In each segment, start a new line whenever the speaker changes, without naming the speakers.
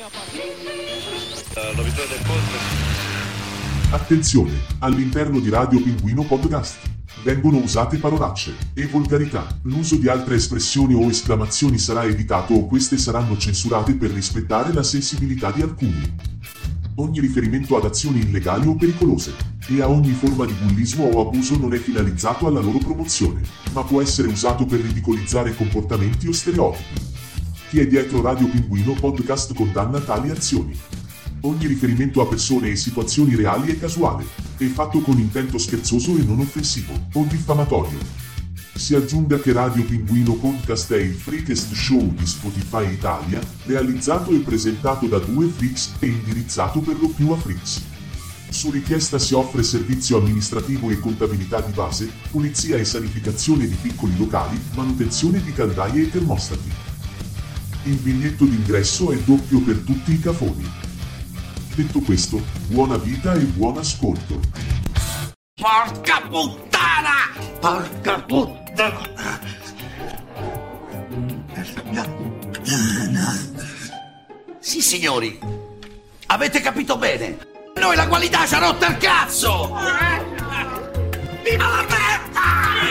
Novità del posto.
Attenzione, all'interno di Radio Pinguino Podcast vengono usate parolacce e volgarità. L'uso di altre espressioni o esclamazioni sarà evitato o queste saranno censurate per rispettare la sensibilità di alcuni. Ogni riferimento ad azioni illegali o pericolose e a ogni forma di bullismo o abuso non è finalizzato alla loro promozione, ma può essere usato per ridicolizzare comportamenti o stereotipi. Chi è dietro Radio Pinguino Podcast condanna tali azioni. Ogni riferimento a persone e situazioni reali è casuale, e fatto con intento scherzoso e non offensivo, o diffamatorio. Si aggiunga che Radio Pinguino Podcast è il freakest show di Spotify Italia, realizzato e presentato da due freaks e indirizzato per lo più a freaks. Su richiesta si offre servizio amministrativo e contabilità di base, pulizia e sanificazione di piccoli locali, manutenzione di caldaie e termostati. Il biglietto d'ingresso è doppio per tutti i cafoni. Detto questo, buona vita e buon ascolto.
Porca puttana! Porca puttana! Sì, signori, avete capito bene. Noi la qualità ci ha rotto il cazzo! Viva la merda!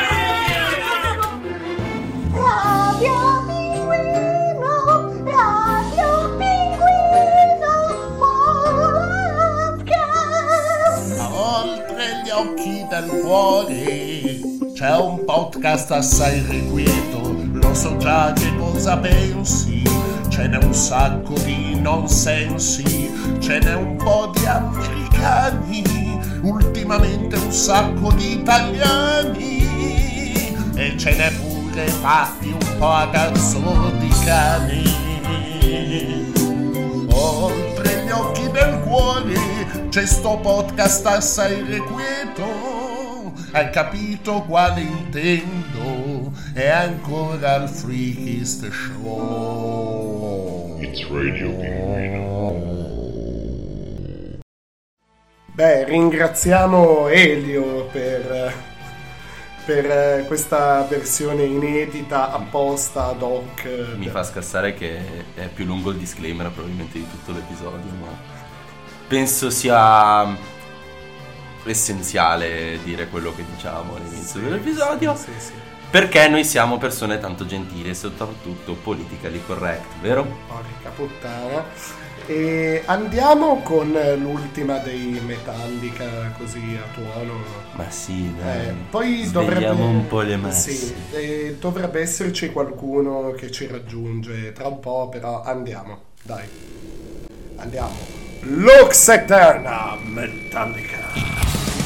Radio Pinguino, Radio Pinguino Podcast.
Oltre gli occhi del cuore c'è un podcast assai irrequieto. Lo so già che cosa pensi. Ce n'è un sacco di nonsensi. Ce n'è un po' di americani. Ultimamente un sacco di italiani. E ce n'è pure fatti un po' a cazzo di cani. Oltre gli occhi del cuore c'è sto podcast assai irrequieto. Hai capito quale intendo? È ancora il Freakist Show.
It's Radio Pinguino.
Beh, ringraziamo Elio per questa versione inedita apposta ad hoc.
Mi fa scassare che è più lungo il disclaimer probabilmente di tutto l'episodio, ma penso sia essenziale dire quello che diciamo all'inizio dell'episodio,
sì.
perché noi siamo persone tanto gentili e soprattutto politically correct, vero?
Porca puttana. E andiamo con l'ultima dei Metallica, così a tuono.
Ma sì, dai,
poi
svegliamo un po' le masse.
Sì, dovrebbe esserci qualcuno che ci raggiunge tra un po', però andiamo, dai. Andiamo. Lux Eterna Metallica.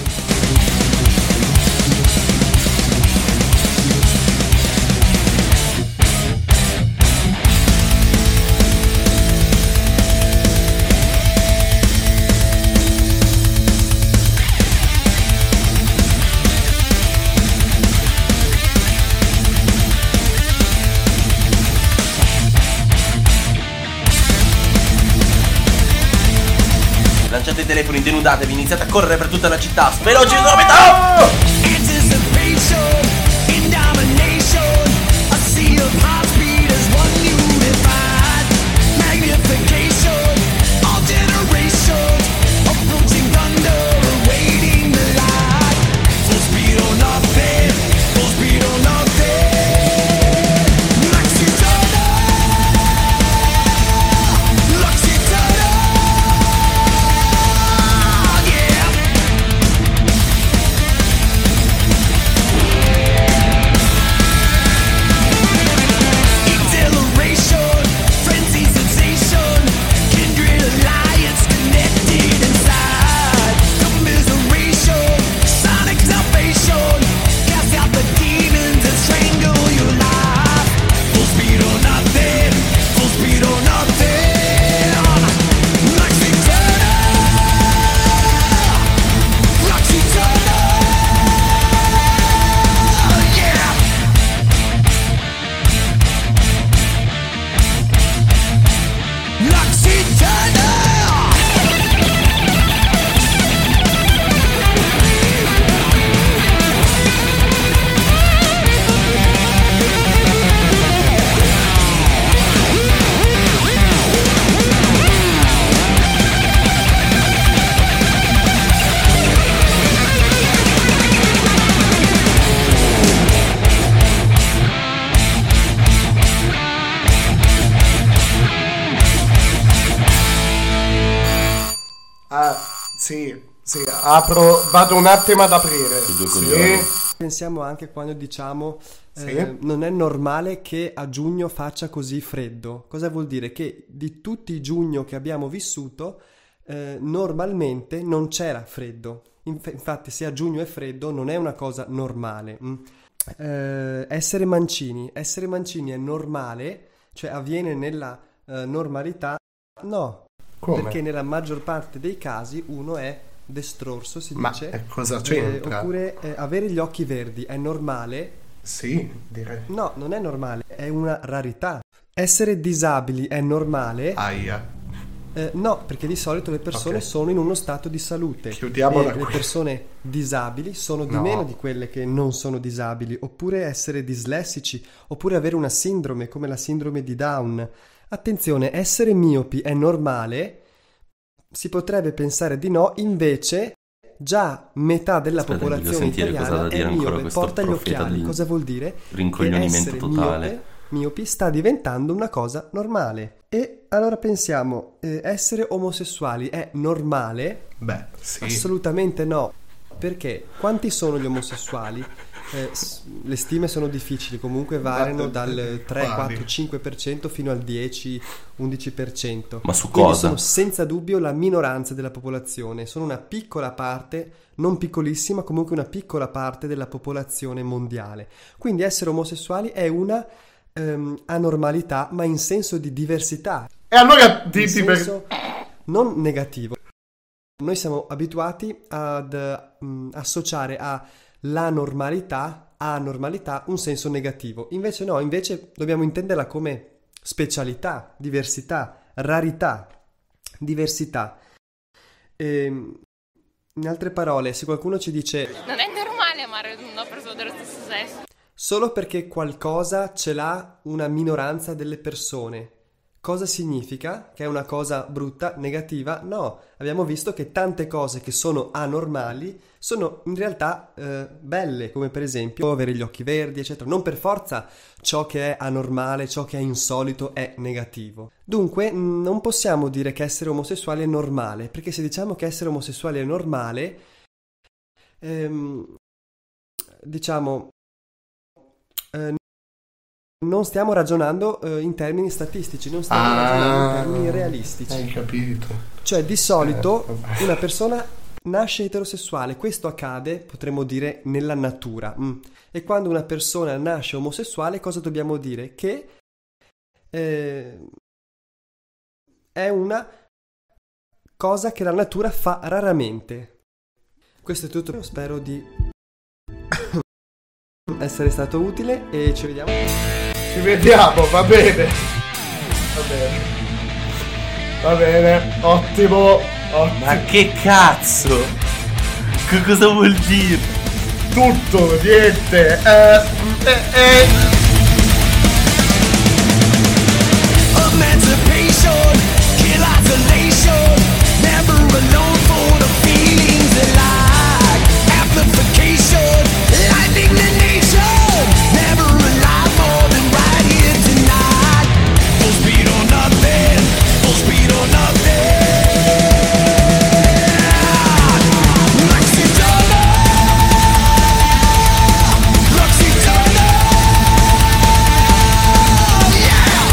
Lanciate i telefoni, denudatevi, iniziate a correre per tutta la città. Veloci, subito!
Sì, vado un attimo ad aprire. Sì.
Pensiamo anche quando diciamo
Sì.
non è normale che a giugno faccia così freddo. Cosa vuol dire? Che di tutti i giugno che abbiamo vissuto normalmente non c'era freddo. Infatti se a giugno è freddo non è una cosa normale. Essere mancini è normale, cioè avviene nella normalità? No,
Come?
perché nella maggior parte dei casi uno è destrorso, si
Ma
dice.
cosa c'entra?
Oppure avere gli occhi verdi è normale?
Sì, direi.
No, non è normale, è una rarità. Essere disabili è normale?
Aia.
No, perché di solito le persone
Ok.
sono in uno stato di salute.
Chiudiamola
e le
qui.
persone disabili sono di
No.
meno di quelle che non sono disabili. Oppure essere dislessici, oppure avere una sindrome come la sindrome di Down. Attenzione, essere miopi è normale? Si potrebbe pensare di no, invece già metà della
Aspetta, voglio
popolazione
sentire cosa ha
italiana
da dire
è
ancora
miope,
questo
porta gli
profeta
occhiali.
di
Cosa vuol dire? Che
rincoglionimento
essere
totale.
miopi sta diventando una cosa normale. E allora pensiamo, essere omosessuali è normale?
Beh, sì.
Assolutamente no. Perché? Quanti sono gli omosessuali? Le stime sono difficili, comunque variano dal 3, 4, 5% fino al 10, 11%.
Ma su
Quindi
cosa?
sono senza dubbio la minoranza della popolazione, sono una piccola parte, non piccolissima, comunque una piccola parte della popolazione mondiale. Quindi essere omosessuali è una anormalità, ma in senso di diversità,
E allora
in
diti per...
senso non negativo. Noi siamo abituati ad associare alla normalità, un senso negativo. Invece no, invece dobbiamo intenderla come specialità, diversità, rarità, diversità. In altre parole, se qualcuno ci dice
Non è normale amare una persona dello stesso sesso.
solo perché qualcosa ce l'ha una minoranza delle persone, cosa significa? Che è una cosa brutta, negativa? No, abbiamo visto che tante cose che sono anormali sono in realtà belle, come per esempio avere gli occhi verdi, eccetera. Non per forza ciò che è anormale, ciò che è insolito è negativo. Dunque non possiamo dire che essere omosessuali è normale, perché se diciamo che essere omosessuali è normale, diciamo... non stiamo ragionando in termini statistici, non stiamo ragionando in termini realistici.
Hai capito.
Cioè, di solito
vabbè.
una persona nasce eterosessuale, questo accade, potremmo dire, nella natura. E quando una persona nasce omosessuale, cosa dobbiamo dire? Che è una cosa che la natura fa raramente. Questo è tutto, spero di essere stato utile e ci vediamo.
Ci vediamo, va bene. Va bene, ottimo.
Ma che cazzo? Che cosa vuol dire?
Tutto, niente.
Emancipation, kill isolation, never alone for the feelings alike. Amplification, lightning the nation, never alive more than right here tonight. Full speed or nothing, full speed or nothing. Luxy Turner, yeah.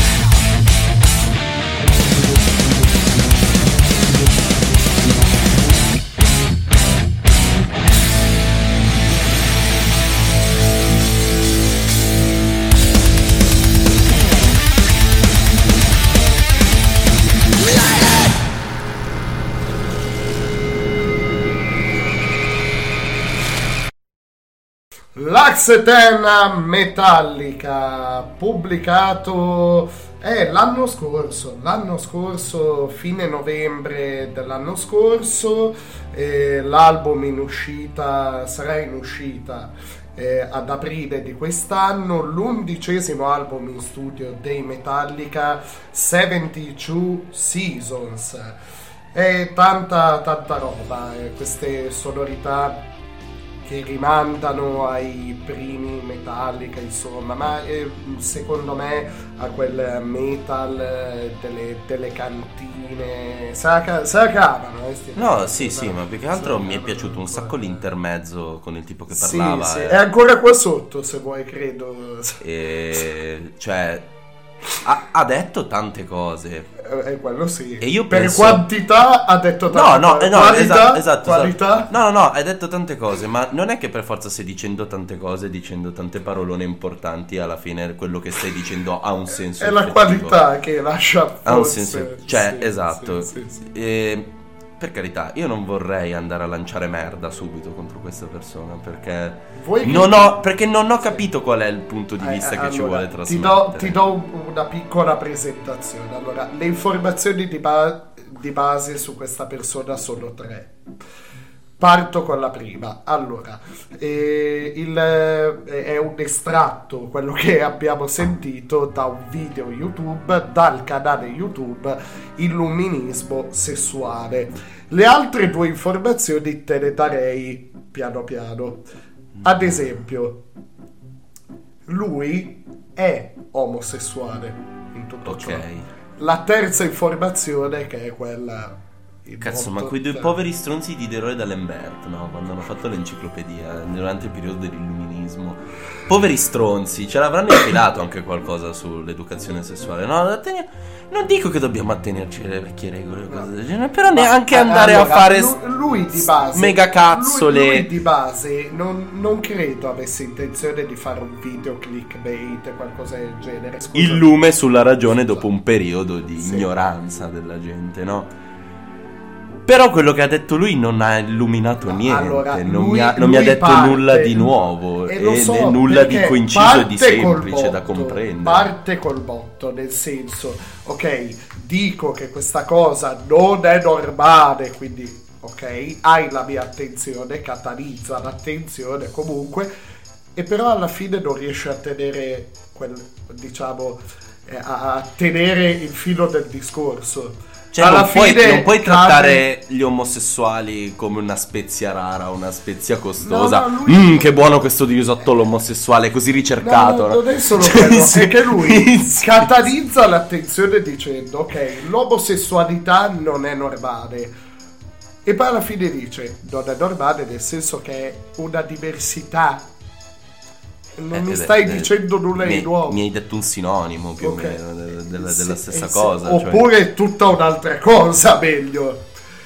Lux Eterna Metallica, pubblicato l'anno scorso, fine novembre dell'anno scorso. L'album sarà in uscita ad aprile di quest'anno, l'11° album in studio dei Metallica, 72 Seasons. E tanta roba, queste sonorità che rimandano ai primi Metallica, insomma, ma secondo me a quel metal delle cantine se la cavano.
No, sì, ma più che altro mi è piaciuto un sacco l'intermezzo con il tipo che parlava.
Sì, è ancora qua sotto, se vuoi, credo.
Cioè, ha detto tante cose.
Quello sì.
E io
per
penso...
quantità ha detto tante cose.
No,
qualità,
esatto.
Qualità?
No, hai detto tante cose, ma non è che per forza stai dicendo tante cose, dicendo tante parolone importanti, alla fine quello che stai dicendo ha un senso.
È la qualità che lascia
ha un senso, cioè,
sì,
esatto.
Sì.
Per carità, io non vorrei andare a lanciare merda subito contro questa persona, perché perché non ho capito qual è il punto di vista che ci vuole trasmettere.
Ti do una piccola presentazione. Allora, le informazioni di base su questa persona sono 3. Parto con la prima. Allora, è un estratto, quello che abbiamo sentito, da un video YouTube, dal canale YouTube Illuminismo Sessuale. Le altre 2 informazioni te le darei piano piano. Ad esempio, lui è omosessuale in tutto ciò. La terza informazione, che è quella...
Cazzo, ma quei 2 poveri stronzi di Leroy d'Alembert, no? Quando hanno fatto l'enciclopedia durante il periodo dell'illuminismo, poveri stronzi, ce l'avranno infilato anche qualcosa sull'educazione sessuale. No, non dico che dobbiamo attenerci alle vecchie regole o cose del genere, però neanche andare a fare
lui di base,
mega cazzole.
Lui di base non credo avesse intenzione di fare un video clickbait, qualcosa del genere. Scusa.
Il lume sulla ragione dopo un periodo di ignoranza della gente, no? Però quello che ha detto lui non ha illuminato niente.
Allora,
non mi ha detto nulla di nuovo e né nulla di coinciso e di semplice da comprendere.
Parte col botto, nel senso, ok, dico che questa cosa non è normale, quindi ok, hai la mia attenzione, catalizza l'attenzione comunque, e però alla fine non riesce a tenere a tenere il filo del discorso.
Cioè non puoi trattare gli omosessuali come una spezia rara, una spezia costosa. Che buono questo risotto all'omosessuale, così ricercato.
Non è solo quello, è che lui catalizza l'attenzione dicendo ok, l'omosessualità non è normale, e poi alla fine dice non è normale nel senso che è una diversità. Non mi stai dicendo nulla di nuovo.
Mi hai detto un sinonimo più o meno della stessa cosa.
Oppure cioè... tutta un'altra cosa, meglio.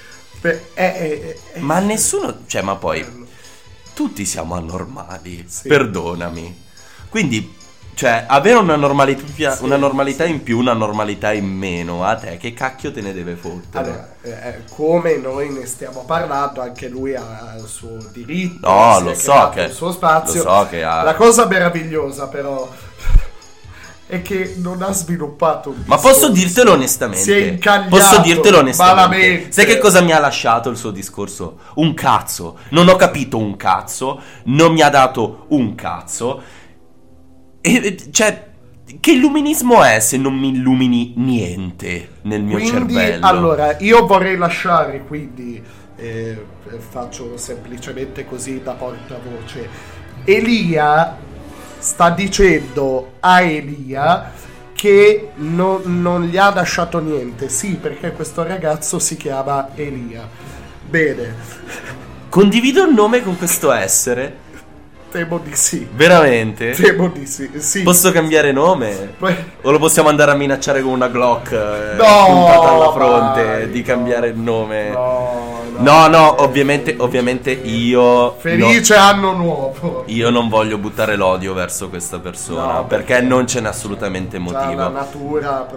Ma nessuno... Cioè, ma poi... Tutti siamo anormali, perdonami. Quindi... Cioè, avere una normalità in più, una normalità in meno, a te che cacchio te ne deve fottere?
Allora, come noi ne stiamo parlando, anche lui ha il suo diritto,
no, il
suo spazio.
Lo so che ha...
La cosa meravigliosa però è che non ha sviluppato un
discorso. Ma posso dirtelo onestamente?
Si è incagliato malamente.
Sai che cosa mi ha lasciato il suo discorso? Un cazzo. Non ho capito un cazzo, non mi ha dato un cazzo. Cioè, che illuminismo è se non mi illumini niente nel mio cervello?
Allora, io vorrei lasciare, quindi faccio semplicemente così da portavoce. Elia sta dicendo a Elia che non gli ha lasciato niente. Sì, perché questo ragazzo si chiama Elia. Bene.
Condivido il nome con questo essere?
Temo di sì.
Veramente?
Temo di sì.
Posso cambiare nome? O lo possiamo andare a minacciare con una Glock
puntata
alla fronte di cambiare il nome? No, ovviamente io...
Felice anno nuovo.
Io non voglio buttare l'odio verso questa persona, perché non ce n'è assolutamente motivo.
La natura...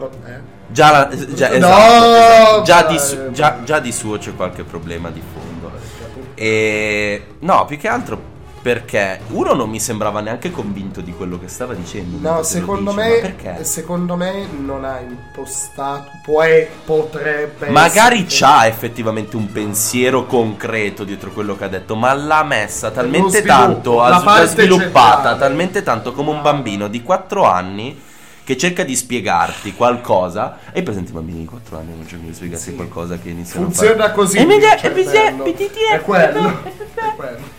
Già di suo c'è qualche problema di fondo. E... No, più che altro... Perché uno non mi sembrava neanche convinto di quello che stava dicendo.
No, secondo me non ha impostato. Potrebbe.
Magari c'ha effettivamente un pensiero concreto dietro quello che ha detto, ma l'ha messa talmente tanto, l'ha sviluppata talmente tanto come un bambino di 4 anni che cerca di spiegarti qualcosa. Hai presente i bambini di 4 anni non cercano di spiegarti qualcosa che iniziano
funziona
a fare.
Così. È quello.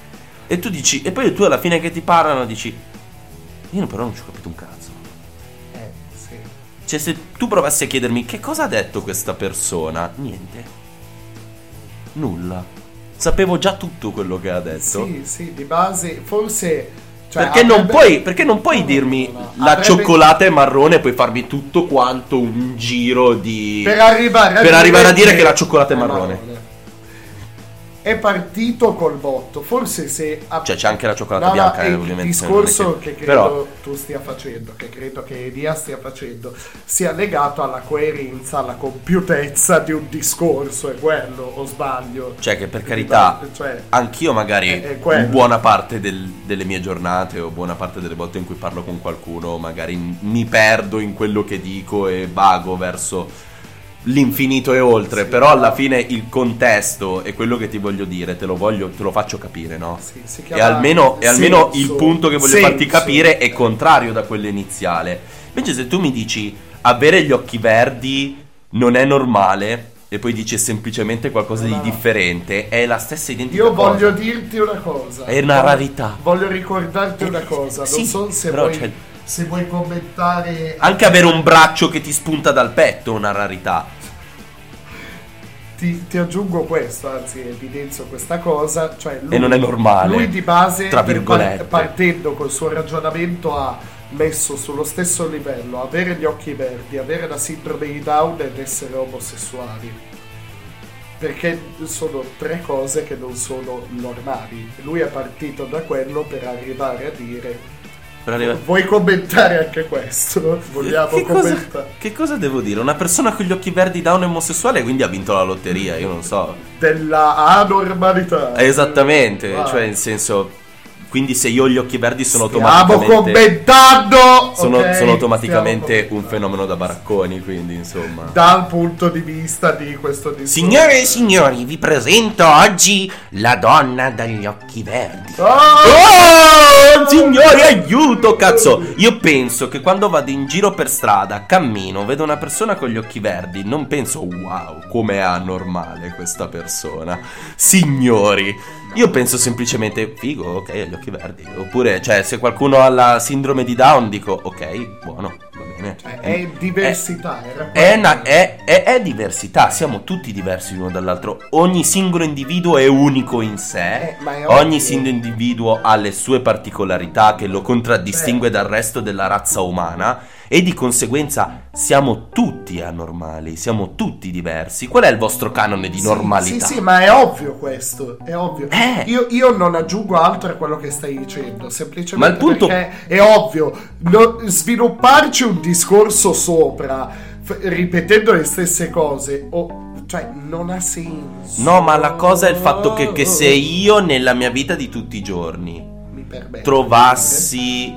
E tu dici, e poi tu alla fine che ti parlano dici, io però non ci ho capito un cazzo.
Sì.
Cioè, se tu provassi a chiedermi che cosa ha detto questa persona, niente. Nulla. Sapevo già tutto quello che ha detto.
Sì, di base, forse... Cioè,
perché non puoi dirmi la cioccolata è marrone e poi farmi tutto quanto un giro di...
Per arrivare
a dire che la cioccolata è marrone.
È partito col botto. Forse se...
Cioè c'è anche la cioccolata bianca, ovviamente.
Il discorso che credo
però...
tu stia facendo, che credo che Elia stia facendo, sia legato alla coerenza, alla compiutezza di un discorso, è quello, o sbaglio?
Cioè che per carità,
cioè,
anch'io magari buona parte delle mie giornate o buona parte delle volte in cui parlo con qualcuno, magari mi perdo in quello che dico e vago verso l'infinito e oltre, però alla fine il contesto e quello che ti voglio dire te lo faccio capire, no?
Sì,
e almeno il punto che voglio farti capire è contrario da quello iniziale. Invece se tu mi dici avere gli occhi verdi non è normale e poi dici semplicemente qualcosa di differente, è la stessa identica cosa.
Io voglio dirti una cosa,
è una rarità.
Voglio ricordarti una cosa, non so se vuoi... Se vuoi commentare...
Anche avere un braccio che ti spunta dal petto è una rarità.
Ti aggiungo questo, anzi evidenzio questa cosa, cioè lui,
e non è normale.
Lui di base,
tra virgolette,
partendo col suo ragionamento, ha messo sullo stesso livello avere gli occhi verdi, avere la sindrome di Down ed essere omosessuali. Perché sono tre cose che non sono normali. Lui è partito da quello per arrivare a dire... Vuoi commentare anche questo? Vogliamo commentare?
Che cosa devo dire? Una persona con gli occhi verdi Down omosessuale quindi ha vinto la lotteria, io non so.
Della anormalità.
Esattamente, cioè nel senso... Quindi se io ho gli occhi verdi sono automaticamente...
commentando!
Sono automaticamente un fenomeno da baracconi, quindi insomma...
Dal punto di vista di questo discorso.
Signore e signori, vi presento oggi la donna dagli occhi verdi. Signori, aiuto, cazzo! Io penso che quando vado in giro per strada, cammino, vedo una persona con gli occhi verdi, non penso, wow, com'è anormale questa persona. Signori... Io penso semplicemente, figo, ok, ha gli occhi verdi. Oppure, cioè, se qualcuno ha la sindrome di Down, dico, ok, buono, va bene.
Cioè, è diversità,
è diversità, siamo tutti diversi l'uno dall'altro. Ogni singolo individuo è unico in sé. Ogni singolo individuo ha le sue particolarità che lo contraddistingue dal resto della razza umana. E di conseguenza siamo tutti anormali, siamo tutti diversi. Qual è il vostro canone di normalità?
Sì, ma è ovvio questo, è ovvio. Io non aggiungo altro a quello che stai dicendo, semplicemente
ma il punto...
perché è ovvio. Svilupparci un discorso sopra, ripetendo le stesse cose, cioè non ha senso.
No, ma la cosa è il fatto che se io nella mia vita di tutti i giorni trovassi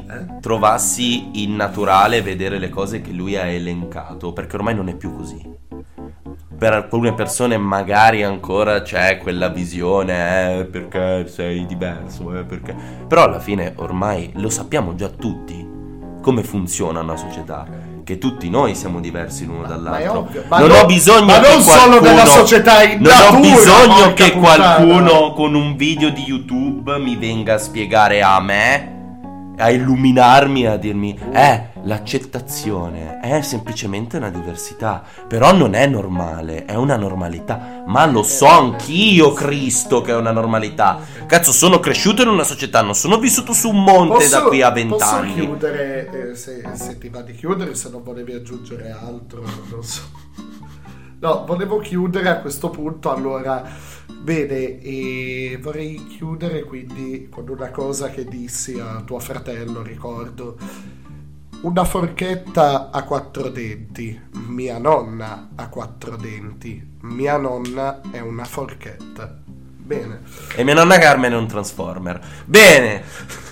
il naturale vedere le cose che lui ha elencato, perché ormai non è più così. Per alcune persone magari ancora c'è quella visione, perché sei diverso, perché... Però alla fine ormai lo sappiamo già tutti come funziona una società, che tutti noi siamo diversi l'uno dall'altro. Non ho bisogno che
solo della società in natura,
non ho bisogno che qualcuno con un video di YouTube mi venga a spiegare a me, a illuminarmi, a dirmi l'accettazione è semplicemente una diversità, però non è normale, è una normalità. Ma lo so anch'io, Cristo, che è una normalità. Cazzo, sono cresciuto in una società, non sono vissuto su un monte da qui a 20 anni.
Posso chiudere, se ti va di chiudere, se non volevi aggiungere altro, non so. No, volevo chiudere a questo punto, allora, bene, e vorrei chiudere quindi con una cosa che dissi a tuo fratello, ricordo. Una forchetta a 4 denti, mia nonna ha 4 denti, mia nonna è una forchetta. Bene.
E mia nonna Carmen è un Transformer. Bene.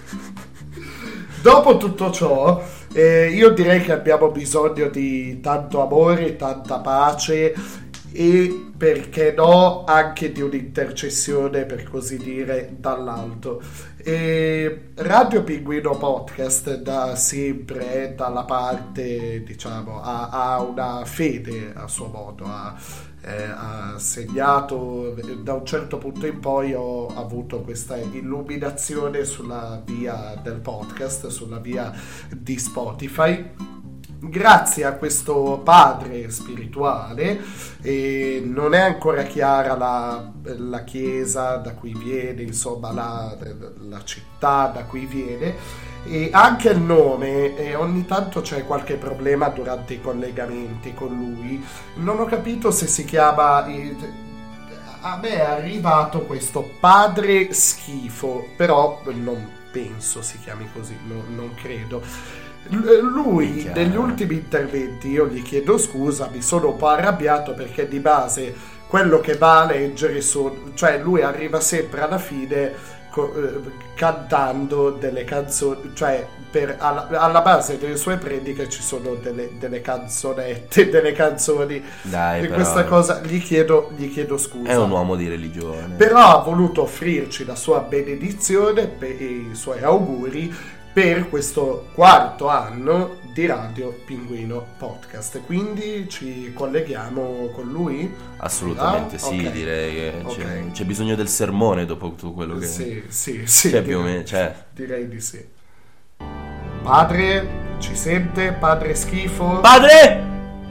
Dopo tutto ciò, io direi che abbiamo bisogno di tanto amore, tanta pace e perché no anche di un'intercessione, per così dire, dall'alto. E Radio Pinguino Podcast da sempre è dalla parte, diciamo, ha una fede a suo modo, ha segnato, da un certo punto in poi ho avuto questa illuminazione sulla via del podcast, sulla via di Spotify, grazie a questo padre spirituale. E non è ancora chiara la chiesa da cui viene, insomma la città da cui viene, e anche il nome, e ogni tanto c'è qualche problema durante i collegamenti con lui. Non ho capito se si chiama, a me è arrivato questo Padre Schifo, però non penso si chiami così, non credo. Lui negli ultimi interventi, io gli chiedo scusa, mi sono un po' arrabbiato perché di base quello che va a leggere cioè lui arriva sempre alla fine cantando delle canzoni, cioè alla base delle sue prediche ci sono delle canzonette, delle canzoni.
Dai,
e
però,
questa cosa gli chiedo scusa.
è un uomo di religione,
però ha voluto offrirci la sua benedizione e i suoi auguri per questo 4º anno di Radio Pinguino Podcast. Quindi ci colleghiamo con lui?
assolutamente sì,
Ok.
direi che
Ok.
c'è bisogno del sermone dopo tutto quello che
Sì,
cioè, più o meno, cioè.
direi di sì. Padre, ci sente? Padre Schifo?
Padre!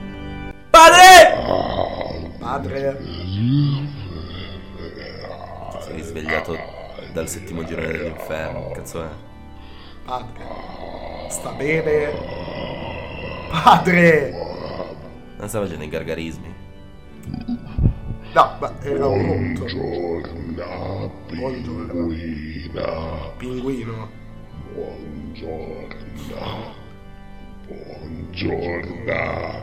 Padre?
Sei risvegliato dal 7° girone dell'inferno, che cazzo è?
Padre? Sta bene? Padre!
Non sta facendo i gargarismi?
No, ma era un rotto.
Buongiorno, pinguina.
Pinguino.
Buongiorno,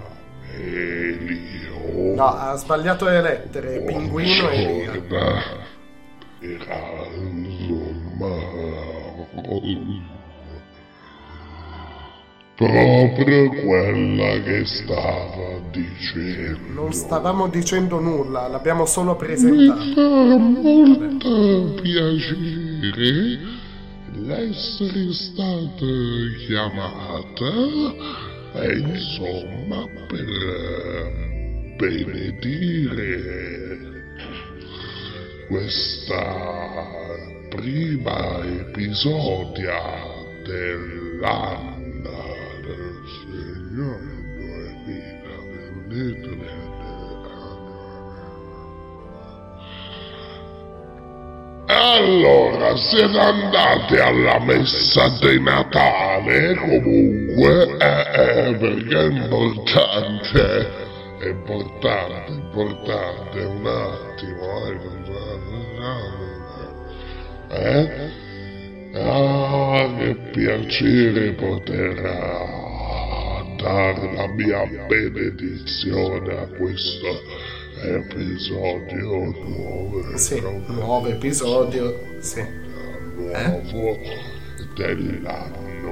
Elio.
No, ha sbagliato le lettere. Pinguino e Elia.
Era proprio quella che stava dicendo.
Non stavamo dicendo nulla, l'abbiamo solo
Mi
presentato.
fa molto piacere l'essere stata chiamata e insomma per benedire questa prima episodia dell'anno del Signore 2023. Allora, siete andati alla messa di Natale comunque, perché è importante, un attimo, che piacere poter dare la mia benedizione a questo episodio nuovo.
Sì, nuovo episodio. Sì.
Nuovo dell'anno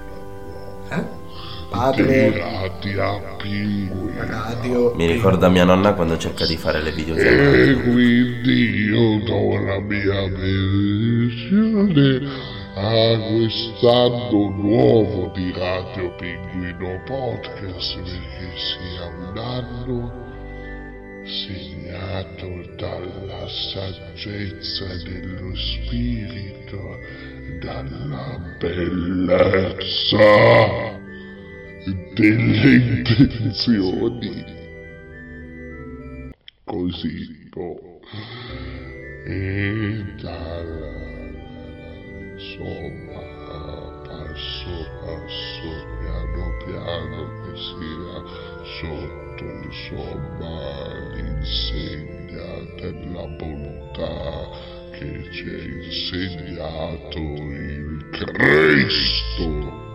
Padre,
di Radio Pinguino.
radio.
Mi ricorda mia nonna quando cerca di fare le videochiamate.
E quindi io do la mia benedizione a quest'anno nuovo di Radio Pinguino Podcast, perché sia un anno segnato dalla saggezza dello spirito, dalla bellezza delle intenzioni, così e insomma passo piano piano che sia sotto insomma l'insegna della bontà che ci ha insegnato il Cristo.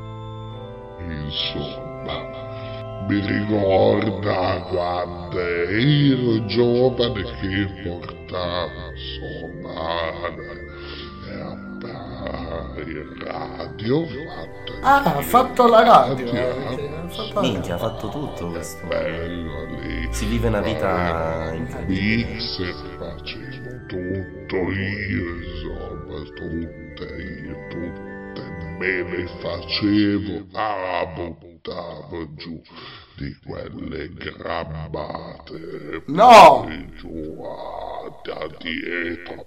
Insomma, mi ricorda quando ero giovane che portavo insomma
in radio,
Ha fatto la radio.
Minchia, ha fatto tutto questo.
bello lì.
Si vive una vita incredibile.
Mixer facevo tutto io, insomma, tutte me le facevo, buttavo giù di quelle grammate.
No!
Giù, da dietro,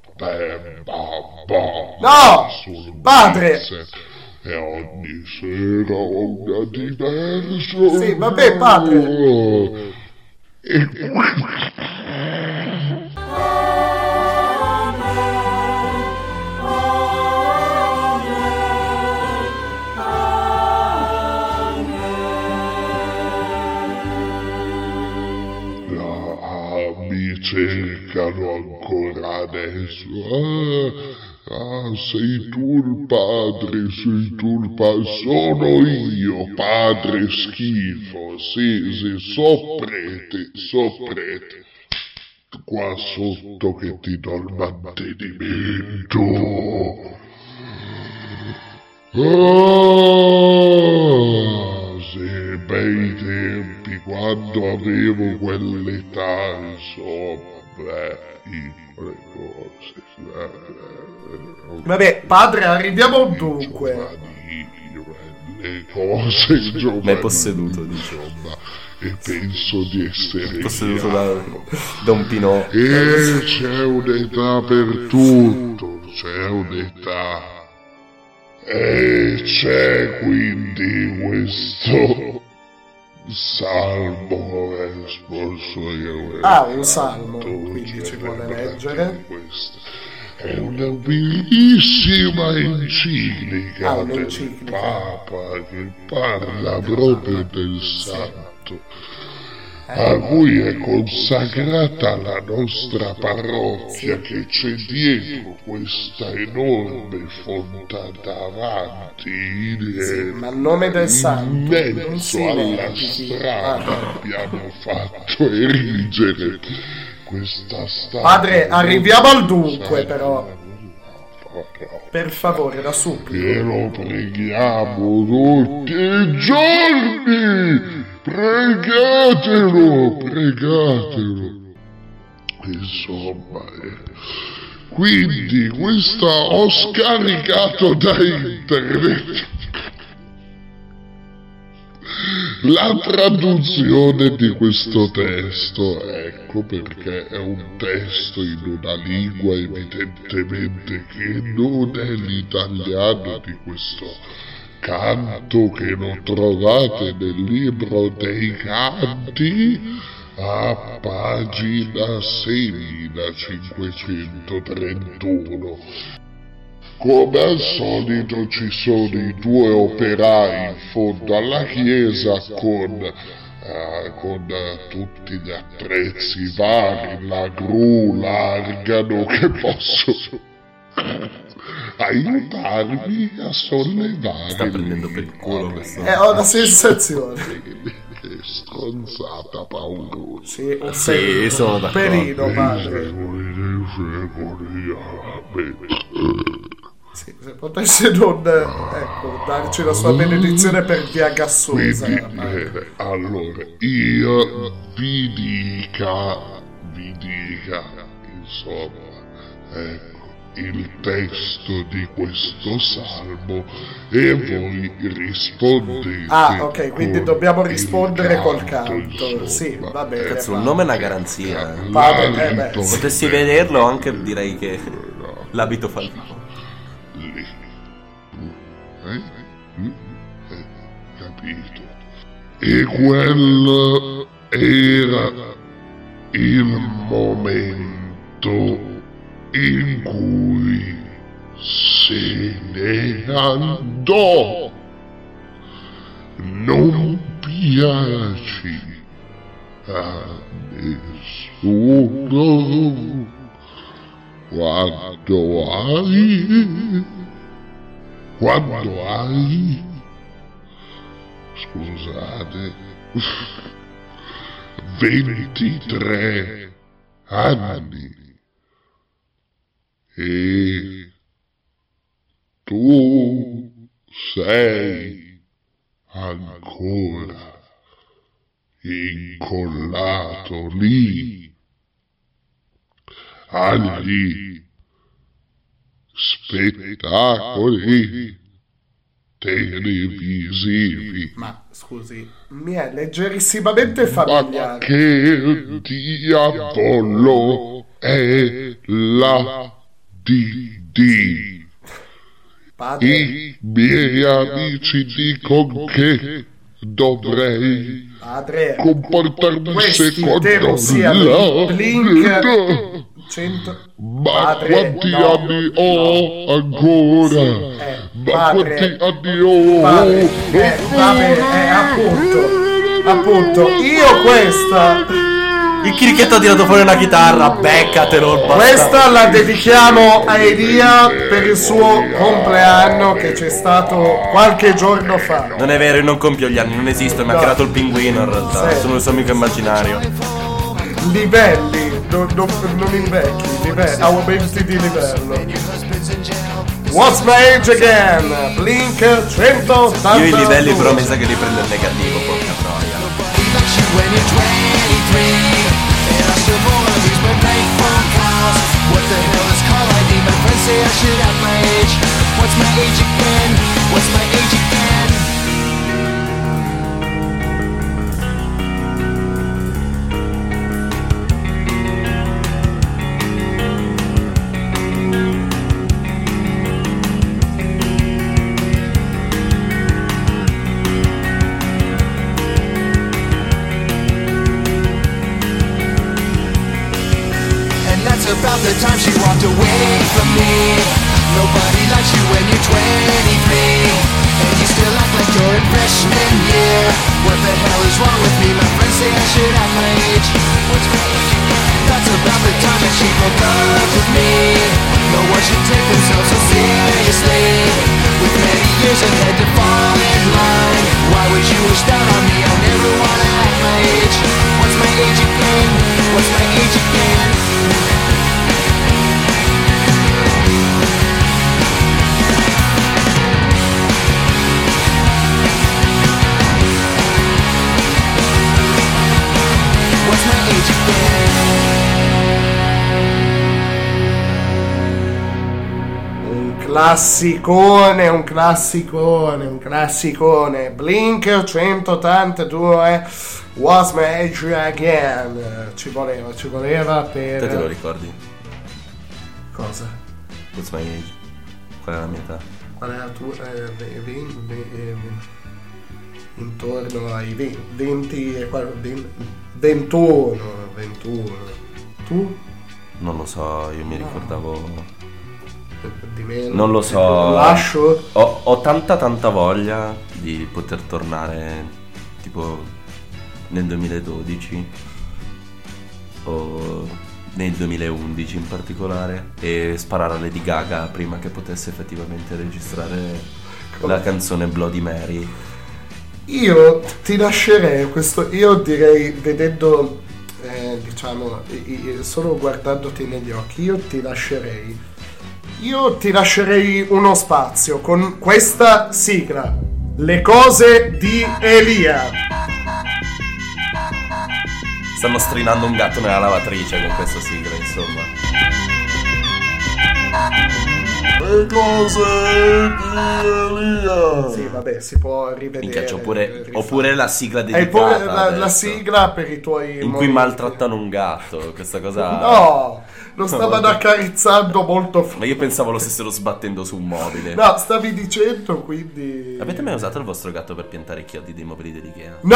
No!
sul
Padre!
mixer. E ogni sera una diversa.
Sì, vabbè, padre.
E mi cercano ancora adesso. Sei tu il padre, sono io, padre schifo, sì, so prete, qua sotto che ti do il mantenimento. Sì, bei tempi, quando avevo quell'età, insomma, piccole cose.
Vabbè, padre, arriviamo a un dunque.
Le cose giovanili,
Ma è posseduto, dice.
insomma, e penso di essere
Posseduto da un Pinot.
e c'è un'età per tutto, c'è un'età. E c'è quindi questo salmo
Un salmo, quindi ci vuole leggere.
È una bellissima enciclica del
un'enciclica.
Papa che parla proprio del santo, a cui è consacrata la nostra parrocchia, che c'è dietro questa enorme fontana davanti,
Ma il nome del santo
in
non
mezzo
si
alla
identifichi.
strada abbiamo fatto erigere questa statua.
Padre, arriviamo al dunque, però. Per favore, la supplico.
Che lo preghiamo tutti i giorni. Pregatelo. Insomma, quindi questa ho scaricato da internet la traduzione di questo testo, ecco perché è un testo in una lingua evidentemente che non è l'italiano di questo canto, che lo trovate nel libro dei canti a pagina 6531. Come al solito ci sono i due operai in fondo alla chiesa con tutti gli attrezzi vari, la gru, l'argano, che possono aiutarmi a sollevare.
Sta prendendo per il culo questo.
Ho la sensazione.
Che stronzata paurosa.
Sì,
Sì, sono d'accordo.
perino, padre. Sì, se potesse non, darci la sua benedizione per via gassosa.
Quindi, bene, allora, io vi dica, insomma, ecco, il testo di questo salmo e voi rispondete.
Ok, quindi
con
dobbiamo
il
rispondere col canto.
insomma.
Sì, va bene.
Cazzo, un nome è una garanzia.
Padre,
Potessi vederlo, anche direi che l'abito fa il tipo.
Capito? E quello era il momento in cui se ne andò. Non piaci a nessuno quando hai, scusate, 23 anni e tu sei ancora incollato lì agli spettacoli televisivi.
Ma scusi, mi è leggerissimamente
Ma
familiare.
che diavolo è la DD?
Padre,
I miei amici dicono che dovrei
padre,
comportarmi
questi
secondo
temo sia
la
Blink
verità.
100.
Ma
Padre,
quanti
no,
anni ho ancora? Ma
padre,
quanti anni ho?
padre, vabbè, appunto, io questa
Il chirichetto ha tirato fuori una chitarra, beccatelo il bastardo.
Questa la dedichiamo a Elia per il suo compleanno che c'è stato qualche giorno fa.
Non è vero, io non compio gli anni, non esisto, mi ha
No.
creato il pinguino in realtà,
Sì.
sono il suo amico immaginario.
Livelli, non invecchi, livelli, aumenti di livello. What's my age again? Blink 182.
Io i livelli però mi sa che li prendo in negativo, porca troia.
When you're 23 and I still wanna use my bank phone calls. What the hell is call ID? My friends say I should have my age. What's my age again? What's my age again? About the time she walked away from me. Nobody likes you when you're 23 and you still act like you're in freshman year. What the hell is wrong with me? My friends say I should have my age. What's my age again? That's about the time that she broke up with me. No one should take themselves so seriously. With many years ahead to fall in line, why would you wish down on me? I never wanna have my age. What's my age again? What's my age again? What's my age again?
Un classicone. Blink 182. What's my age again? Ci voleva per.
Te lo ricordi?
Cosa?
What's my age? Qual è la mia età?
Qual è la tua? Intorno ai 20 e 21. Tu?
Non lo so, io mi ricordavo.
Di meno?
Non lo so.
Lascio?
Ho tanta voglia di poter tornare tipo nel 2012 o nel 2011 in particolare e sparare a Lady Gaga prima che potesse effettivamente registrare la canzone Bloody Mary.
Io ti lascerei questo. Io direi, vedendo diciamo solo guardandoti negli occhi, io ti lascerei uno spazio con questa sigla, Le cose di Elia.
Stanno strinando un gatto nella lavatrice con questa sigla, insomma.
Le cose di Elia. Sì, vabbè, si può rivedere.
Minchia, c'è
rifare.
oppure la sigla
E
dedicata
poi la
adesso,
sigla per i tuoi
in cui
momenti.
maltrattano un gatto. Questa cosa.
No, lo stavano accarezzando molto forte.
Ma io pensavo lo stessero sbattendo su un mobile.
No, stavi dicendo, quindi.
Avete mai usato il vostro gatto per piantare i chiodi dei mobili dell'Ikea?
No.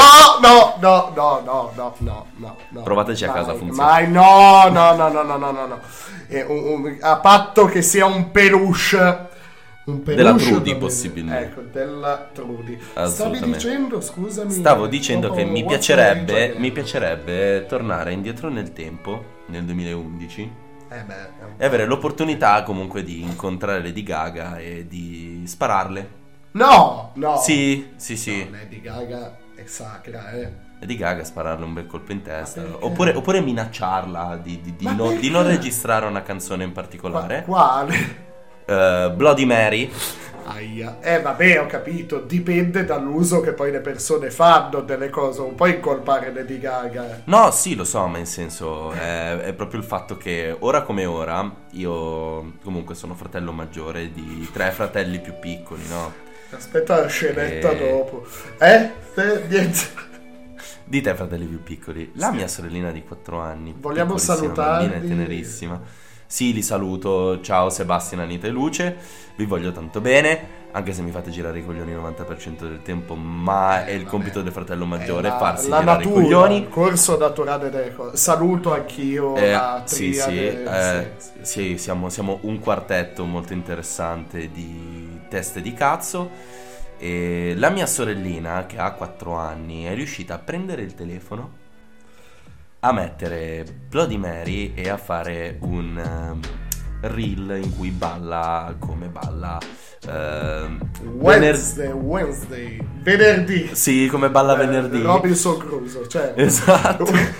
Provateci a casa,
Mai,
funziona.
Mai, no. A patto che sia un peluche. Un peluche
Della Trudy,
va bene.
possibilmente.
Ecco, della Trudy. Stavi
Assolutamente.
dicendo, scusami.
Stavo dicendo che mi
What's
piacerebbe,
my
mi piacerebbe tornare indietro nel tempo, nel 2011, e avere l'opportunità comunque di incontrare Lady Gaga e di spararle.
No.
Sì.
No, Lady Gaga è sacra,
Lady Gaga, spararle un bel colpo in testa. Oppure minacciarla di
perché?
non registrare una canzone in particolare.
Quale?
Bloody Mary.
Aia. Vabbè, ho capito, dipende dall'uso che poi le persone fanno delle cose, non puoi incolpare Lady Gaga.
No, sì, lo so, ma in senso è proprio il fatto che ora come ora io comunque sono fratello maggiore di 3 fratelli più piccoli, no?
Aspetta la scenetta dopo. Niente.
Di 3 fratelli più piccoli. La mia sorellina di 4 anni.
Vogliamo salutarli?
Bambina tenerissima. Sì, li saluto. Ciao Sebastian, Anita e Luce. Vi voglio tanto bene. Anche se mi fate girare i coglioni il 90% del tempo. Ma è il compito del fratello maggiore farsi
la
girare
natura,
i coglioni.
Il corso naturale delle cose. Saluto anch'io la triade.
Sì, siamo un quartetto molto interessante di teste di cazzo. E la mia sorellina, che ha 4 anni, è riuscita a prendere il telefono, a mettere Bloody Mary e a fare un reel in cui balla come balla
venerdì.
Sì, come balla venerdì.
Robinson Crusoe, cioè.
Esatto.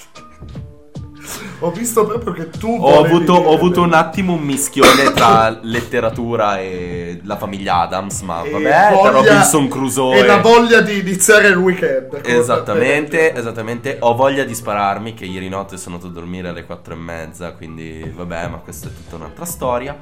Ho visto proprio che tu
ho avuto un attimo un mischione tra letteratura e la famiglia Adams, ma vabbè, Robinson Crusoe
e la voglia di iniziare il weekend.
Esattamente. Ho voglia di spararmi, che ieri notte sono andato a dormire alle 4:30, quindi vabbè, ma questa è tutta un'altra storia.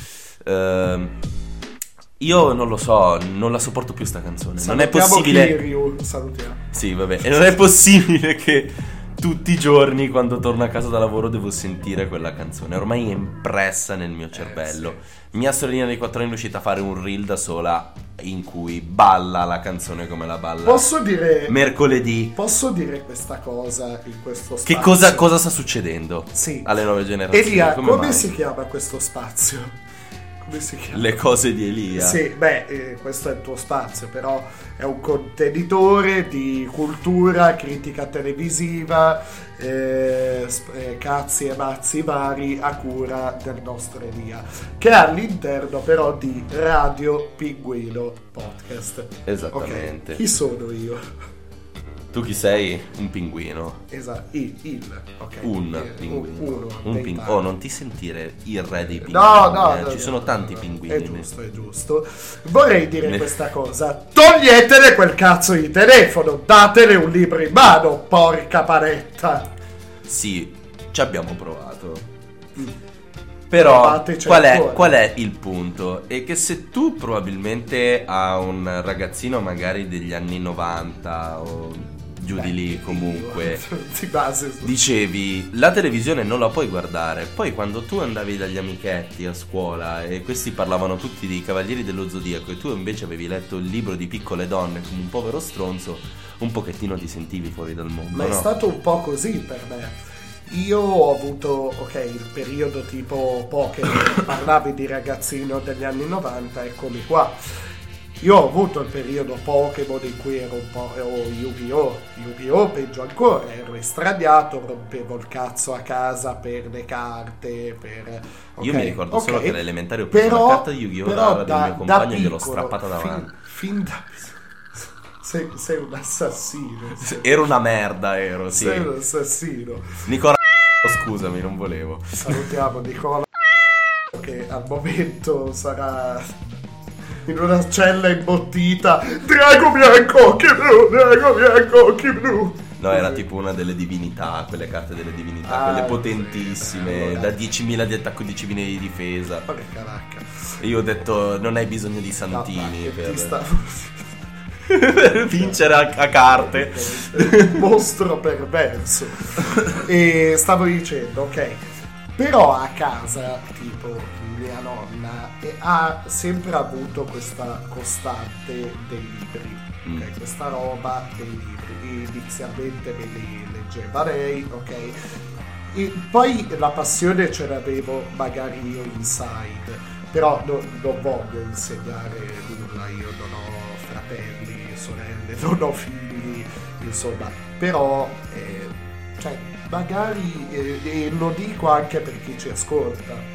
Io non lo so, non la sopporto più sta canzone. Non è possibile.
Salutiamo.
Sì, vabbè, e non è possibile che tutti i giorni quando torno a casa da lavoro devo sentire quella canzone. Ormai è impressa nel mio cervello. Sì. Mia sorellina di 4 anni è riuscita a fare un reel da sola in cui balla la canzone come la balla.
Posso dire
mercoledì.
Posso dire questa cosa in questo spazio?
Che cosa sta succedendo?
Sì.
Alle nuove generazioni?
Elia, come si chiama questo spazio? Come si chiama?
Le cose di Elia.
Sì, questo è il tuo spazio, però è un contenitore di cultura, critica televisiva, cazzi e mazzi vari a cura del nostro Elia, che è all'interno però di Radio Pinguino Podcast.
Esattamente.
Okay. Chi sono io?
Tu chi sei? Un pinguino.
Esatto, ok.
Un pinguino.
Uno.
Non ti sentire il re dei pinguini.
No,
ci sono tanti pinguini.
È giusto. Vorrei dire questa cosa. Toglietele quel cazzo di telefono. Datele un libro in mano, porca panetta.
Sì, ci abbiamo provato. Però qual è il punto? È che se tu probabilmente a un ragazzino magari degli anni 90 o giù di lì comunque
di base
dicevi la televisione non la puoi guardare, poi quando tu andavi dagli amichetti a scuola e questi parlavano tutti dei Cavalieri dello Zodiaco e tu invece avevi letto il libro di Piccole donne come un povero stronzo, un pochettino ti sentivi fuori dal mondo.
Ma
no?
È stato un po' così per me. Io ho avuto, il periodo tipo Pokémon, parlavi di ragazzino degli anni 90, eccomi qua. Io ho avuto il periodo Pokémon in cui ero un po' Yu-Gi-Oh, peggio ancora, ero estraniato, rompevo il cazzo a casa per le carte,
Io mi ricordo solo che all'elementare ho preso una carta di Yu-Gi-Oh dal mio compagno e gliel'ho strappata davanti.
Sei un assassino.
Ero una merda, sì.
Sei un assassino.
Nicola, scusami, non volevo.
Salutiamo Nicola, che al momento sarà in una cella imbottita. Drago bianco, occhi blu, drago bianco, occhi blu.
No, era tipo una delle divinità, quelle carte delle divinità, quelle potentissime,
allora.
Da 10.000 di attacco, 10.000 di difesa.
Ma che caracca.
E io ho detto, non hai bisogno di santini
per
vincere a carte.
Mostro perverso. E stavo dicendo, però a casa, tipo mia nonna ha sempre avuto questa costante dei libri, questa roba dei libri. Inizialmente me li leggeva lei, e poi la passione ce l'avevo magari io inside, però non voglio insegnare nulla, io non ho fratelli, sorelle, non ho figli, insomma, però magari, e lo dico anche per chi ci ascolta,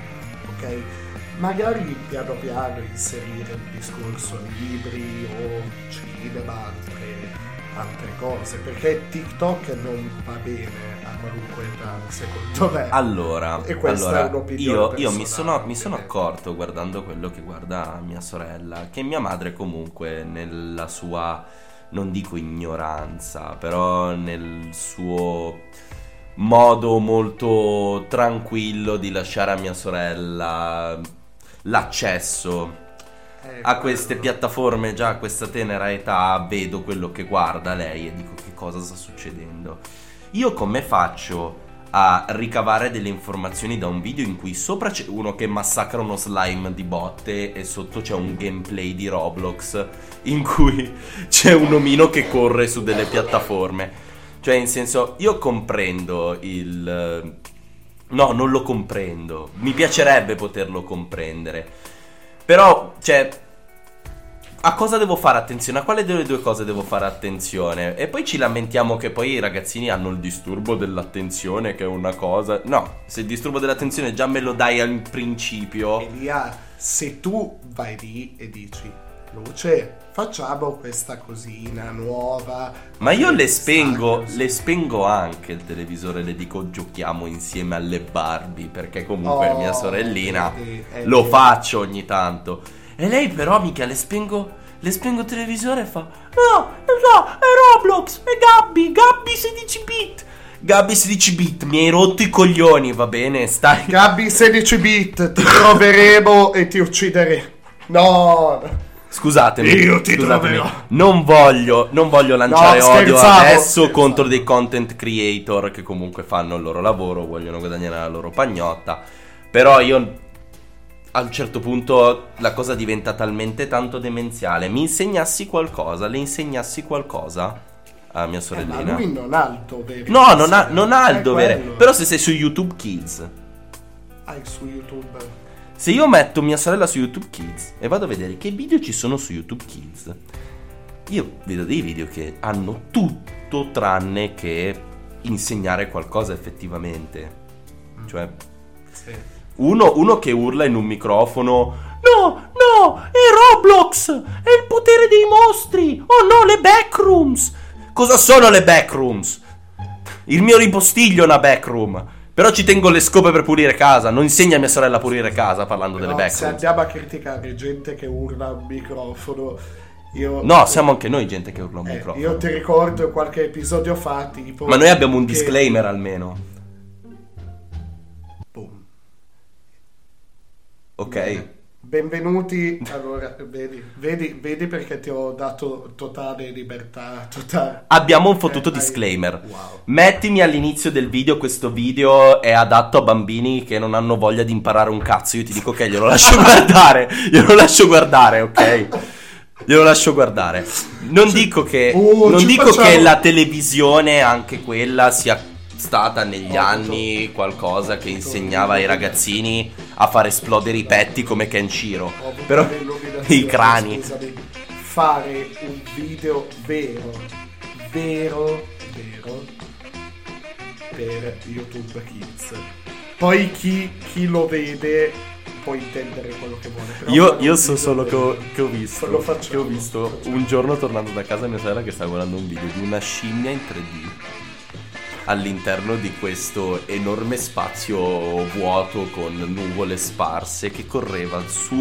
magari piano piano inserire il discorso libri o cinema, altre cose, perché TikTok non va bene qualunque età, secondo me.
Allora,
E questa è un'opinione
io mi
personale,
sono
ovviamente.
accorto guardando quello che guarda mia sorella, che mia madre comunque nella sua, non dico ignoranza, però nel suo modo molto tranquillo di lasciare a mia sorella l'accesso a queste piattaforme già a questa tenera età, vedo quello che guarda lei e dico che cosa sta succedendo. Io come faccio a ricavare delle informazioni da un video in cui sopra c'è uno che massacra uno slime di botte e sotto c'è un gameplay di Roblox in cui c'è un omino che corre su delle piattaforme? Cioè, in senso, io comprendo il... No, non lo comprendo. Mi piacerebbe poterlo comprendere. Però, cioè, a cosa devo fare attenzione? A quale delle due cose devo fare attenzione? E poi ci lamentiamo che poi i ragazzini hanno il disturbo dell'attenzione, che è una cosa... No, se il disturbo dell'attenzione già me lo dai al principio...
Elia, se tu vai lì e dici, Luce, facciamo questa cosina nuova...
Ma io le spengo anche il televisore, le dico giochiamo insieme alle Barbie, perché comunque mia sorellina lo faccio ogni tanto. E lei però mica le spengo il televisore e fa no, è Roblox, è Gabby 16 bit. Gabby 16 bit, mi hai rotto i coglioni, va bene, stai.
Gabby 16 bit, ti troveremo e ti uccideremo. No.
Scusatemi,
Io ti troverò.
Non voglio lanciare
No,
odio
scherzavo.
adesso contro dei content creator che comunque fanno il loro lavoro, vogliono guadagnare la loro pagnotta. Però io a un certo punto la cosa diventa talmente tanto demenziale. Mi insegnassi qualcosa, le insegnassi qualcosa a mia sorellina.
Ma lui non ha il dovere.
No, non ha il dovere.
quello.
Però se sei su YouTube Kids,
Su YouTube.
se io metto mia sorella su YouTube Kids e vado a vedere che video ci sono su YouTube Kids, io vedo dei video che hanno tutto tranne che insegnare qualcosa effettivamente. Cioè,
Sì.
uno che urla in un microfono: no, è Roblox, è il potere dei mostri, oh no, le backrooms. Cosa sono le backrooms? Il mio ripostiglio è una backroom. Però ci tengo le scope per pulire casa. Non insegna a mia sorella a pulire casa parlando delle
Se
backrooms.
andiamo a criticare gente che urla al microfono, io...
No, siamo anche noi gente che urla un microfono.
Io ti ricordo qualche episodio fa, tipo...
Ma noi abbiamo un
che-
disclaimer almeno.
Boom.
Ok.
Benvenuti. Allora, vedi perché ti ho dato totale libertà.
Abbiamo un fottuto disclaimer. Mettimi all'inizio del video: questo video è adatto a bambini che non hanno voglia di imparare un cazzo. Io ti dico che glielo lascio guardare. Glielo lascio guardare, ok? Glielo lascio guardare. Non dico che che la televisione, anche quella, sia stata negli anni qualcosa che insegnava ai ragazzini a far esplodere i petti come Kenshiro. Però i crani.
Scusami, fare un video vero per YouTube Kids. Poi chi lo vede può intendere quello che vuole. Però fare
Io
un
so
video
solo
vero.
che ho visto.
Lo facciamo,
Che ho visto un giorno tornando da casa mia sorella che stava guardando un video di una scimmia in 3D all'interno di questo enorme spazio vuoto con nuvole sparse che correva su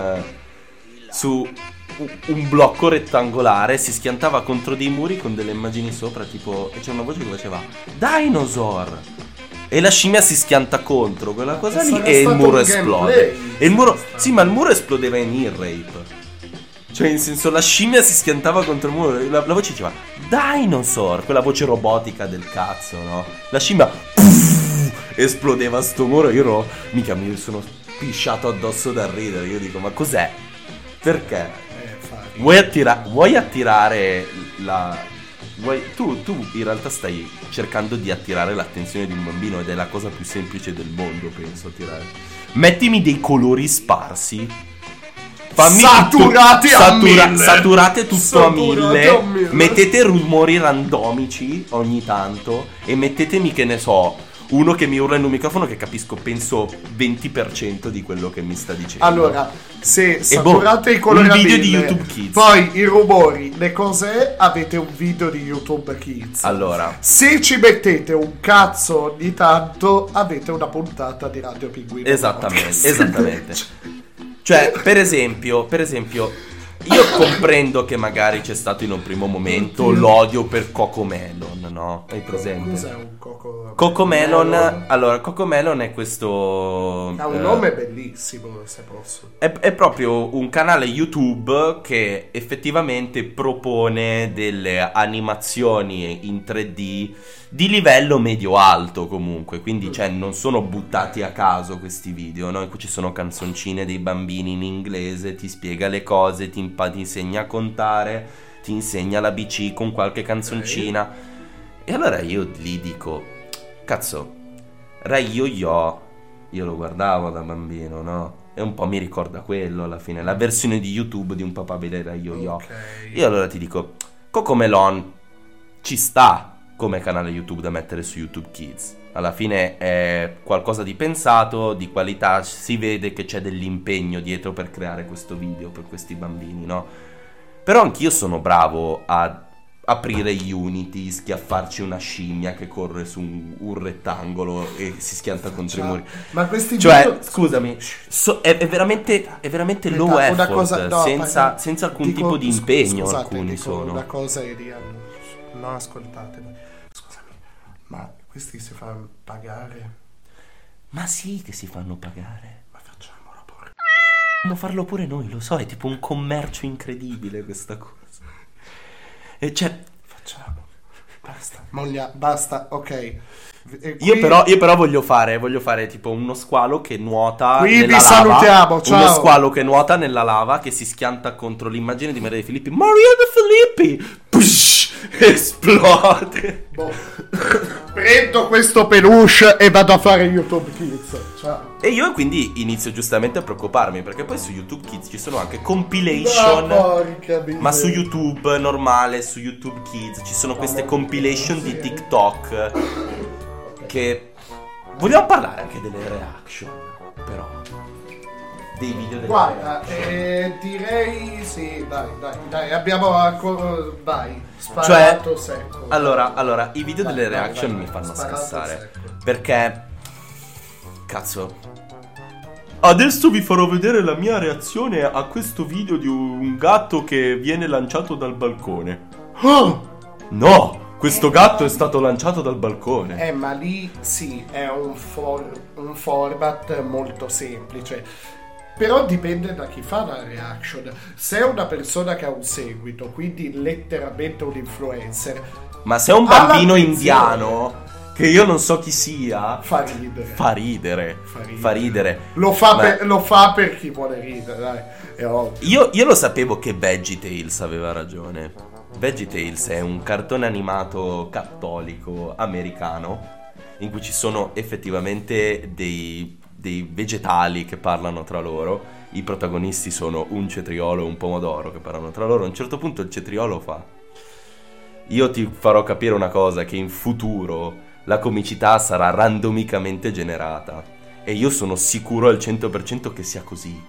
un blocco rettangolare, si schiantava contro dei muri con delle immagini sopra, tipo, e c'è una voce che faceva Dinosaur, e la scimmia si schianta contro quella cosa lì
Sarà
e il
stato
muro
un
esplode.
gameplay.
E il muro, sì, ma il muro esplodeva in ear rape. Cioè, in senso, la scimmia si schiantava contro il muro. La voce diceva Dinosaur, quella voce robotica del cazzo, no? La scimmia esplodeva sto muro. Io mica mi sono pisciato addosso da ridere. Io dico, ma cos'è? Perché? Vuoi attirare la... Tu in realtà stai cercando di attirare l'attenzione di un bambino, ed è la cosa più semplice del mondo, penso, attirare. Mettimi dei colori sparsi. Saturate tutto a 1000. Mettete rumori randomici ogni tanto e mettetemi, che ne so, uno che mi urla in un microfono che capisco, penso, 20% di quello che mi sta dicendo.
Allora, se saturate i colori
un video di YouTube Kids.
poi i rumori, le cose, avete un video di YouTube Kids.
Allora,
se ci mettete un cazzo ogni tanto, avete una puntata di Radio Pinguino.
Esattamente. Cioè, per esempio, io comprendo che magari c'è stato in un primo momento l'odio per Cocomelon, no? Hai presente?
Cos'è un
Cocomelon? Allora, Cocomelon è questo...
Ha un nome bellissimo, se posso.
È proprio un canale YouTube che effettivamente propone delle animazioni in 3D di livello medio-alto comunque, quindi cioè non sono buttati a caso questi video, no? In cui ci sono canzoncine dei bambini in inglese, ti spiega le cose, ti insegna a contare, ti insegna l'ABC con qualche canzoncina. E allora io lì dico, cazzo, Rai Yo-Yo, io lo guardavo da bambino, no? E un po' mi ricorda quello alla fine, la versione di YouTube di un papabile Rai Yo-Yo. Io allora ti dico, Cocomelon ci sta come canale YouTube da mettere su YouTube Kids. Alla fine è qualcosa di pensato, di qualità, si vede che c'è dell'impegno dietro per creare questo video per questi bambini, no? Però anch'io sono bravo a aprire Unity, schiaffarci una scimmia che corre su un rettangolo e si schianta contro i muri.
Ma questi
video... scusami, è veramente low effort, senza alcun tipo di impegno.
Scusate,
alcuni sono.
Una cosa no, ascoltatemi. Scusami, ma questi si fanno pagare?
Ma sì che si fanno pagare.
Ma facciamolo pure.
Dobbiamo farlo pure noi, lo so, è tipo un commercio incredibile questa cosa. E cioè,
facciamo. Basta. Basta, ok.
Io però voglio fare tipo uno squalo che nuota
qui
nella
vi
lava.
Salutiamo, ciao.
Uno squalo che nuota nella lava, che si schianta contro l'immagine di Maria De Filippi. Maria De Filippi! Push! Esplode.
Prendo questo peluche e vado a fare YouTube Kids. Ciao.
E io quindi inizio giustamente a preoccuparmi, perché poi su YouTube Kids ci sono anche compilation, ma su YouTube normale, su YouTube Kids ci sono queste compilation di TikTok che... Vogliamo parlare anche delle reaction, però dei video delle
reaction. Direi sì, dai, abbiamo ancora, dai, sparato secco.
Allora, i video delle reaction mi fanno scassare, perché cazzo, adesso vi farò vedere la mia reazione a questo video di un gatto che viene lanciato dal balcone. No! Questo gatto è stato lanciato dal balcone.
Ma lì sì, è un format molto semplice. Però dipende da chi fa la reaction. Se è una persona che ha un seguito, quindi letteralmente un influencer.
Ma se è un bambino indiano, che io non so chi sia,
fa ridere.
Lo
fa per chi vuole ridere, dai. È ovvio.
Io lo sapevo che VeggieTales aveva ragione. VeggieTales è un cartone animato cattolico americano in cui ci sono effettivamente dei vegetali che parlano tra loro. I protagonisti sono un cetriolo e un pomodoro che parlano tra loro. A un certo punto il cetriolo fa: io ti farò capire una cosa, che in futuro la comicità sarà randomicamente generata, e io sono sicuro al 100% che sia così.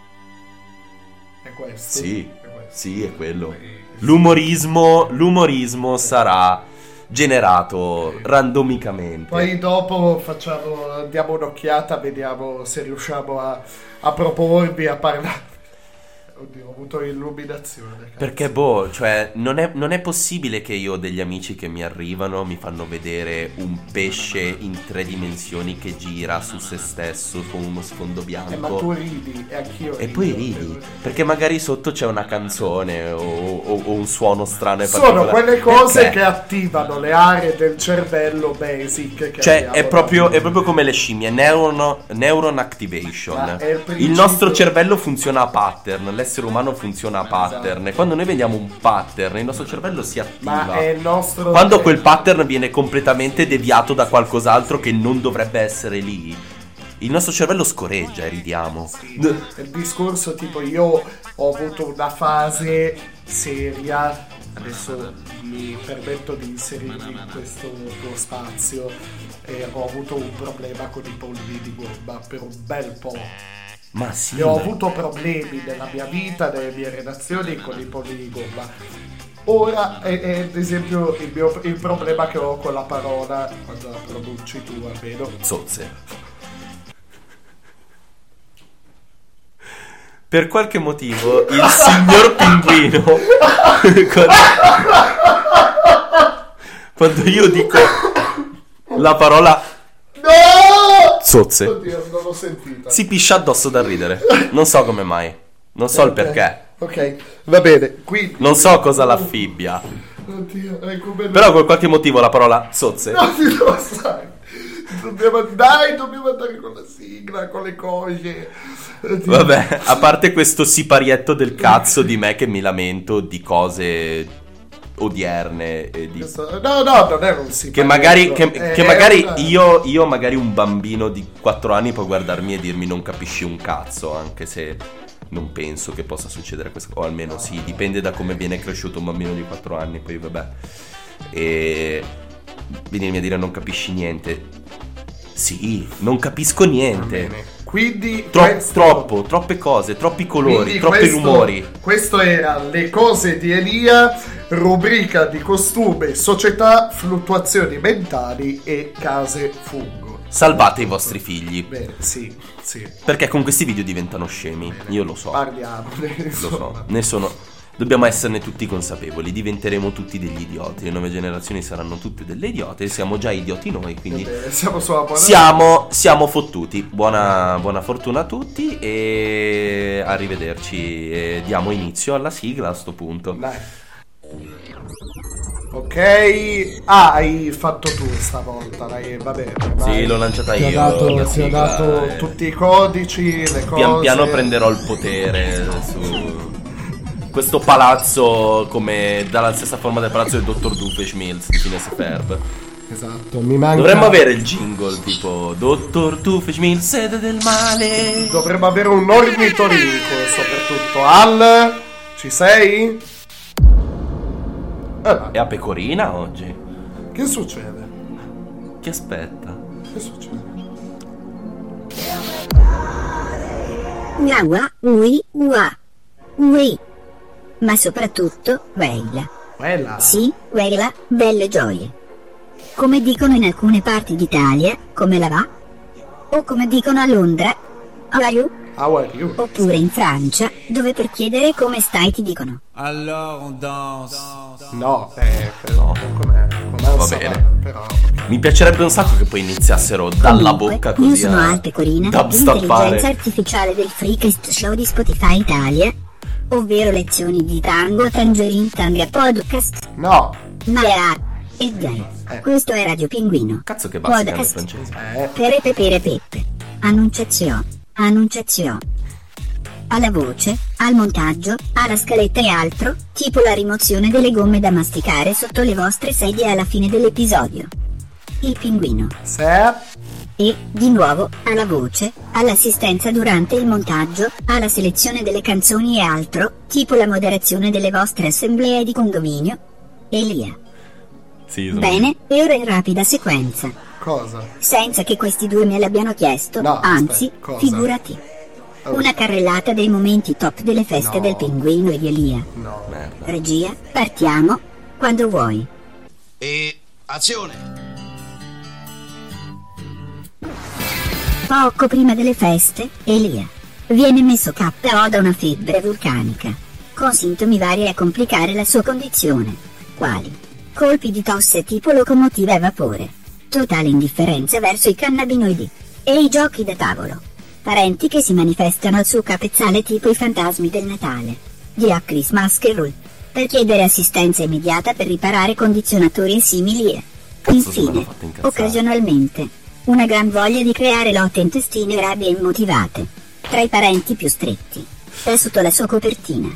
È questo?
Sì, è quello. L'umorismo sarà generato randomicamente.
Poi dopo diamo un'occhiata, vediamo se riusciamo a proporvi a parlare. Oddio, ho avuto illuminazione. Cazzo.
Perché cioè non è possibile che io ho degli amici che mi arrivano, mi fanno vedere un pesce in 3 dimensioni che gira su se stesso con uno sfondo bianco.
Ma tu ridi, e anch'io rido.
E poi ridi, perché magari sotto c'è una canzone o un suono strano e
sono quelle cose che attivano le aree del cervello basic che
cioè è proprio come le scimmie, neuron activation. Il nostro cervello funziona a pattern, l'essere umano funziona a pattern, e quando noi vediamo un pattern il nostro cervello si attiva.
Ma è il nostro...
Quando quel pattern viene completamente deviato da qualcos'altro che non dovrebbe essere lì, il nostro cervello scorreggia e ridiamo.
Sì. Il discorso tipo, io ho avuto una fase seria adesso mi permetto di inserirmi in questo tuo spazio. Ho avuto un problema con i polli di gomma per un bel po'.
Ma sì.
E ho avuto problemi nella mia vita, nelle mie relazioni con i polli di gomma. Ora è ad esempio il problema che ho con la parola, quando la pronunci tu almeno.
Zozze. Per qualche motivo il signor Pinguino quando io dico la parola zozze,
Oddio, non l'ho sentita.
si piscia addosso da ridere. Non so come mai. Non so il perché.
Ok, va bene. Quindi
Non so cosa l'affibbia.
Oddio, è come
Però per qualche motivo la parola zozze
no, si lo sai. Dobbiamo andare con la sigla, con le cose. Oddio.
Vabbè, a parte questo siparietto del cazzo di me che mi lamento di cose odierne e di...
No, non è un sì.
Che magari io magari un bambino di 4 anni può guardarmi e dirmi non capisci un cazzo, anche se non penso che possa succedere questo, o almeno sì, dipende da come viene cresciuto un bambino di 4 anni, poi vabbè. E venirmi a dire non capisci niente. Sì, non capisco niente.
Quindi
troppe cose, troppi colori, troppi rumori.
Questo era Le cose di Elia, rubrica di costume, società, fluttuazioni mentali e case fungo.
Salvate i vostri figli.
Bene, sì.
Perché con questi video diventano scemi.
Bene.
Io lo so.
Parliamone.
Lo so. Dobbiamo esserne tutti consapevoli. Diventeremo tutti degli idioti. Le nuove generazioni saranno tutte delle idiote. Siamo già idioti noi, quindi
bene, siamo
fottuti. Buona fortuna a tutti e arrivederci. E diamo inizio alla sigla a sto punto.
Dai. Ok, hai fatto tu stavolta, dai, va bene.
Sì, l'ho lanciata io.
Ti ho dato tutti i codici, le cose.
Pian piano prenderò il potere su questo palazzo, come dalla stessa forma del palazzo del dottor Doofenshmirtz di Phineas e Ferb.
Esatto, mi manca.
Dovremmo avere il jingle tipo Dottor Doofenshmirtz, sede del male.
Dovremmo avere un ornitorinco soprattutto. Al, ci sei?
È a pecorina oggi.
Che succede?
Che aspetta?
Che succede?
Gawa, ui, ua, ui. Ma soprattutto, quella.
Sì,
quella, belle gioie. Come dicono in alcune parti d'Italia, come la va? O come dicono a Londra, how are you?
How are you?
Oppure in Francia, dove per chiedere come stai ti dicono
Alors on danse.
No, però com'è
va bene.
Però
mi piacerebbe un sacco che poi iniziassero dalla bocca così.
Io sono Alte Corina, l'intelligenza artificiale del Freecast Show di Spotify Italia, ovvero lezioni di tango, tangerine, tanga podcast.
No.
Marea e gay. Questo è Radio Pinguino.
Cazzo che bassi cambia
podcast.
Francese.
Pepe. Annunciazione. Alla voce, al montaggio, alla scaletta e altro, tipo la rimozione delle gomme da masticare sotto le vostre sedie alla fine dell'episodio. Il Pinguino. E, di nuovo, alla voce, all'assistenza durante il montaggio, alla selezione delle canzoni e altro, tipo la moderazione delle vostre assemblee di condominio. Elia.
Sì,
Bene, e ora in rapida sequenza.
Cosa?
Senza che questi due me l'abbiano chiesto,
no,
anzi,
cosa?
Figurati. Una carrellata dei momenti top delle feste del Pinguino e di Elia.
No.
Merda.
Regia, partiamo, quando vuoi.
E azione.
Poco prima delle feste, Elia viene messo KO da una febbre vulcanica, con sintomi vari a complicare la sua condizione, quali colpi di tosse tipo locomotiva e vapore, totale indifferenza verso i cannabinoidi e i giochi da tavolo, parenti che si manifestano al suo capezzale tipo i fantasmi del Natale, di A Christmas Carol, per chiedere assistenza immediata per riparare condizionatori e simili e, infine, occasionalmente, una gran voglia di creare lotte intestine e rabbie immotivate, tra i parenti più stretti, e sotto la sua copertina.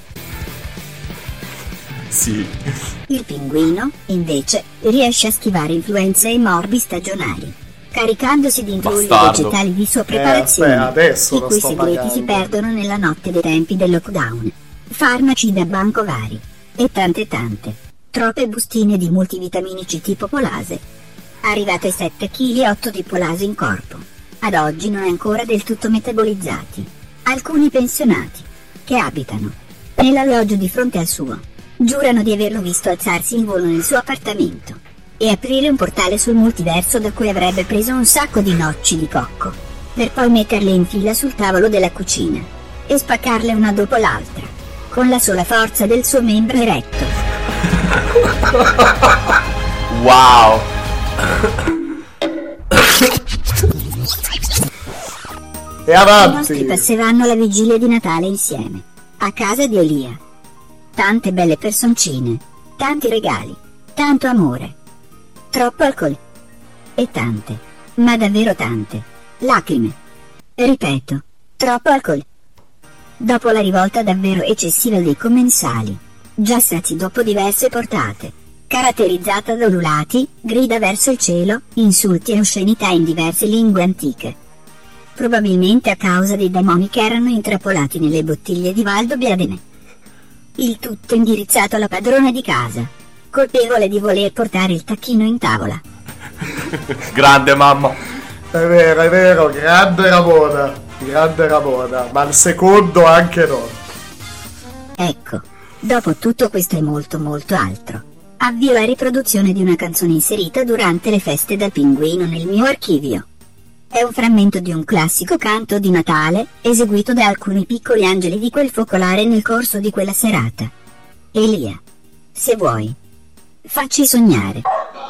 Sì.
Il Pinguino, invece, riesce a schivare influenze e morbi stagionali, caricandosi di intrulli vegetali di sua preparazione, i cui segreti si perdono nella notte dei tempi del lockdown, farmaci da banco vari, e tante, troppe bustine di multivitaminici tipo Polase. Arrivato ai 7,8 kg di Polase in corpo. Ad oggi non ancora del tutto metabolizzati. Alcuni pensionati, che abitano nell'alloggio di fronte al suo, giurano di averlo visto alzarsi in volo nel suo appartamento e aprire un portale sul multiverso da cui avrebbe preso un sacco di noci di cocco, per poi metterle in fila sul tavolo della cucina e spaccarle una dopo l'altra, con la sola forza del suo membro eretto.
Wow.
E
I
avanti.
nostri passeranno la vigilia di Natale insieme, a casa di Elia. Tante belle personcine, tanti regali, tanto amore, troppo alcol e tante, ma davvero tante, lacrime. Ripeto, troppo alcol. Dopo la rivolta davvero eccessiva dei commensali, già sazi dopo diverse portate, caratterizzata da ululati, grida verso il cielo, insulti e oscenità in diverse lingue antiche. Probabilmente a causa dei demoni che erano intrappolati nelle bottiglie di Valdo Biadene. Il tutto indirizzato alla padrona di casa, colpevole di voler portare il tacchino in tavola.
Grande mamma.
È vero, grande Ramona, ma il secondo anche no.
Ecco, dopo tutto questo e molto molto altro, avvio la riproduzione di una canzone inserita durante le feste dal Pinguino nel mio archivio. È un frammento di un classico canto di Natale, eseguito da alcuni piccoli angeli di quel focolare nel corso di quella serata. Elia, se vuoi, facci sognare.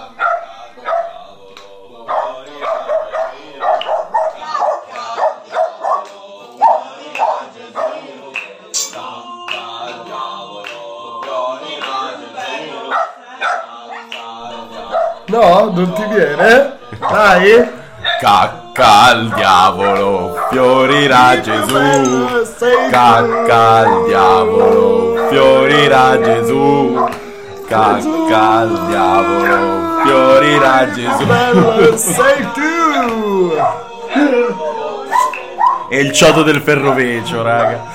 No, non ti viene? Dai.
Cacca al diavolo, fiorirà Gesù. Cacca al diavolo, fiorirà Gesù. Cacca al diavolo, fiorirà Gesù.
Bello, sei tu.
E il cioto del ferroveccio, raga.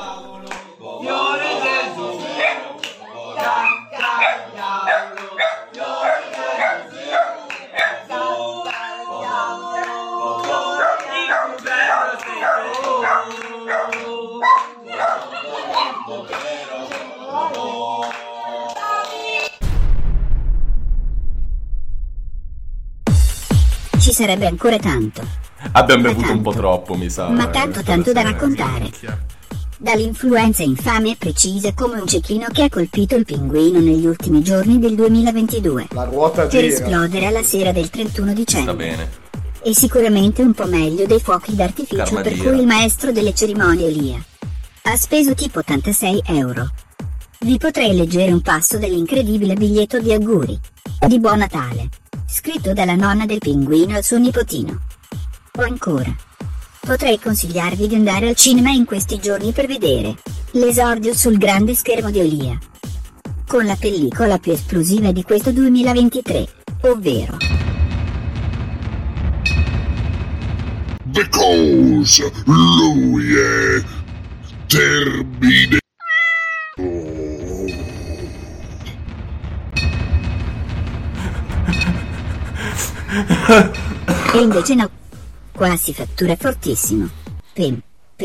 Ci sarebbe ancora tanto.
Abbiamo bevuto un po' troppo, mi sa.
Ma tanto da raccontare. Dall'influenza infame e precisa come un cecchino che ha colpito il Pinguino negli ultimi giorni del 2022.
La ruota
Per
gira.
esplodere alla sera del 31
Sta
dicembre.
bene.
E sicuramente un po' meglio dei fuochi d'artificio per
Carmadia.
cui il maestro delle cerimonie Elia ha speso tipo 86 euro. Vi potrei leggere un passo dell'incredibile biglietto di auguri di Buon Natale, scritto dalla nonna del Pinguino al suo nipotino. O ancora, potrei consigliarvi di andare al cinema in questi giorni per vedere l'esordio sul grande schermo di Elia, con la pellicola più esplosiva di questo 2023, ovvero
Because lui è Terminator.
E invece no. Qua si fattura fortissimo. Pim.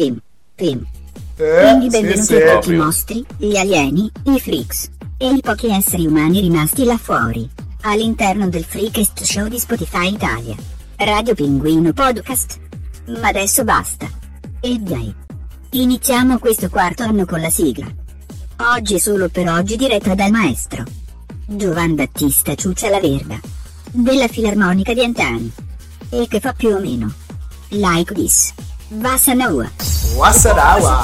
Quindi benvenuti a tutti i mostri, gli alieni, i freaks e i pochi esseri umani rimasti là fuori, all'interno del Freakest Show di Spotify Italia, Radio Pinguino Podcast. Ma adesso basta. E dai. Iniziamo questo quarto anno con la sigla. Oggi e solo per oggi diretta dal maestro Giovan Battista Ciuccia La Verba, della Filarmonica di Antani, e che fa più o meno like this. Vassanaua.
Wassadawa.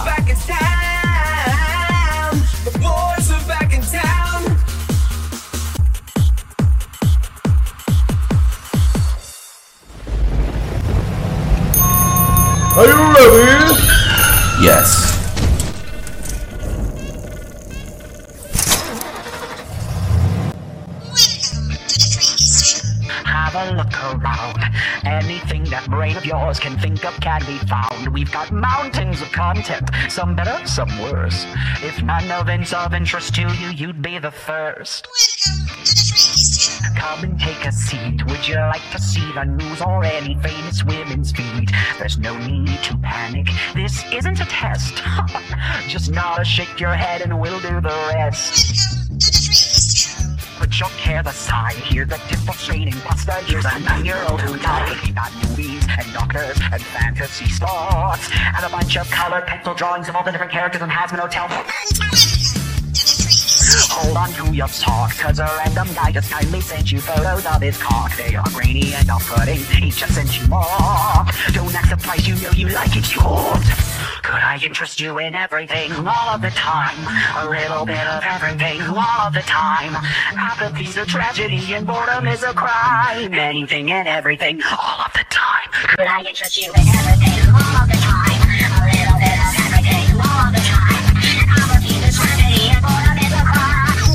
Are you ready?
Yes.
Have a look around. Anything that brain of yours can think of can be found. We've got mountains of content, some better, some worse. If none of it's of interest to you, you'd be the first. Come and take a seat. Would you like to see the news or any famous women's feed? There's no need to panic. This isn't a test. Just nod or shake your head and we'll do the rest. Put your cares aside. Hear the demonstrating pasta. Here's a 9-year-old who died. He got movies and doctors and fantasy stars and a bunch of colored pencil drawings of all the different characters in Hazman Hotel. Hold on to your socks, cause a random guy just kindly sent you photos of his cock. They are grainy and off-putting, he just sent you more. Don't act surprised, you know you like it, you ought. Could I interest you in everything, all of the time? A little bit of everything, all of the time. Apathy's a tragedy and boredom is a crime. Anything and everything, all of the time. Could I interest you in everything, all of the time? A little bit of everything, all of the time. Apathy's a tragedy and boredom is a crime.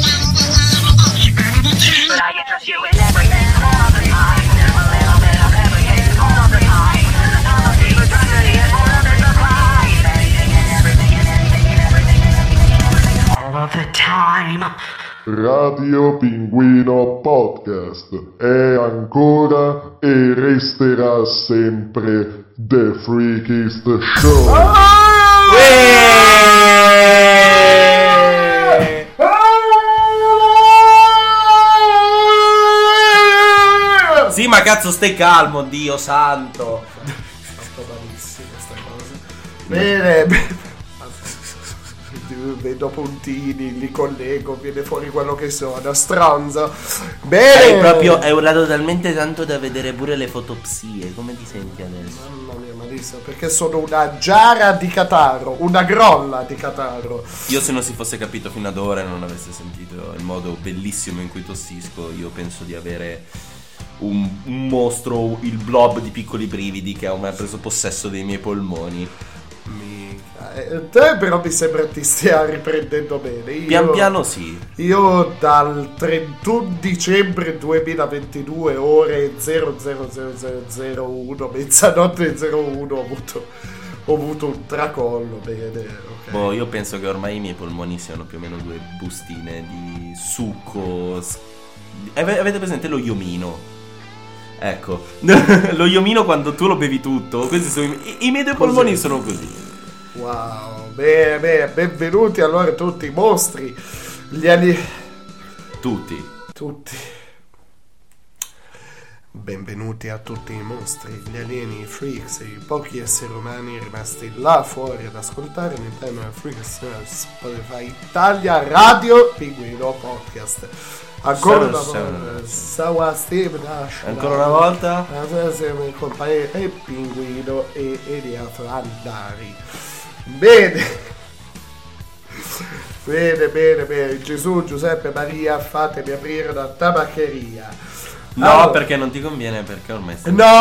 Could I interest you in everything, all of the time? A little bit of everything, all of the time. Apathy's a tragedy and boredom is a crime. Anything and everything and anything and everything and everything all of the time.
Radio Pinguino Podcast è ancora e resterà sempre The Freakiest Show.
Sì, ma cazzo, stai calmo, Dio santo.
Fatto malissimo sta cosa. Bene. Vedo puntini, li collego, viene fuori quello che sono, stronzo. Bene.
Hai urlato talmente tanto da vedere pure le fotopsie. Come ti senti adesso?
Mamma mia, malissimo, perché sono una giara di Cataro, una grolla di Cataro.
Io, se non si fosse capito fino ad ora e non avesse sentito il modo bellissimo in cui tossisco, io penso di avere un mostro, il blob di piccoli brividi che ha ormai preso possesso dei miei polmoni.
Te però mi sembra ti stia riprendendo bene.
Pian piano sì.
Io dal 31 dicembre 2022 ore 000001 mezzanotte 01 ho avuto un tracollo. Bene, okay.
Boh, io penso che ormai i miei polmoni siano più o meno 2 bustine di succo. Avete presente lo iomino? Ecco, lo iomino quando tu lo bevi tutto. Questi sono i miei 2 polmoni, sono così.
Wow, bene, benvenuti allora tutti i mostri,
Tutti.
Benvenuti a tutti i mostri, gli alieni, i freaks e i pochi esseri umani rimasti là fuori ad ascoltare all'interno del Freaks Spotify Italia Radio Pinguino Podcast. Ancora una volta siamo in compagnia e Pinguino e Elia Frandari. Bene, Gesù, Giuseppe, Maria, fatemi aprire una tabaccheria.
No, allora, perché non ti conviene, perché ormai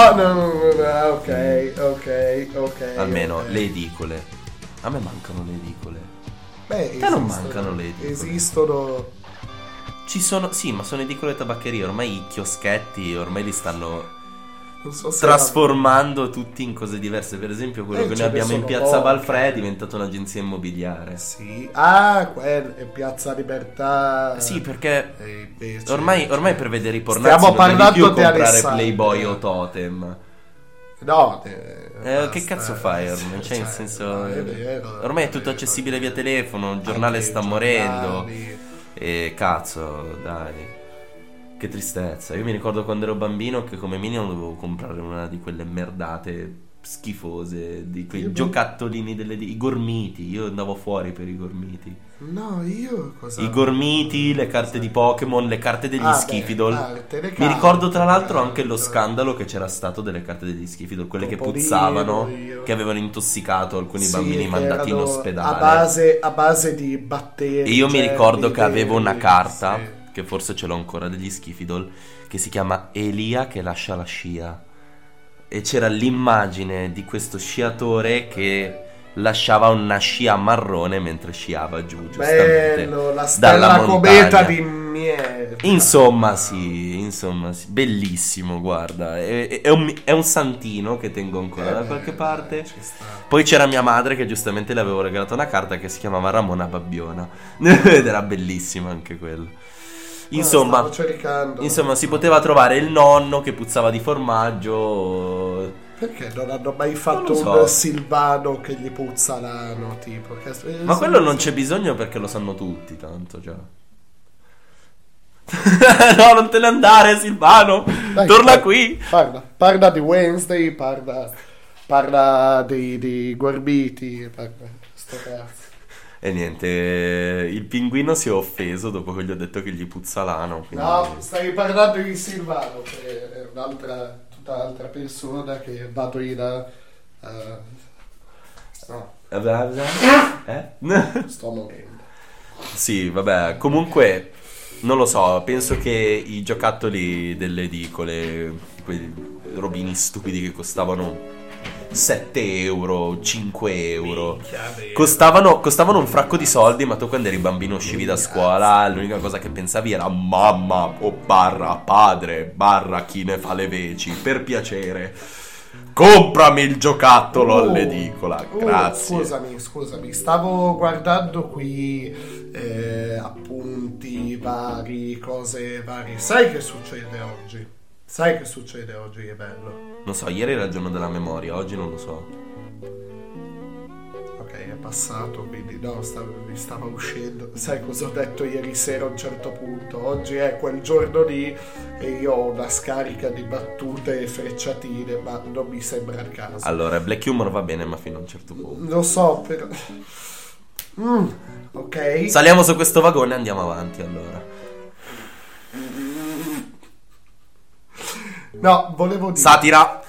ok.
Almeno le edicole. A me mancano le edicole.
Beh,
non mancano le edicole.
Esistono.
Ci sono, sì, ma sono edicole e tabaccherie. Ormai i chioschetti ormai li stanno trasformando tutti in cose diverse. Per esempio quello che noi abbiamo in Piazza Valfre è diventato un'agenzia immobiliare.
Sì. Quella è Piazza Libertà.
Sì, perché ormai per vedere i pornazzi
stiamo
non devi più comprare
Alessandro.
Playboy o Totem.
No,
che cazzo fai ormai? Cioè, in senso, ormai è tutto accessibile via telefono. Il giornale sta morendo. E cazzo, dai. Che tristezza. Io mi ricordo quando ero bambino che come minimo dovevo comprare una di quelle merdate schifose, di quei giocattolini i gormiti. Io andavo fuori per i gormiti.
No, io cosa?
I gormiti, le carte di Pokémon, le carte degli Schifidol. Mi ricordo tra l'altro anche lo scandalo che c'era stato delle carte degli Schifidol, quelle che puzzavano, che avevano intossicato alcuni bambini mandati in ospedale
a base di batteri.
E io mi ricordo che avevo una carta, che forse ce l'ho ancora, degli Schifidol, che si chiama Elia che lascia la scia, e c'era l'immagine di questo sciatore che lasciava una scia marrone mentre sciava giù, giustamente.
Bello, la stella cometa di miele.
Insomma sì, bellissimo, guarda. È un santino che tengo ancora da qualche parte. Poi c'era mia madre che giustamente le avevo regalato una carta che si chiamava Ramona Babbiona ed era bellissima anche quello. Insomma, si poteva trovare il nonno che puzzava di formaggio.
Perché non hanno mai fatto un Silvano che gli puzza l'ano, tipo?
Ma quello non c'è bisogno perché lo sanno tutti, tanto già. No, non te ne andare, Silvano. Dai, torna qui.
Parla di Wednesday, parla dei Gorbiti, sto cazzo.
E niente, il pinguino si è offeso dopo che gli ho detto che gli puzza l'ano. Quindi...
No, stai parlando di Silvano, che è un'altra persona che vado in sto morendo.
Sì, vabbè, comunque non lo so, penso che i giocattoli delle edicole, quei robini stupidi che costavano 7 euro, 5 euro, costavano un fracco di soldi, ma tu quando eri bambino uscivi da scuola, l'unica cosa che pensavi era mamma o barra padre barra chi ne fa le veci, per piacere comprami il giocattolo all'edicola, grazie.
Scusami, stavo guardando qui appunti vari, cose varie. Sai che succede oggi? È bello.
Non so, ieri era il giorno della memoria, oggi non lo so.
Ok, è passato, quindi no, stava uscendo. Sai cosa ho detto ieri sera a un certo punto? Oggi è quel giorno lì e io ho una scarica di battute e frecciatine, ma non mi sembra il caso.
Allora, black humor va bene, ma fino a un certo punto.
Lo so, però... ok.
Saliamo su questo vagone e andiamo avanti, allora.
No, volevo dire...
Satira.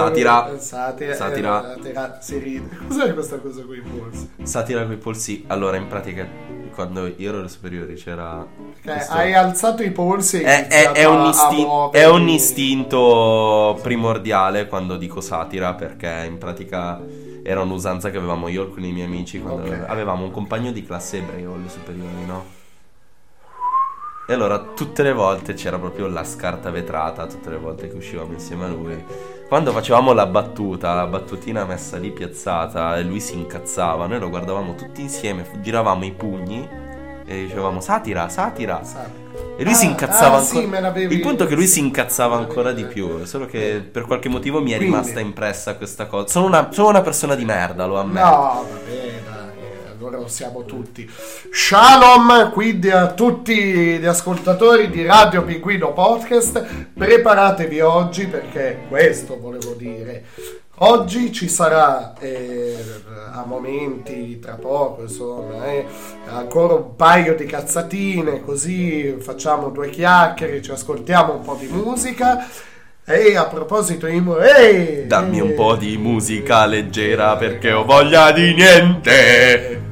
Si ride. Cos'è questa cosa con i polsi?
Satira con i polsi. Allora, in pratica, quando io ero alle superiori c'era...
Hai alzato i polsi e
è un istinto primordiale quando dico satira, perché in pratica era un'usanza che avevamo io e alcuni miei amici quando avevamo un compagno di classe ebreo alle superiori, no? E allora tutte le volte c'era proprio la scarta vetrata, tutte le volte che uscivamo insieme a lui. Quando facevamo la battutina messa lì piazzata e lui si incazzava, noi lo guardavamo tutti insieme, giravamo i pugni e dicevamo satira. E lui si incazzava ancora. Il punto è che lui si incazzava ancora di più, solo che per qualche motivo mi è rimasta impressa questa cosa. Sono una persona di merda, lo ammetto.
No, vabbè, allora lo siamo tutti. Shalom quindi a tutti gli ascoltatori di Radio Pinguino Podcast. Preparatevi oggi, perché questo volevo dire. Oggi ci sarà a momenti, tra poco insomma, ancora un paio di cazzatine, così facciamo due chiacchiere, ci ascoltiamo un po' di musica. E a proposito di
dammi un po' di musica leggera perché ho voglia di niente.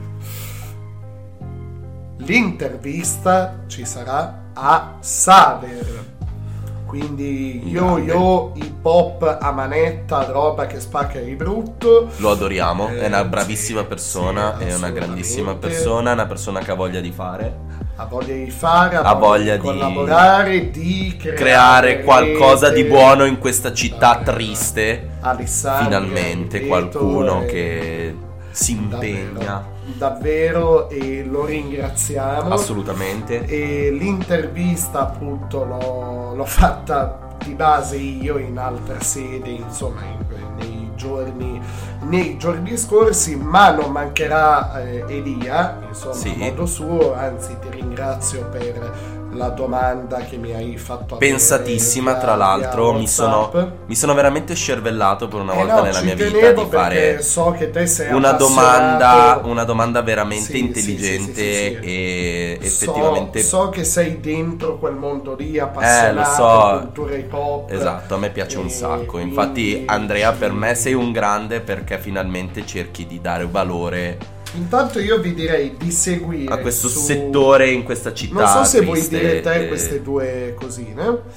L'intervista ci sarà a Sader, quindi yo hip hop a manetta, roba che spacca di brutto.
Lo adoriamo, è una bravissima persona, è una grandissima persona, una persona che ha voglia di fare,
ha voglia di collaborare, di
creare qualcosa di buono in questa città triste.
Finalmente
qualcuno che si impegna
davvero, e lo ringraziamo
assolutamente.
E l'intervista appunto l'ho fatta di base io in altra sede, insomma, nei giorni scorsi, ma non mancherà Elia, insomma,
sì,
a modo suo. Anzi, ti ringrazio per la domanda che mi hai fatto,
pensatissima tra l'altro. Mi sono veramente scervellato per una volta nella mia vita di fare
so che te sei
una domanda veramente intelligente e effettivamente
so che sei dentro quel mondo lì, appassionato di cultura hip hop.
Esatto, a me piace un sacco, infatti Andrea, per me sei un grande perché finalmente cerchi di dare valore.
Intanto io vi direi di seguire
a questo settore in questa città.
Non so se
triste,
vuoi dire te queste due cosine.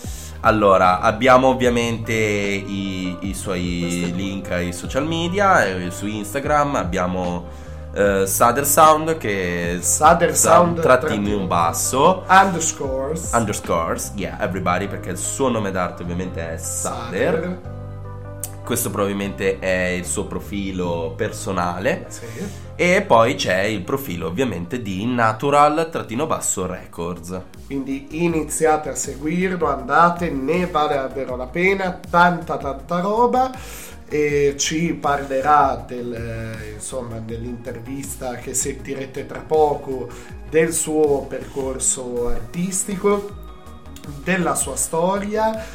Allora, abbiamo ovviamente i suoi link ai social media, su Instagram abbiamo Sader Sound, che è
Sader Sound
trattino in basso
underscores,
yeah, everybody, perché il suo nome d'arte ovviamente è Sader. Questo probabilmente è il suo profilo personale.
Sì.
E poi c'è il profilo ovviamente di Natural-Records.
Quindi iniziate a seguirlo, andate, ne vale davvero la pena, tanta roba. E ci parlerà dell'intervista che sentirete tra poco, del suo percorso artistico, della sua storia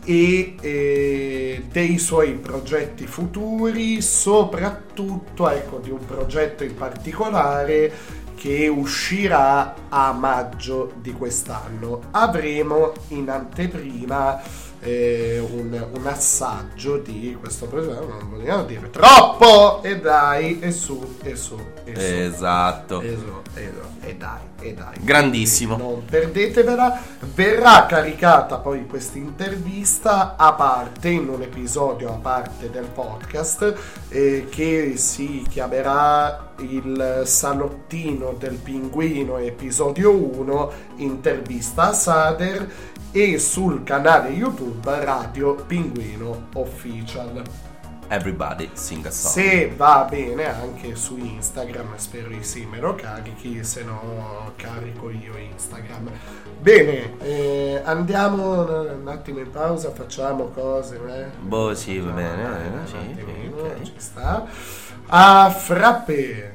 e dei suoi progetti futuri, soprattutto di un progetto in particolare che uscirà a maggio di quest'anno. Avremo in anteprima un assaggio di questo progetto, non vogliamo dire troppo, e dai, e su.
Esatto.
E dai.
Grandissimo.
Non perdetevela, verrà caricata poi questa intervista a parte, in un episodio a parte del podcast, che si chiamerà il Salottino del Pinguino episodio 1, intervista a Sader, e sul canale YouTube Radio Pinguino Official.
Everybody sing a song.
Se va bene anche su Instagram, spero di sì, me lo carichi, se no carico io Instagram. Bene, andiamo un attimo in pausa, facciamo cose.
Boh, sì, va bene. Sì,
okay. Ci sta. A frappe.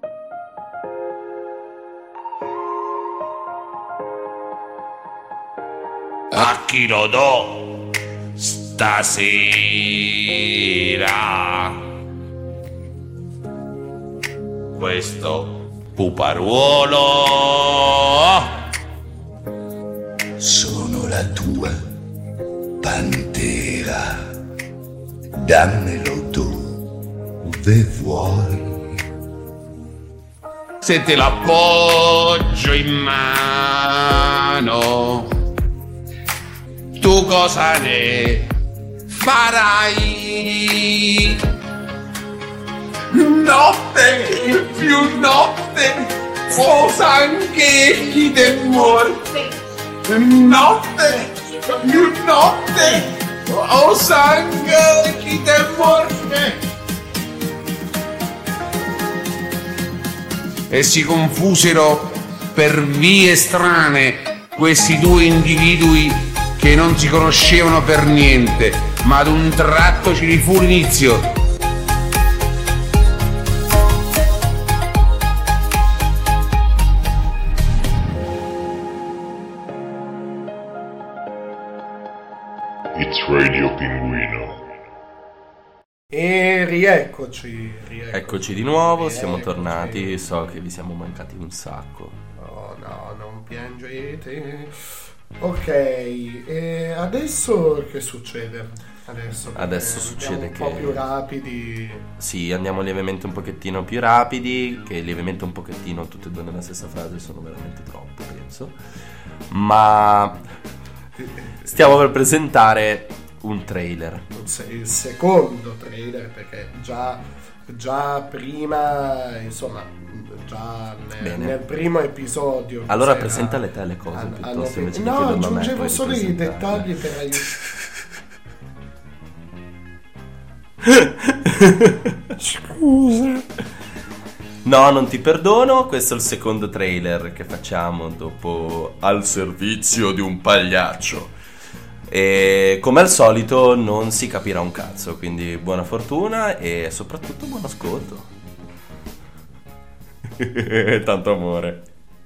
A chi lo do stasera questo puparuolo?
Sono la tua pantera, dammelo dove vuoi.
Se te l'appoggio in mano, tu cosa ne farai? Notte più notte, sposa anche chi te morte. Notte più notte, o sangue chi te morte. E si confusero per vie strane questi due individui che non si conoscevano per niente, ma ad un tratto ci rifu l'inizio.
It's Radio Pinguino.
E rieccoci.
Eccoci di nuovo, siamo tornati, so che vi siamo mancati un sacco.
Oh no, non piangete. Ok, e adesso che succede? Adesso
succede
che un po' più rapidi.
Sì, andiamo lievemente un pochettino più rapidi, che lievemente un pochettino tutte e due nella stessa frase sono veramente troppo, penso. Ma stiamo per presentare un trailer.
Il secondo trailer, perché già prima, insomma, nel primo episodio.
Allora presenta le cose piuttosto invece di chiederlo a me.
No, aggiungevo solo i dettagli per aiutare.
Scusa. No, non ti perdono. Questo è il secondo trailer che facciamo dopo Al servizio di un pagliaccio. E come al solito non si capirà un cazzo, quindi buona fortuna e soprattutto buon ascolto. Tanto amore.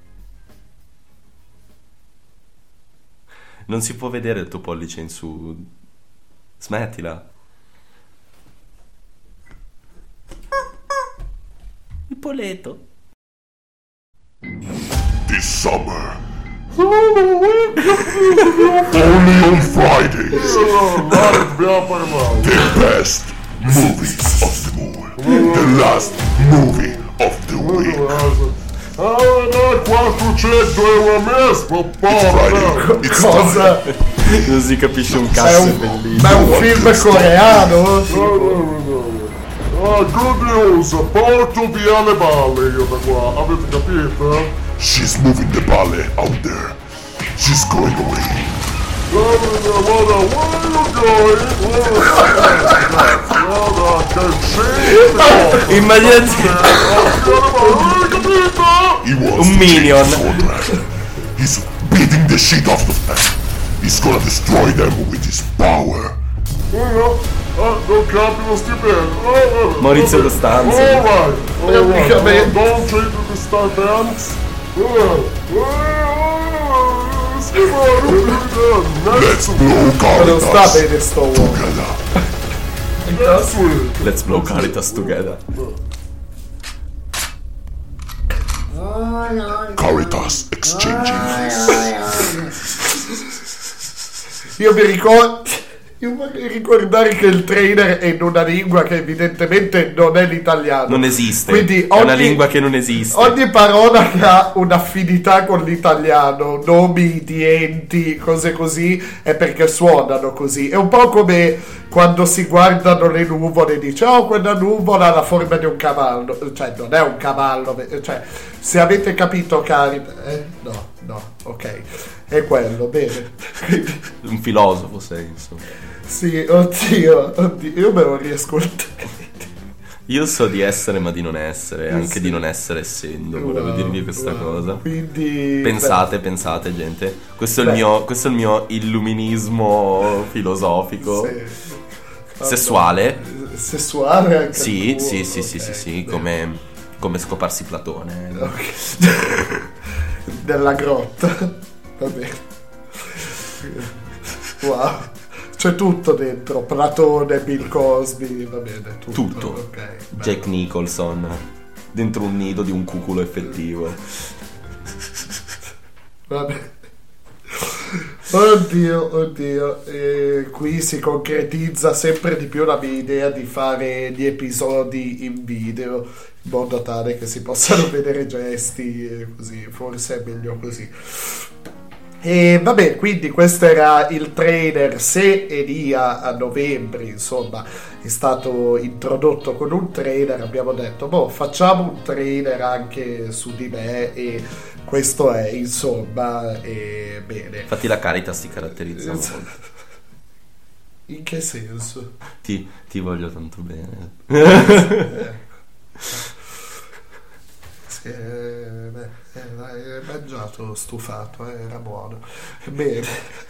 Non si può vedere il tuo pollice in su. Smettila. Il poletto.
This summer, only on Fridays, the best movie of the moon, the last movie of the week.
Cosa?
Non si capisce un cazzo, è bellissimo.
Ma è un film coreano?
Good news, porto via le balle io da qua, avete capito? She's moving the balle out there. She's going away. Where are you going?
Immaginati un minion.
He's beating the shit off of them. He's gonna destroy them with his power. Non capito sti bene.
Maurizio Costanzo.
Alright. Don't change the star dance. Let's blow
Non sta
Caritas
bene sto uomo.
Let's blow Caritas together.
Caritas exchanging.
Io mi ricordo. Io vorrei ricordare che il trailer è in una lingua che evidentemente non è l'italiano.
Non esiste.
Quindi
è una lingua che non esiste.
Ogni parola che ha un'affinità con l'italiano, nomi di enti, cose così, è perché suonano così. È un po' come quando si guardano le nuvole e dice oh, quella nuvola ha la forma di un cavallo. Cioè, non è un cavallo. Cioè, se avete capito, cari... No, ok. È quello, bene.
Un filosofo sei, insomma.
Sì, oddio, io me lo riascolterei.
Io so di essere ma di non essere, anche di non essere essendo, volevo dirvi questa cosa.
Quindi
pensate gente, questo è il mio illuminismo filosofico.
Sì.
Sessuale.
Sessuale anche
sì,
tuo,
sì, come scoparsi Platone.
Okay. Della grotta. Va bene. Wow. C'è tutto dentro, Platone, Bill Cosby, va bene, tutto. Okay,
Jack Nicholson dentro un nido di un cuculo effettivo.
Va bene. Oddio. E qui si concretizza sempre di più la mia idea di fare gli episodi in video, in modo tale che si possano vedere gesti e così, forse è meglio così. E vabbè, quindi questo era il trailer. Se Elia a novembre insomma è stato introdotto con un trailer, abbiamo detto facciamo un trailer anche su di me, e questo è insomma bene.
Infatti la Caritas ti caratterizza molto.
In che senso?
Ti voglio tanto bene.
Hai mangiato stufato, era buono. Bene.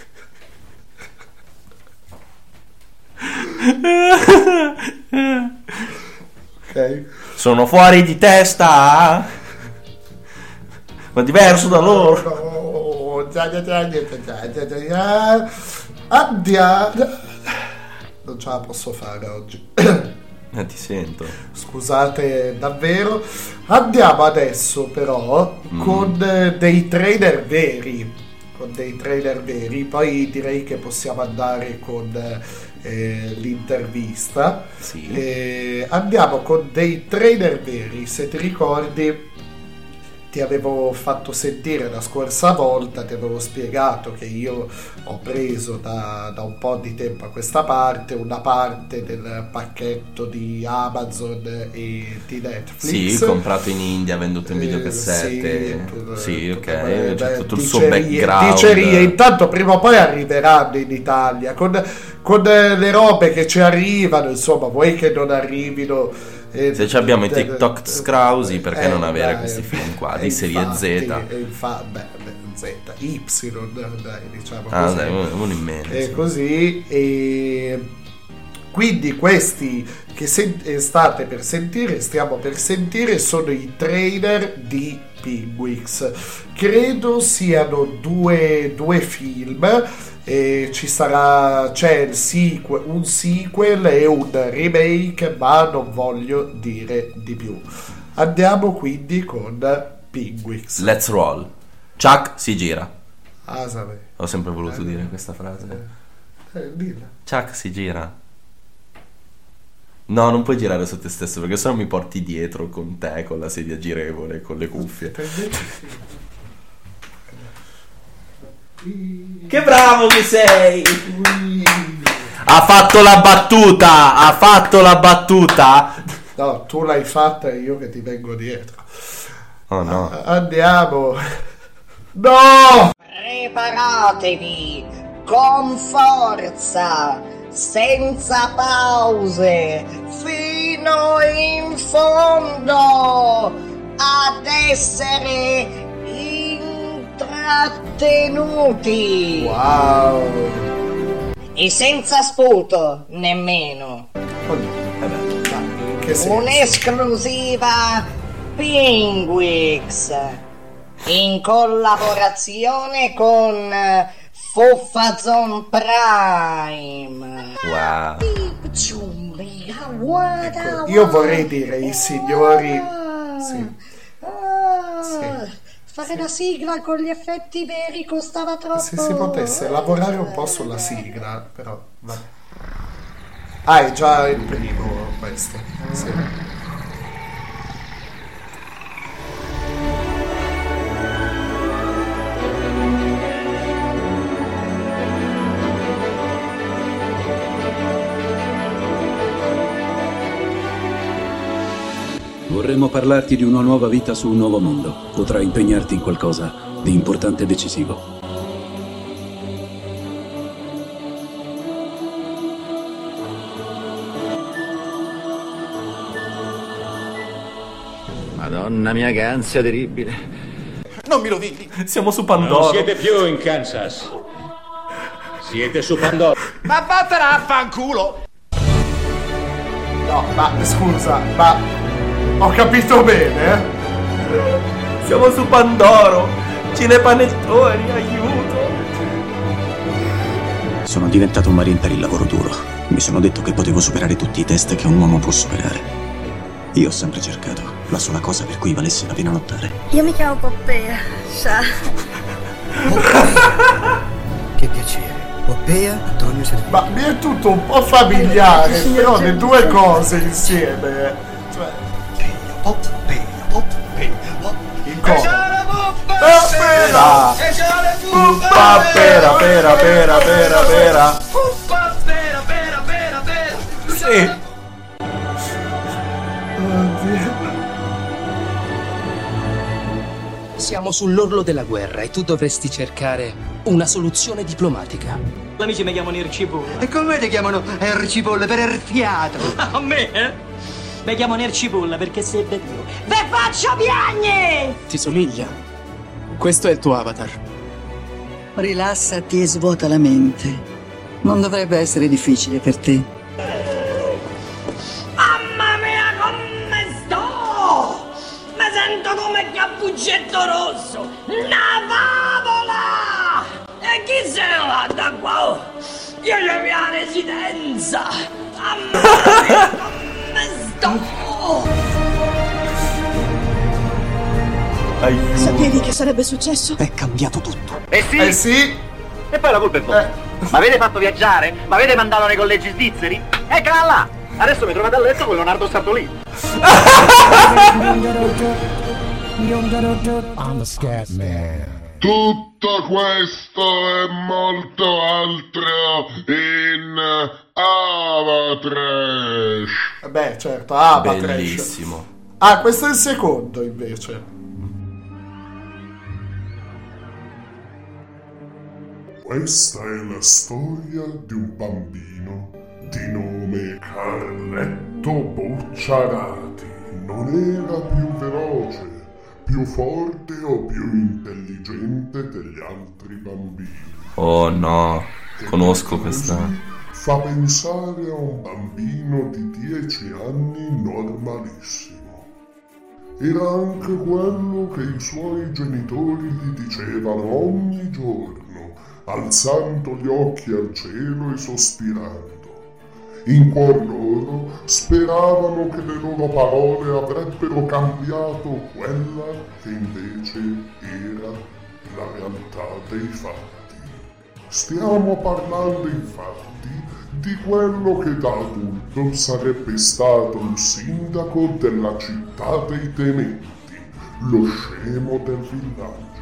Ok.
Sono fuori di testa, ma diverso da loro.
Andiamo. Non ce la posso fare oggi.
Ti sento.
Scusate davvero. Andiamo adesso però con dei trailer veri. Poi direi che possiamo andare con l'intervista.
Sì.
Andiamo con dei trailer veri. Se ti ricordi, ti avevo fatto sentire la scorsa volta, ti avevo spiegato che io ho preso da un po' di tempo a questa parte una parte del pacchetto di Amazon e di Netflix.
Sì, comprato in India, vendoto in videocassette. Sì, ok, c'è tutto il suo
dicerie,
background.
Dicerie, intanto prima o poi arriveranno in Italia con le robe che ci arrivano, insomma, vuoi che non arrivino.
Se abbiamo i TikTok scrausi, perché non avere questi film qua di serie Z?
Z, Y, dai, diciamo
così.
Così.
Dai, uno in meno.
Così, e quindi questi che state per sentire, stiamo per sentire, sono i trailer di Pinguix. Credo siano due film. C'è un sequel e un remake, ma non voglio dire di più. Andiamo quindi con Pinguix.
Let's roll. Chuck si gira.
Sape.
Ho sempre voluto dire questa frase.
Dilla.
Chuck si gira. No, non puoi girare su te stesso, perché sennò mi porti dietro con te, con la sedia girevole, con le cuffie. Che bravo che sei! Ha fatto la battuta!
No, tu l'hai fatta e io che ti vengo dietro.
Oh no.
Andiamo. No!
Preparatevi con forza, senza pause, fino in fondo, ad essere intrattenuti.
Wow!
E senza sputo, nemmeno.
Che senso?
Un'esclusiva Pinguix in collaborazione con Fuffazon Prime.
Wow.
Ecco, io vorrei dire ai signori
Fare la sigla con gli effetti veri costava troppo.
se si potesse lavorare un po' sulla sigla, però vabbè. È già il primo questo. Sì.
Vorremmo parlarti di una nuova vita su un nuovo mondo. Potrai impegnarti in qualcosa di importante e decisivo.
Madonna mia, che ansia terribile.
Non mi rovini.
Siamo su Pandora.
Non siete più in Kansas. Siete su Pandora.
Ma vattene a fanculo.
No, ma scusa, ma ho capito bene?
Siamo su Pandoro. Cinepanettoni, aiuto.
Sono diventato un marine per il lavoro duro. Mi sono detto che potevo superare tutti i test che un uomo può superare. Io ho sempre cercato la sola cosa per cui valesse la pena lottare.
Io mi chiamo Poppea, sa.
Che piacere. Poppea Antonio Servini.
Ma mi è tutto un po' familiare, però le due cose insieme. Cioè, Poppea. Il
Poppera. Sì.
Siamo sull'orlo della guerra e tu dovresti cercare una soluzione diplomatica.
Amici mi chiamano Ercipolla.
E come ti chiamano Ercipolla per Erfiato?
A me, eh? Mi chiamano Ercipolla perché sei bello. Ve faccio piagne!
Ti somiglia? Questo è il tuo avatar.
Rilassati e svuota la mente. Non dovrebbe essere difficile per te.
Mamma mia, come sto! Mi sento come Cappuccetto Rosso! Una favola! E chi se ne va da qua? Io ho la mia residenza! Mamma mia, come sto!
Sapevi che sarebbe successo?
È cambiato tutto.
sì.
E poi la colpa è vostra. Ma avete fatto viaggiare? Ma avete mandato nei collegi svizzeri? Eccola là! Adesso mi trovate a letto con Leonardo Sartolini.
I'm the scat man.
Tutto questo e molto altro in Avatrash.
Beh, certo, Avatrash.
Bellissimo.
Ah, questo è il secondo invece.
Questa è la storia di un bambino di nome Carletto Bocciarati. Non era più veloce, più forte o più intelligente degli altri bambini.
Oh no, conosco questa.
Fa pensare a un bambino di 10 anni normalissimo. Era anche quello che i suoi genitori gli dicevano ogni giorno, alzando gli occhi al cielo e sospirando. In cuor loro speravano che le loro parole avrebbero cambiato quella che invece era la realtà dei fatti. Stiamo parlando infatti di quello che da adulto sarebbe stato il sindaco della città dei tementi, lo scemo del villaggio,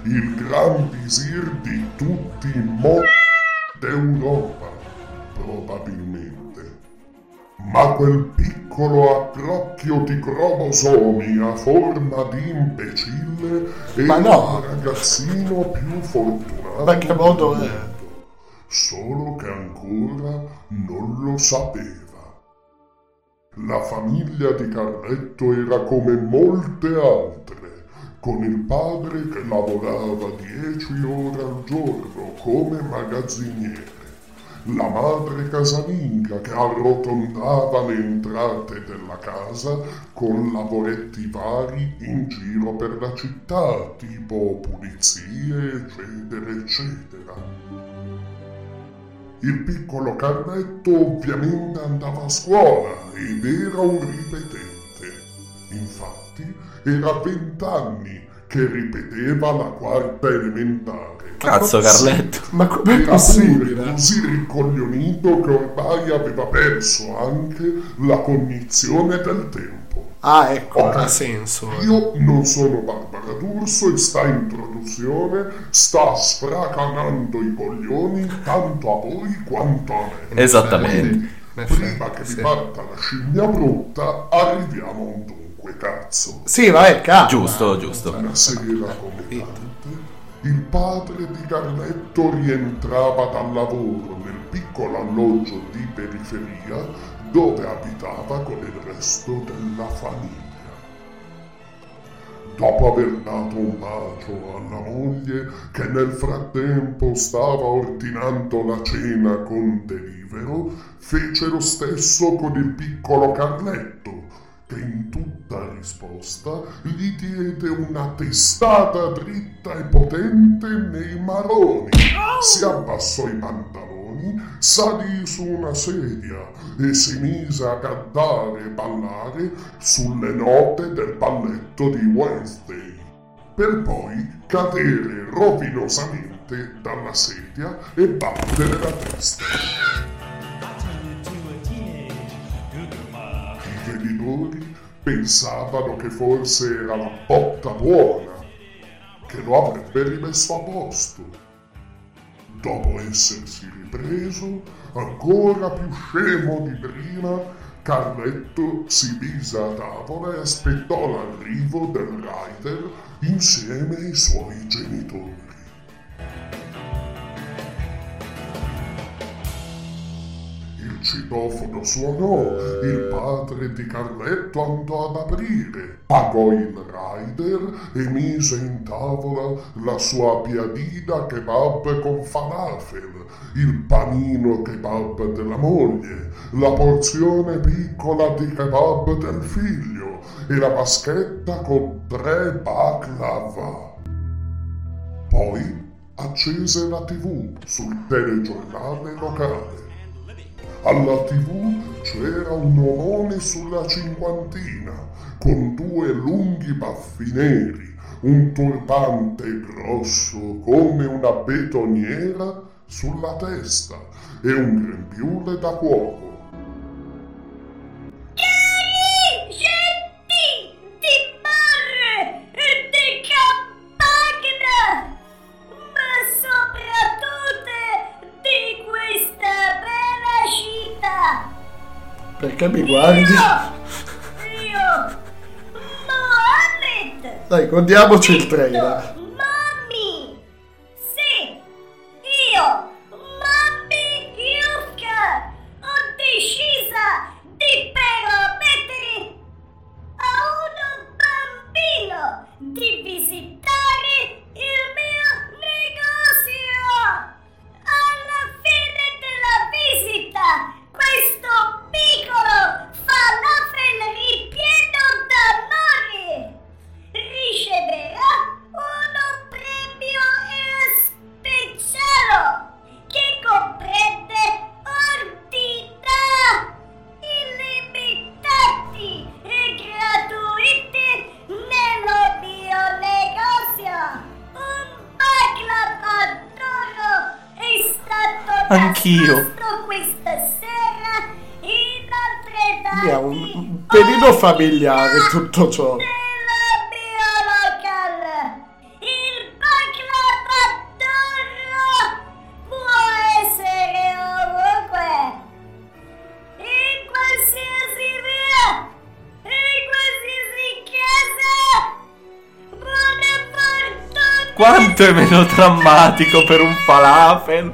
il gran visir di tutti i mondi d'Europa, probabilmente. Ma quel piccolo accrocchio di cromosomi a forma di imbecille era il ragazzino più fortunato.
Ma che modo è?
Solo che ancora non lo sapeva. La famiglia di Carletto era come molte altre, con il padre che lavorava 10 ore al giorno come magazziniere, la madre casalinga che arrotondava le entrate della casa con lavoretti vari in giro per la città, tipo pulizie, eccetera, eccetera. Il piccolo Carletto ovviamente andava a scuola ed era un ripetente. Infatti era 20 anni che ripeteva la quarta elementare.
Cazzo, Carletto.
Ma com'è
Era
possibile?
pure così ricoglionito che ormai aveva perso anche la cognizione del tempo.
Ah, ecco,
Ok,
ha senso.
Io non sono Barbara D'Urso e sta introduzione sta sfracanando i coglioni tanto a voi quanto a me.
Esattamente.
Quindi, prima che vi parta la scimmia brutta, arriviamo a un dunque, cazzo.
Sì, vai, cazzo.
Giusto.
Una sera come tante, il padre di Carletto rientrava dal lavoro nel piccolo alloggio di periferia dove abitava con il resto della famiglia. Dopo aver dato un bacio alla moglie, che nel frattempo stava ordinando la cena con Delivero, fece lo stesso con il piccolo Carletto, che in tutta risposta gli diede una testata dritta e potente nei maroni, si abbassò i pantaloni, salì su una sedia e si mise a cantare e ballare sulle note del balletto di Wednesday, per poi cadere rovinosamente dalla sedia e battere la testa. I genitori pensavano che forse era la botta buona, che lo avrebbe rimesso a posto. Dopo essersi ripreso, ancora più scemo di prima, Carletto si mise a tavola e aspettò l'arrivo del rider insieme ai suoi genitori. Il citofono suonò, il padre di Carletto andò ad aprire, pagò il rider e mise in tavola la sua piadina kebab con falafel, il panino kebab della moglie, la porzione piccola di kebab del figlio e la vaschetta con 3 baklava. Poi accese la TV sul telegiornale locale. Alla TV c'era un uomone sulla cinquantina, con 2 lunghi baffi neri, un turbante grosso come una betoniera sulla testa e un grembiule da cuoco.
Perché mi guardi?
Io Mohammed!
Dai, godiamoci il trailer.
Mommy! Sì! Io! Mommy Yuka! Ho decisa di permettere a un bambino di visitare il mio negozio! Alla fine della visita, questo piccolo falafel ripieno d'amore riceverà un premio speciale che comprende ordinari illimitati e gratuiti nel mio negozio. Un baklava d'oro è stato
Anch'io.
nascosto questa sera in altre
Mi ha un pelino familiare tutto ciò.
nella mia locale. Il
Quanto è melodrammatico per un falafel.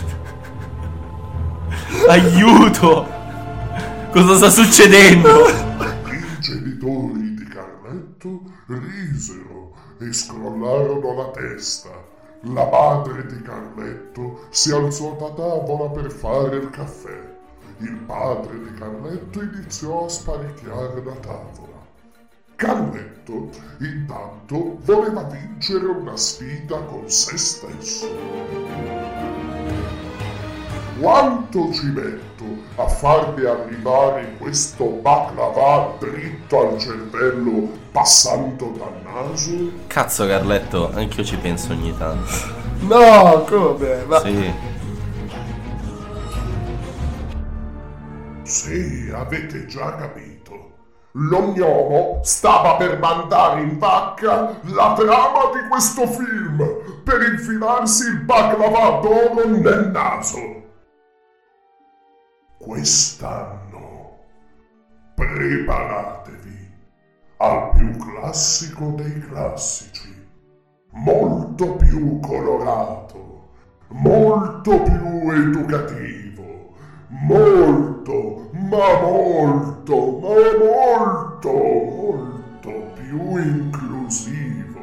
Aiuto. Cosa sta succedendo?
I genitori di Carletto risero e scrollarono la testa. La madre di Carletto si alzò da tavola per fare il caffè. Il padre di Carletto iniziò a sparecchiare la tavola. Carletto, intanto, voleva vincere una sfida con se stesso. Quanto ci metto a farmi arrivare questo baklava dritto al cervello passando dal naso?
Cazzo Carletto, anch'io ci penso ogni tanto.
No, come? Ma...
Sì, avete già capito. L'ognomo stava per mandare in vacca la trama di questo film per infilarsi il baklava d'oro nel naso. Quest'anno preparatevi al più classico dei classici, molto più colorato, molto più educativo, molto, ma molto, ma molto, molto più inclusivo.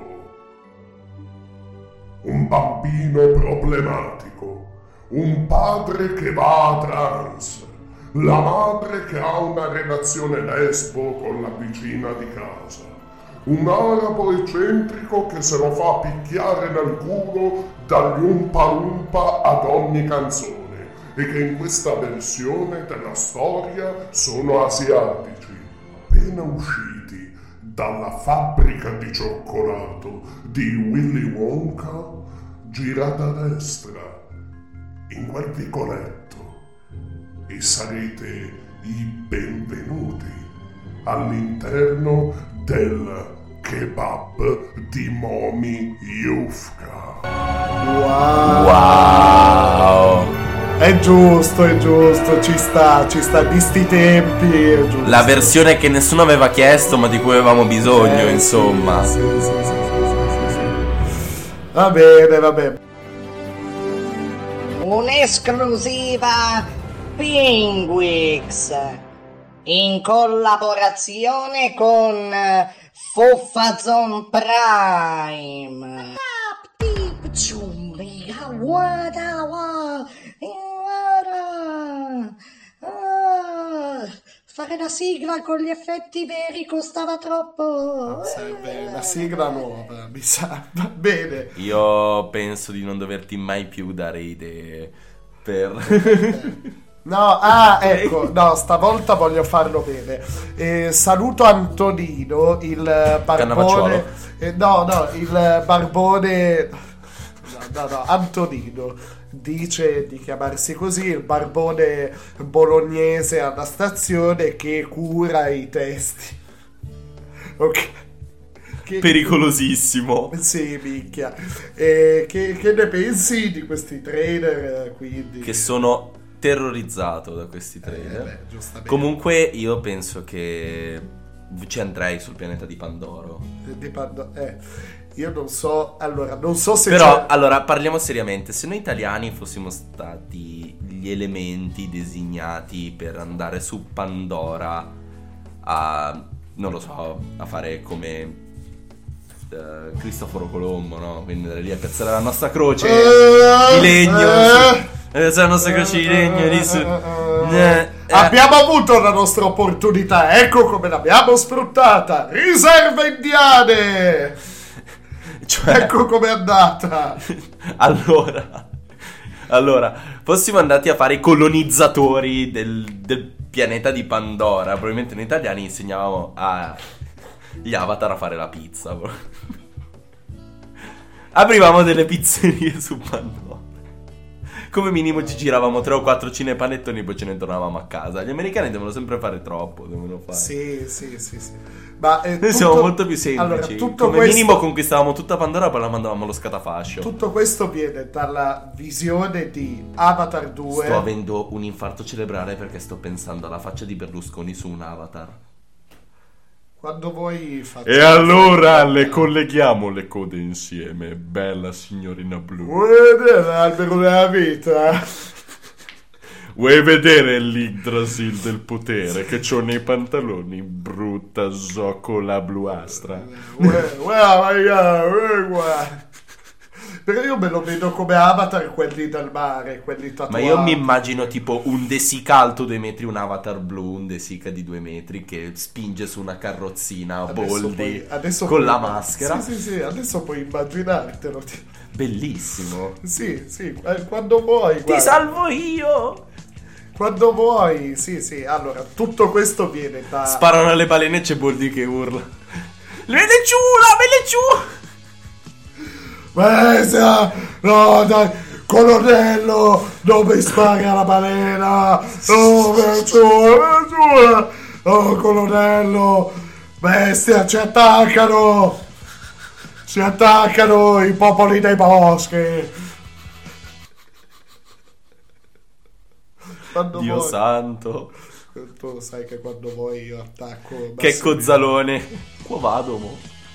Un bambino problematico, un padre che va a trans, la madre che ha una relazione lesbo con la vicina di casa, un arabo eccentrico che se lo fa picchiare nel culo dagli umpa umpa ad ogni canzone e che in questa versione della storia sono asiatici, appena usciti dalla fabbrica di cioccolato di Willy Wonka. Girate a destra in quel vicoletto e sarete i benvenuti all'interno del kebab di Momi Yufka.
Wow.
È giusto, ci sta, di sti tempi, è giusto.
La versione che nessuno aveva chiesto ma di cui avevamo bisogno, insomma.
Sì. Va bene.
Un'esclusiva Pinguix in collaborazione con Fuffazon Prime.
Fare la sigla con gli effetti veri costava troppo.
Serve una sigla nuova, mi sa. Va bene.
Io penso di non doverti mai più dare idee per...
No, ecco, no, stavolta voglio farlo bene. Saluto Antonino, il barbone. Il barbone. No, Antonino dice di chiamarsi così, il barbone bolognese alla stazione che cura i testi. Ok.
Pericolosissimo.
Sì, minchia. Che ne pensi di questi trailer, quindi?
Che sono terrorizzato da questi trailer.
Giustamente.
Comunque io penso che ci andrei sul pianeta di Pandoro.
Io non so, allora, non so se
però, allora, parliamo seriamente. Se noi italiani fossimo stati gli elementi designati per andare su Pandora a, non lo so, a fare come Cristoforo Colombo, no? Quindi andare lì a piazzare la nostra croce di legno, la nostra croce di legno
abbiamo avuto la nostra opportunità, ecco come l'abbiamo sfruttata. Riserve indiane. Ecco com'è andata.
Allora, fossimo andati a fare i colonizzatori del pianeta di Pandora, probabilmente noi italiani insegnavamo agli avatar a fare la pizza. Aprivamo delle pizzerie su Pandora. Come minimo ci giravamo 3 o 4 cinepanettoni e poi ce ne tornavamo a casa. Gli americani devono sempre fare troppo, devono fare.
Sì. Ma
noi siamo molto più semplici.
Allora,
come minimo conquistavamo tutta Pandora, poi la mandavamo allo scatafascio.
Tutto questo viene dalla visione di Avatar 2.
Sto avendo un infarto cerebrale perché sto pensando alla faccia di Berlusconi su un Avatar.
Quando vuoi faccio...
E allora le colleghiamo le code insieme, bella signorina blu.
Vuoi vedere l'albero della vita?
Vuoi vedere l'Yggdrasil del potere che c'ho nei pantaloni, brutta zoccola bluastra?
Guarda. Perché io me lo vedo come Avatar, quelli del mare, quelli tatuati.
Ma io mi immagino tipo un De Sica alto 2 metri, un Avatar blu, un De Sica di 2 metri che spinge su una carrozzina Boldi con la maschera.
Sì, adesso puoi immaginartelo.
Bellissimo.
Sì, quando vuoi.
Ti salvo io!
Quando vuoi, sì. Allora, tutto questo viene da...
Sparano alle balene e c'è Boldi che urla. Vede giù!
Bestia! No, dai! Colonnello! Non mi spari alla balena! No, giù! Oh, colonnello! Bestia, ci attaccano! Si attaccano i popoli dei boschi! Quando
Dio
vuoi.
Santo!
Tu sai che quando vuoi io attacco...
Che cozzalone! Qua vado, mo!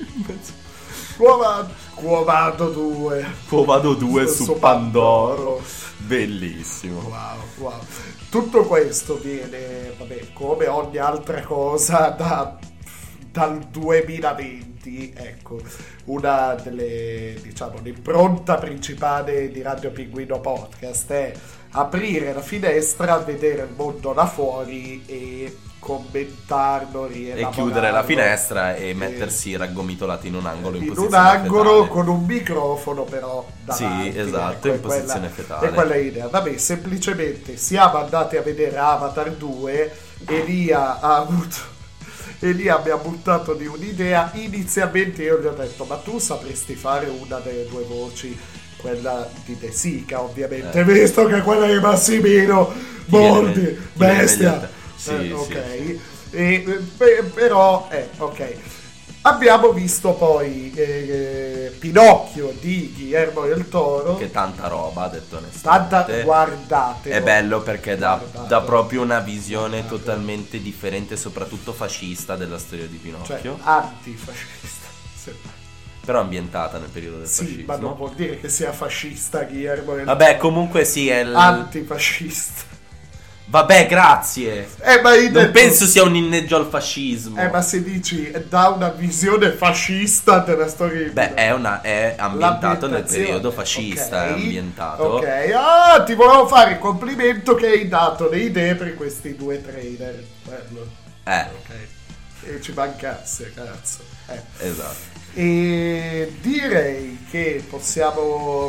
Qua vado 2.
Qua vado 2 su Pandoro. Bellissimo.
Wow. Tutto questo viene, vabbè, come ogni altra cosa dal 2020, ecco, una delle, diciamo, l'impronta principale di Radio Pinguino Podcast è aprire la finestra, vedere il mondo da fuori e commentarlo,
e chiudere la finestra e mettersi raggomitolati in un angolo
in
posizione
un angolo
fetale.
Con un microfono però davanti.
Sì, esatto, in posizione fetale.
E quella è l'idea. Vabbè, semplicemente siamo andati a vedere Avatar 2. Elia mi ha buttato di un'idea. Inizialmente io gli ho detto: ma tu sapresti fare una delle 2 voci, quella di De Sica, ovviamente, visto che quella di Massimino Bordi, bestia.
Sì,
ok. Però ok. Abbiamo visto poi Pinocchio di Guillermo del Toro.
Che tanta roba, detto onestamente.
Tanta, guardate.
È bello perché dà proprio una visione totalmente differente, soprattutto fascista, della storia di Pinocchio.
Cioè, antifascista. Sì.
Però ambientata nel periodo del fascismo.
Sì, ma non vuol dire che sia fascista Guillermo del Toro.
Vabbè, comunque sì, è
antifascista.
Vabbè, grazie.
Ma
non penso sia un inneggio al fascismo.
Ma se dici da una visione fascista della storia.
Beh, è ambientato nel periodo fascista,
okay.
È ambientato.
Ok, ti volevo fare il complimento che hai dato le idee per questi 2 trailer. Bello. Ok. E ci mancasse, cazzo.
Esatto.
E direi che possiamo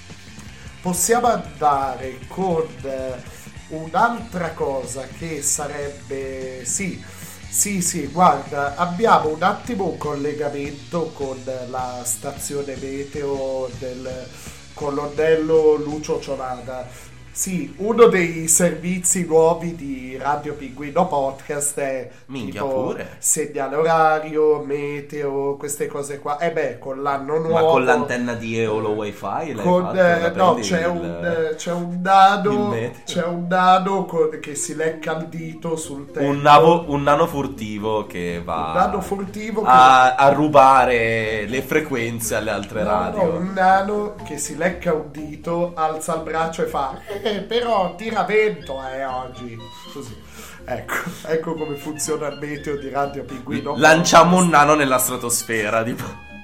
andare con un'altra cosa che sarebbe sì, guarda, abbiamo un attimo un collegamento con la stazione meteo del colonnello Lucio Ciolada. Sì, uno dei servizi nuovi di Radio Pinguino Podcast è tipo
pure
segnale orario, meteo, queste cose qua. Con l'anno nuovo.
Ma con l'antenna di Eolo Wi-Fi?
No, c'è un nano che si lecca il dito sul tetto.
Un nano furtivo che va
un nano furtivo
a rubare le frequenze alle altre radio.
No, un nano che si lecca un dito, alza il braccio e fa però tira vento oggi. Così. Ecco come funziona il meteo di Radio Pinguino.
Lanciamo un nano nella stratosfera, tipo.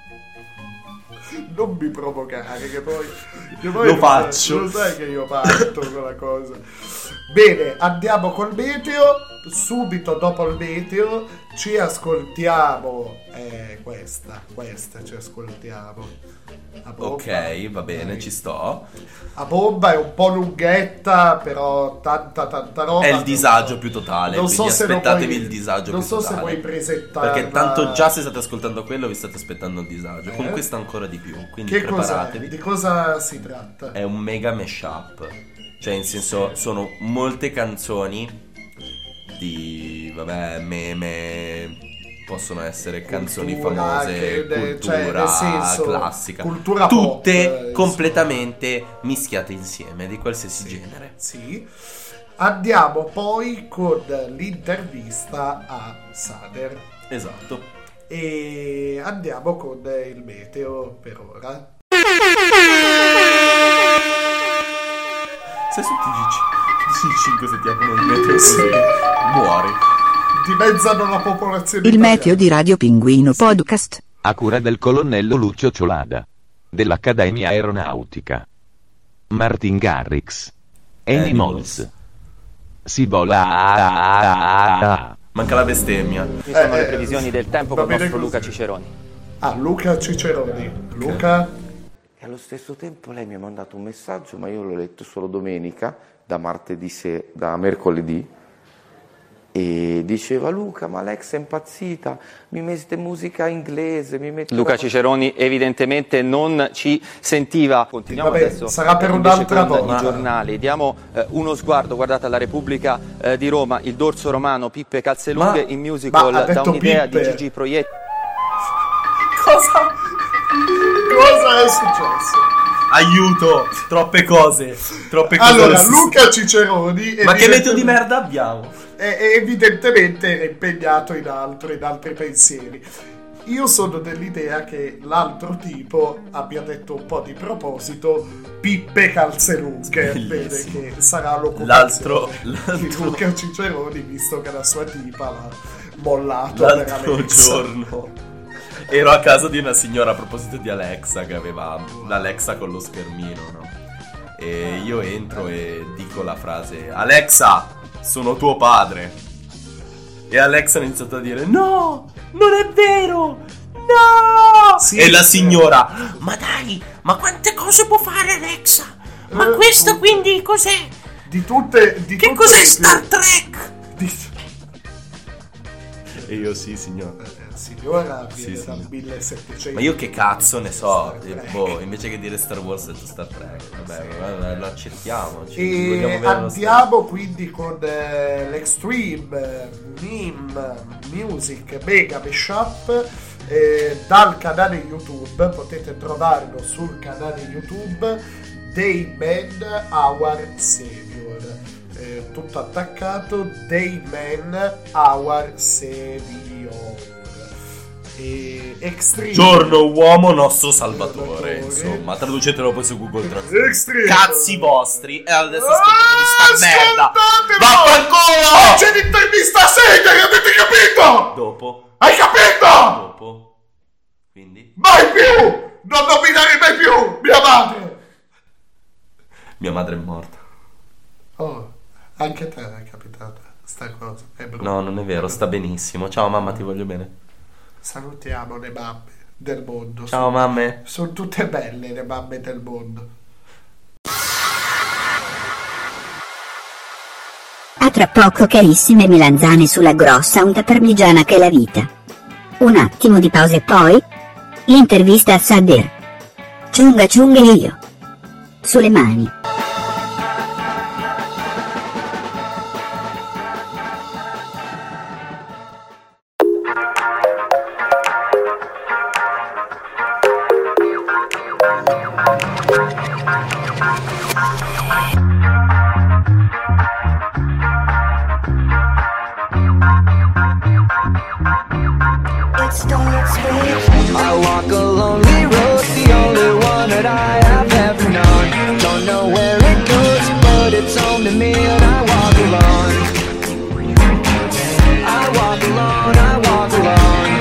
Non mi provocare, che poi
lo faccio.
Lo sai che io parto con la cosa. Bene, andiamo col meteo. Subito dopo il meteo ci ascoltiamo questa ci ascoltiamo.
Ok, va bene, ci sto.
A bomba è un po' lunghetta, però tanta roba.
È il disagio più totale.
Non so se
aspettatevi il disagio
non
più
so
totale.
Se vuoi presentare.
Perché tanto già se state ascoltando quello vi state aspettando il disagio. Con questo ancora di più. Quindi
che
preparatevi.
Di cosa si tratta?
È un mega mashup. Cioè, in senso, sono molte canzoni di meme. Possono essere canzoni famose, cultura classica,
cultura
tutte
pop,
completamente mischiate insieme, di qualsiasi genere.
Sì. Andiamo poi con l'intervista a Sader.
Esatto.
E andiamo con il meteo per ora.
Se su TG5 se ti aprono il meteo così muori.
Dimezzano la popolazione
Il
italiana.
meteo di Radio Pinguino Podcast.
A cura del colonnello Lucio Ciolada. Dell'Accademia Aeronautica. Martin Garrix. Andy Mols. Si vola.
Manca la bestemmia.
Queste sono le previsioni del tempo con il nostro Luca Ciceroni.
Ah, Luca Ciceroni. Luca?
E allo stesso tempo lei mi ha mandato un messaggio, ma io l'ho letto solo domenica, da mercoledì, e diceva: Luca, ma Alexa è impazzita, mi mette musica inglese, mi mette...
Luca Ciceroni evidentemente non ci sentiva. Continuiamo adesso.
Sarà per
invece
un'altra
con
volta.
I giornali. Diamo uno sguardo, guardate, alla Repubblica di Roma, il dorso romano, Pippe Calzelunghe, in musical da un'idea
Pippe.
di Gigi Proietti.
Cosa è successo?
Aiuto, troppe cose.
Allora, Luca Ciceroni...
Ma che meteo di merda abbiamo?
Evidentemente era impegnato in altri pensieri. Io sono dell'idea che l'altro tipo abbia detto un po' di proposito Pippe Calzelunghe, bene, che sarà l'occupazione di Luca Ciceroni, visto che la sua tipa l'ha mollato
L'altro
veramente.
giorno ero a casa di una signora a proposito di Alexa, che aveva l'Alexa con lo schermino, no? E io entro e dico la frase: Alexa, sono tuo padre. E Alexa ha iniziato a dire: no, non è vero, no.
Sì,
e la signora: ma dai, ma quante cose può fare Alexa? Ma questo quindi cos'è?
Di tutte
Che cos'è Star Trek? E io: sì, signora.
Signora viene
Sì,
dal
signor.
1700.
Ma io che cazzo ne so? Invece che dire Star Wars e Star Trek, vabbè, lo accettiamo. Ci vogliamo
E
bene lo
andiamo quindi con l'Extreme Meme Music Mega Mashup dal canale YouTube. Potete trovarlo sul canale YouTube Dayman Our Savior, tutto attaccato, Dayman Our Savior. Extreme.
Giorno uomo nostro salvatore. Insomma, traducetelo poi su Google Translate.
Extreme.
Cazzi vostri. E adesso ascoltatevi sta merda.
Vaffanculo! C'è l'intervista seria, avete capito?
Dopo.
Hai capito?
Dopo. Quindi
Mai più! Non nominare mai più mia madre!
mia madre è morta.
Oh, anche te è capitata sta cosa. È brutto.
No, non è vero, sta benissimo. Ciao mamma, ti voglio bene.
Salutiamo le mamme del mondo.
Ciao mamme.
Sono tutte belle le mamme del mondo.
A tra poco, carissime melanzane sulla grossa onda parmigiana che è la vita. Un attimo di pausa e poi l'intervista a Sadir. Ciunga ciunga e io. Sulle mani.
I walk a lonely road, the only one that I have ever known. Don't know where it goes, but it's home to me and I walk alone. I walk alone, I walk alone.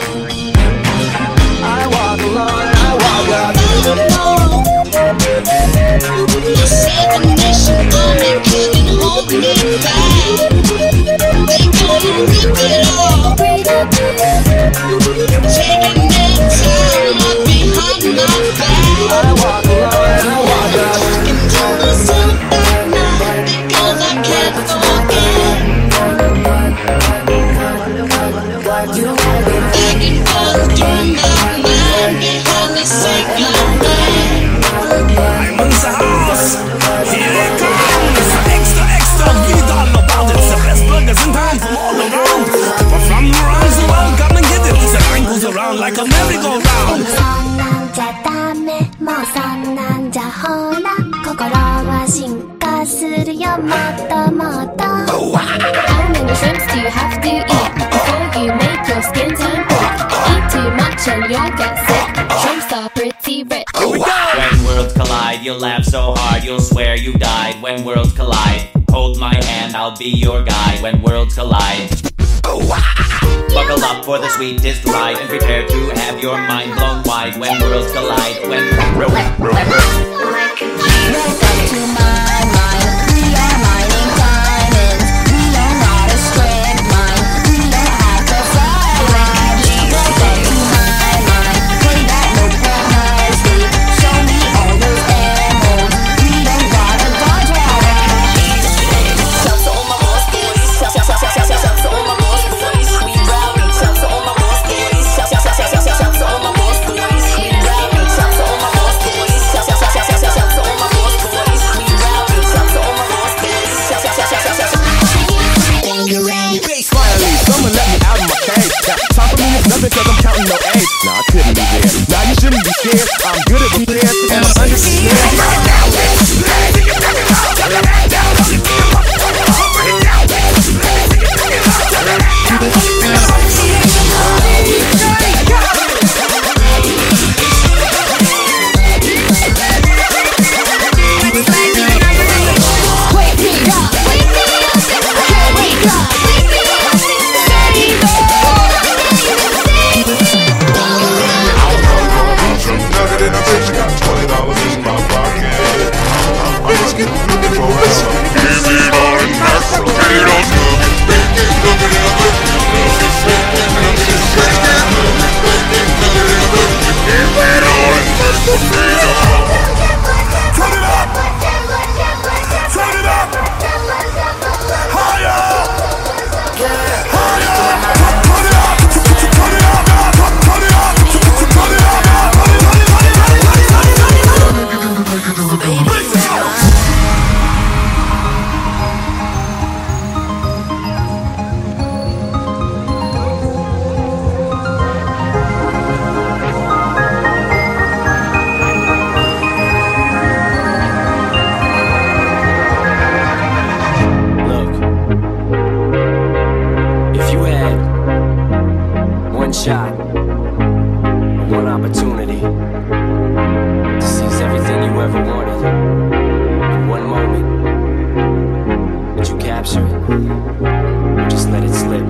I walk alone, I walk alone.
The second mission, I'm kicking, holding it back. We gonna rip it all. Taking that time up behind my back.
I walk alone, I walk alone.
Into the sun at night because I can't forget. Thinking goes through my mind behind the cyclone line.
I'm in the house, here it comes. Extra, extra, vital about it. The best burgers in town from all around. People from around the world, come and get it. The line goes around like a merry-go-round.
そんなんじゃダメ、もうそんなんじゃほら、心は進化するよ、もっともっと。How many shrimps do you have to eat before you make your skin turn quick. Eat too much and you'll get sick. Shrimps are pretty rich.
When worlds collide, you'll laugh so hard you'll swear you died. When worlds collide, hold my hand, I'll be your guide. When worlds collide, buckle up for the sweetest ride and prepare to have your mind blown wide. When worlds collide, when
Welcome to my mind. We are mining diamonds. We are not a straight mine. We don't have to fly. Welcome to my mind. Play that note nicely. Show me all those emeralds. We don't gotta dodge right. Shout to all my boss boys. Shout to all my boss boys. We rowdy. Shout to all my boss boys. Shout to all my boss boys. We rowdy. Shout to all my boss boys. Shout to all my boss boys. We rowdy. Shout to all my boss boys.
Finally, someone let me out of my cage. Now, time for me is nothing cause I'm counting no A's. Nah, I couldn't be there. Now you shouldn't be scared. I'm good at repairs and I'm
shot, one opportunity to seize everything you ever wanted in one moment. Would you capture it or just let it slip?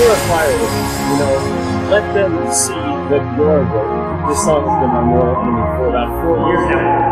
purify it, you know, let them see that you're good. This song has been my mortal enemy for about 4 years now.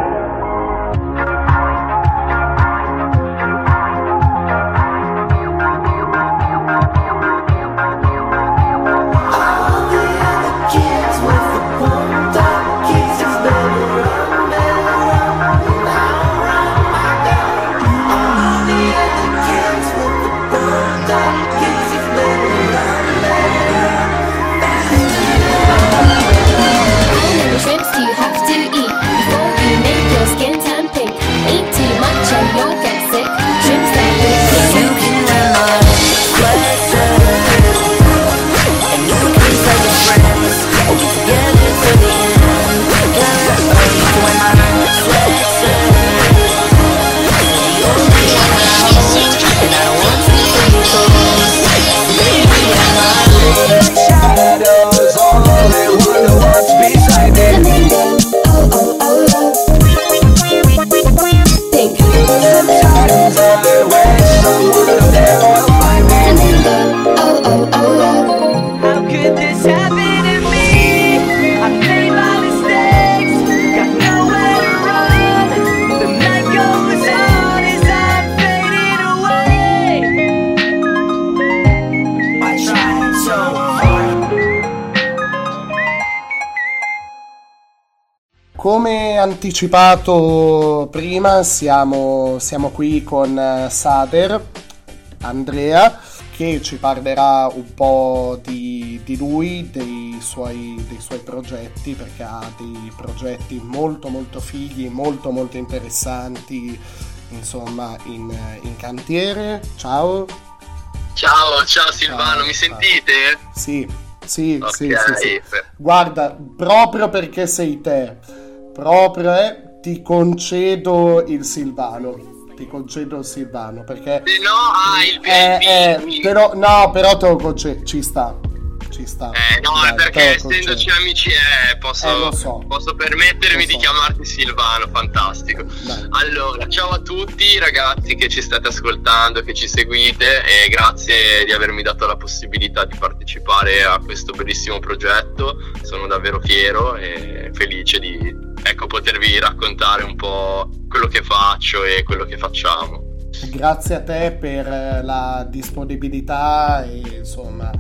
Come anticipato prima, siamo qui con Sader, Andrea, che ci parlerà un po' di lui, dei suoi progetti, perché ha dei progetti molto molto fighi, molto molto interessanti, insomma, in cantiere. Ciao
Silvano, mi sentite?
Sì.
Okay.
Sì. Guarda, proprio perché sei te, ti concedo il Silvano, perché però te lo concedo, ci sta.
Dai, perché essendoci amici posso permettermi di chiamarti Silvano, fantastico.
Dai.
Allora, ciao a tutti ragazzi che ci state ascoltando, che ci seguite, e grazie di avermi dato la possibilità di partecipare a questo bellissimo progetto. Sono davvero fiero e felice di potervi raccontare un po' quello che faccio e quello che facciamo.
Grazie a te per la disponibilità e insomma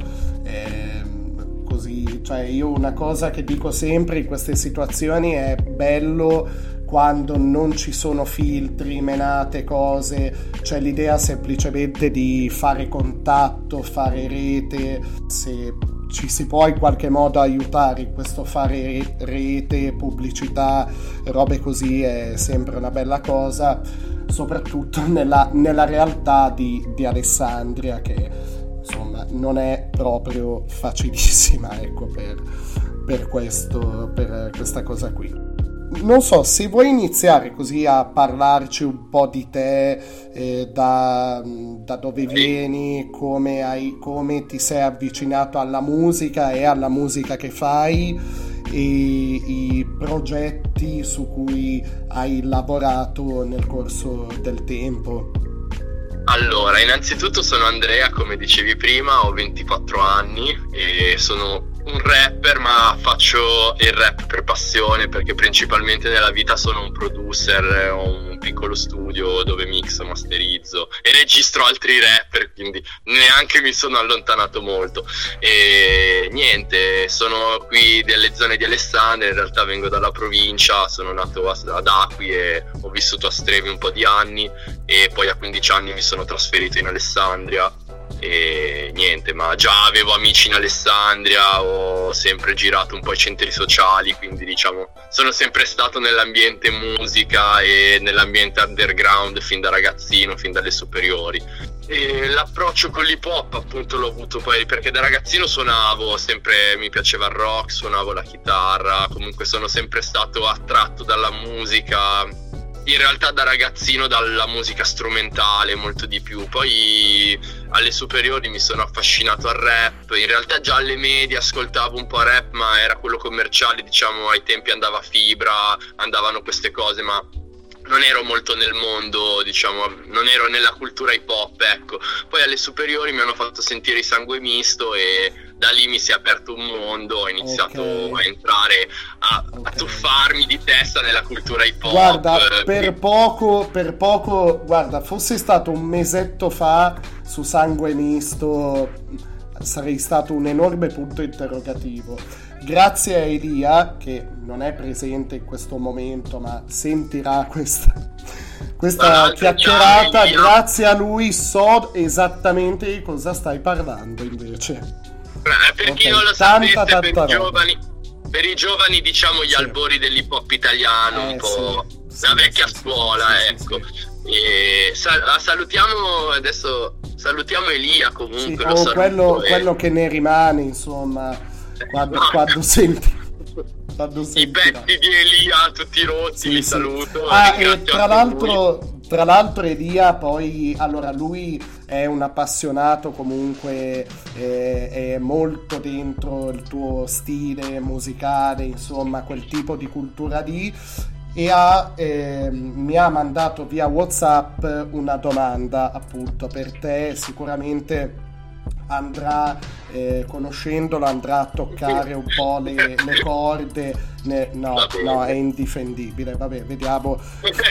così, cioè io una cosa che dico sempre in queste situazioni è bello quando non ci sono filtri, menate, cose, c'è l'idea semplicemente di fare contatto, fare rete, se ci si può in qualche modo aiutare in questo fare rete, pubblicità, robe così, è sempre una bella cosa, soprattutto nella realtà di Alessandria, che insomma non è proprio facilissima, ecco, per questa cosa qui. Non so se vuoi iniziare così a parlarci un po' di te, da dove vieni, come ti sei avvicinato alla musica e alla musica che fai, e i progetti su cui hai lavorato nel corso del tempo.
Allora, innanzitutto sono Andrea, come dicevi prima, ho 24 anni e sono un rapper, ma faccio il rap per passione, perché principalmente nella vita sono un producer, ho un piccolo studio dove mixo, masterizzo e registro altri rapper, quindi neanche mi sono allontanato molto. E niente, sono qui delle zone di Alessandria, in realtà vengo dalla provincia, sono nato ad Acqui e ho vissuto a Strevi un po' di anni, e poi a 15 anni mi sono trasferito in Alessandria. E niente, ma già avevo amici in Alessandria, ho sempre girato un po' i centri sociali, quindi diciamo sono sempre stato nell'ambiente musica e nell'ambiente underground fin da ragazzino, fin dalle superiori. E l'approccio con l'hip hop appunto l'ho avuto poi perché da ragazzino suonavo sempre, mi piaceva il rock, suonavo la chitarra, comunque sono sempre stato attratto dalla musica. In realtà da ragazzino dalla musica strumentale molto di più, poi alle superiori mi sono affascinato al rap, in realtà già alle medie ascoltavo un po' rap, ma era quello commerciale, diciamo ai tempi andava Fibra, andavano queste cose, ma non ero molto nel mondo, diciamo, non ero nella cultura hip hop, ecco. Poi alle superiori mi hanno fatto sentire i Sangue Misto e da lì mi si è aperto un mondo, ho iniziato a entrare a tuffarmi di testa nella cultura hip hop.
Guarda, per poco, guarda, fosse stato un mesetto fa su Sangue Misto sarei stato un enorme punto interrogativo. Grazie a Elia, che non è presente in questo momento ma sentirà questa chiacchierata, grazie a lui so esattamente di cosa stai parlando invece.
Per chi non lo sapesse, per i giovani diciamo gli albori dell'hip hop italiano, un po' la vecchia scuola, ecco. E salutiamo Elia comunque, lo saluto,
quello che ne rimane, insomma, quando senti
i pezzi di Elia tutti rotti, li saluto.
E tra l'altro Elia poi, allora, lui è un appassionato comunque, è molto dentro il tuo stile musicale, insomma quel tipo di cultura lì, e mi ha mandato via WhatsApp una domanda appunto per te. Sicuramente andrà, conoscendolo, andrà a toccare un po' le corde. No, è indifendibile. Vabbè, vediamo.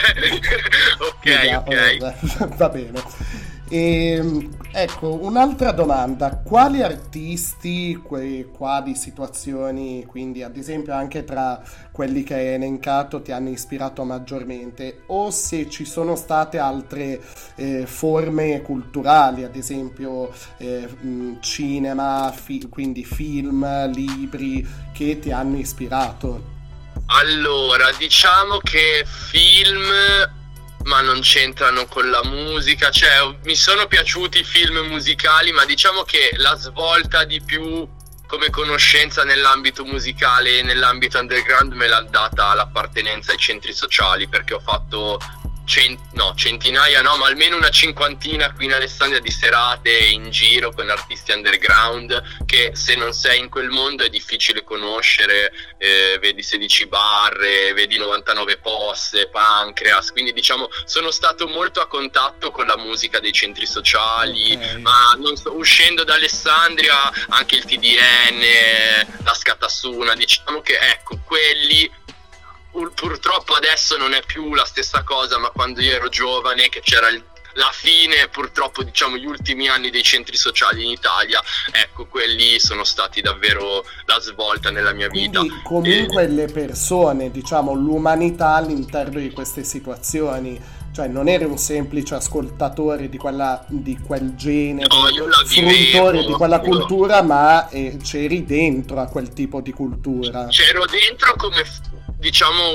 Ok.
Va bene. Ecco, un'altra domanda: quali artisti, quali situazioni, quindi ad esempio anche tra quelli che hai elencato, ti hanno ispirato maggiormente, o se ci sono state altre forme culturali, ad esempio cinema, quindi film, libri, che ti hanno ispirato?
Allora, diciamo che film, ma non c'entrano con la musica, cioè mi sono piaciuti i film musicali, ma diciamo che la svolta di più come conoscenza nell'ambito musicale e nell'ambito underground me l'ha data l'appartenenza ai centri sociali, perché ho fatto centinaia no, ma almeno una cinquantina qui in Alessandria di serate in giro con artisti underground che se non sei in quel mondo è difficile conoscere, vedi 16 barre, vedi 99 posse, Pancreas, quindi diciamo sono stato molto a contatto con la musica dei centri sociali, ma uscendo da Alessandria anche il TDN, la Scatassuna, diciamo che ecco quelli purtroppo adesso non è più la stessa cosa, ma quando io ero giovane, che c'era la fine, purtroppo diciamo gli ultimi anni dei centri sociali in Italia, ecco quelli sono stati davvero la svolta nella mia vita.
Quindi comunque le persone, diciamo l'umanità all'interno di queste situazioni, cioè non eri un semplice ascoltatore di quel genere, fruitore di quella cultura, ma c'eri dentro a quel tipo di cultura.
C'ero dentro come diciamo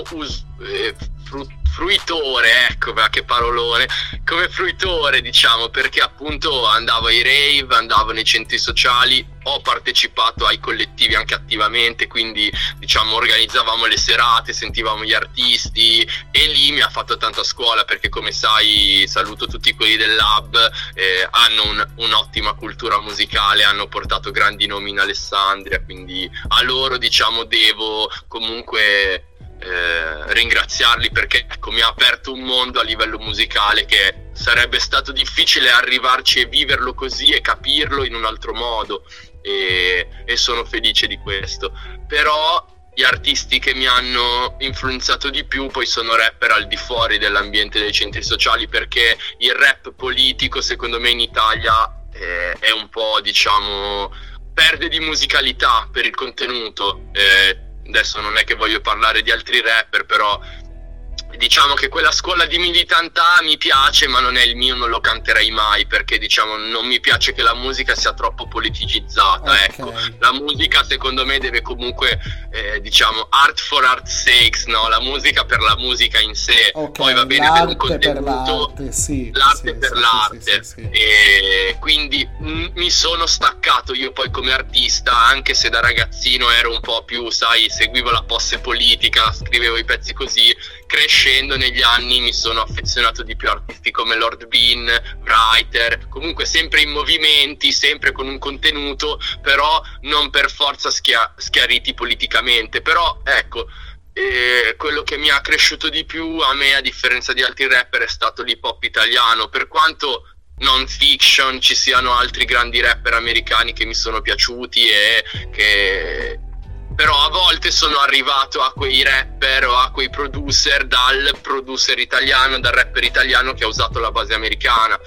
fruitore, ecco, che parolone, come fruitore diciamo, perché appunto andavo ai rave, andavo nei centri sociali, ho partecipato ai collettivi anche attivamente, quindi diciamo organizzavamo le serate, sentivamo gli artisti e lì mi ha fatto tanta scuola, perché come sai, saluto tutti quelli del Lab, hanno un'ottima cultura musicale, hanno portato grandi nomi in Alessandria, quindi a loro diciamo devo comunque ringraziarli, perché ecco mi ha aperto un mondo a livello musicale che sarebbe stato difficile arrivarci e viverlo così e capirlo in un altro modo, e sono felice di questo. Però gli artisti che mi hanno influenzato di più poi sono rapper al di fuori dell'ambiente dei centri sociali, perché il rap politico secondo me in Italia è un po', diciamo, perde di musicalità per il contenuto. Adesso non è che voglio parlare di altri rapper, però diciamo che quella scuola di militantà mi piace, ma non è il mio, non lo canterei mai, perché diciamo non mi piace che la musica sia troppo politicizzata, ecco. La musica secondo me deve comunque diciamo art for art's sakes, no? La musica per la musica in sé, poi va bene per un contenuto, l'arte per l'arte. E quindi mi sono staccato io poi come artista, anche se da ragazzino ero un po' più, sai, seguivo la posse politica, scrivevo i pezzi così. Crescendo negli anni mi sono affezionato di più a artisti come Lord Bean, Writer, comunque sempre in movimenti, sempre con un contenuto, però non per forza schiariti politicamente. Però ecco, e quello che mi ha cresciuto di più a me, a differenza di altri rapper, è stato l'hip hop italiano. Per quanto non fiction ci siano altri grandi rapper americani che mi sono piaciuti e che però a volte sono arrivato a quei rapper o a quei producer dal producer italiano, dal rapper italiano che ha usato la base americana,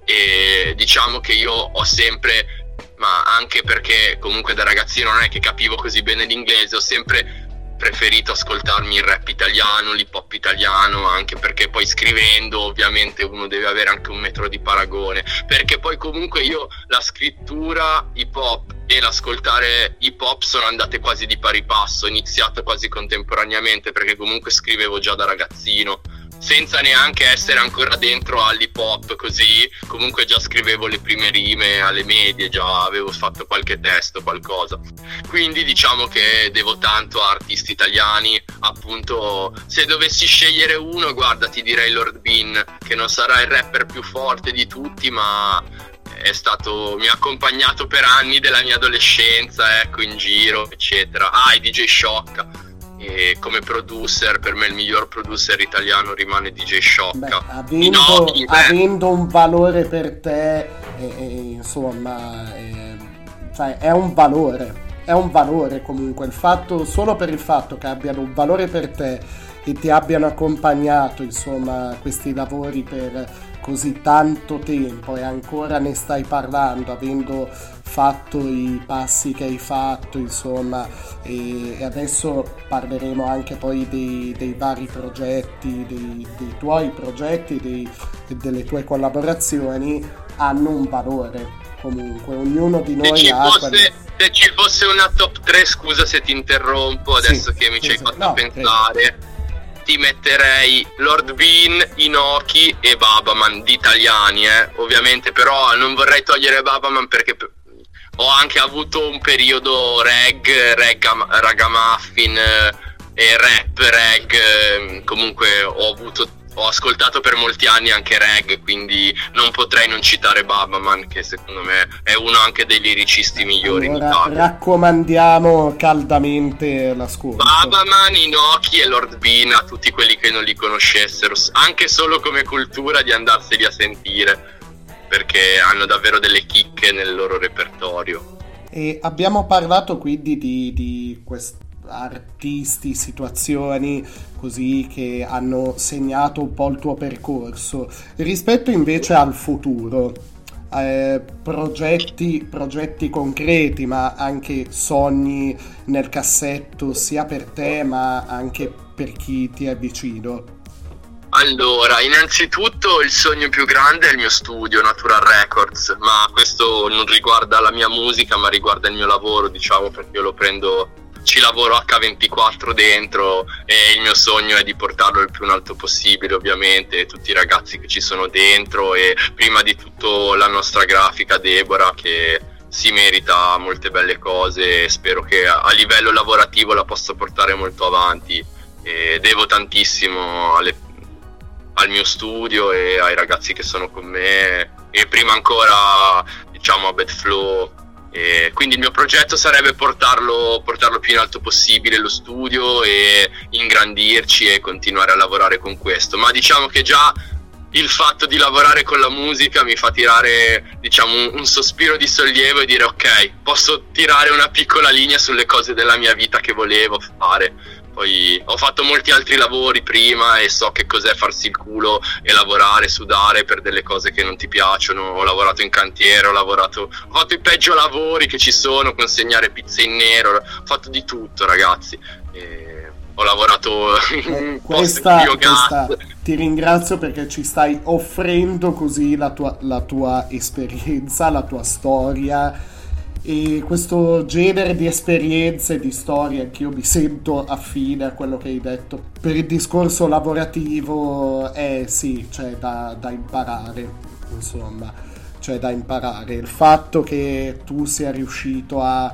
e diciamo che io ho sempre, ma anche perché comunque da ragazzino non è che capivo così bene l'inglese, ho sempre preferito ascoltarmi il rap italiano, l'hip hop italiano, anche perché poi scrivendo ovviamente uno deve avere anche un metro di paragone, perché poi comunque io la scrittura hip hop e l'ascoltare hip hop sono andate quasi di pari passo, ho iniziato quasi contemporaneamente perché comunque scrivevo già da ragazzino, senza neanche essere ancora dentro all'hip hop, così comunque già scrivevo le prime rime alle medie, già avevo fatto qualche testo, qualcosa, quindi diciamo che devo tanto a artisti italiani. Appunto, se dovessi scegliere uno, guarda, ti direi Lord Bean, che non sarà il rapper più forte di tutti, ma mi ha accompagnato per anni della mia adolescenza, ecco, in giro eccetera. E DJ Sciocca, e come producer, per me il miglior producer italiano rimane DJ Sciocca.
Avendo un valore per te, insomma, cioè è un valore comunque, il fatto, solo per il fatto che abbiano un valore per te e ti abbiano accompagnato, insomma, questi lavori per così tanto tempo, e ancora ne stai parlando, avendo fatto i passi che hai fatto, insomma, e adesso parleremo anche poi dei vari progetti, dei tuoi progetti, delle tue collaborazioni, hanno un valore comunque, ognuno di noi
se ci fosse una top 3, scusa se ti interrompo adesso, che mi ci hai fatto pensare, ti metterei Lord Bean, Inoki e Babaman, di italiani, ovviamente, però non vorrei togliere Babaman perché ho anche avuto un periodo ragamuffin e rap, comunque ho ascoltato per molti anni anche reggae, quindi non potrei non citare Babaman, che secondo me è uno anche dei liricisti migliori in Italia.
Raccomandiamo caldamente l'ascolto.
Babaman, Inoki e Lord Bean, a tutti quelli che non li conoscessero, anche solo come cultura, di andarseli a sentire, perché hanno davvero delle chicche nel loro repertorio.
E abbiamo parlato quindi di questi artisti, situazioni così che hanno segnato un po' il tuo percorso. Rispetto invece al futuro, progetti concreti, ma anche sogni nel cassetto, sia per te ma anche per chi ti è vicino.
Allora, innanzitutto il sogno più grande è il mio studio, Natural Records, ma questo non riguarda la mia musica, ma riguarda il mio lavoro, diciamo, perché io ci lavoro H24 dentro, e il mio sogno è di portarlo il più in alto possibile, ovviamente, e tutti i ragazzi che ci sono dentro, e prima di tutto la nostra grafica Deborah, che si merita molte belle cose, e spero che a livello lavorativo la possa portare molto avanti, e devo tantissimo al mio studio e ai ragazzi che sono con me, e prima ancora, diciamo, a Bad Flow. E quindi il mio progetto sarebbe portarlo più in alto possibile lo studio, e ingrandirci e continuare a lavorare con questo. Ma diciamo che già il fatto di lavorare con la musica mi fa tirare, diciamo, un sospiro di sollievo e dire ok, posso tirare una piccola linea sulle cose della mia vita che volevo fare. Poi ho fatto molti altri lavori prima e so che cos'è farsi il culo e lavorare, sudare per delle cose che non ti piacciono. Ho lavorato in cantiere, ho fatto i peggio lavori che ci sono, consegnare pizze in nero, ho fatto di tutto, ragazzi. Ho lavorato in
questa ti ringrazio perché ci stai offrendo così la tua esperienza, la tua storia. E questo genere di esperienze, di storie, anch'io mi sento affine a quello che hai detto. Per il discorso lavorativo, sì, c'è da imparare, insomma, c'è da imparare. Il fatto che tu sia riuscito a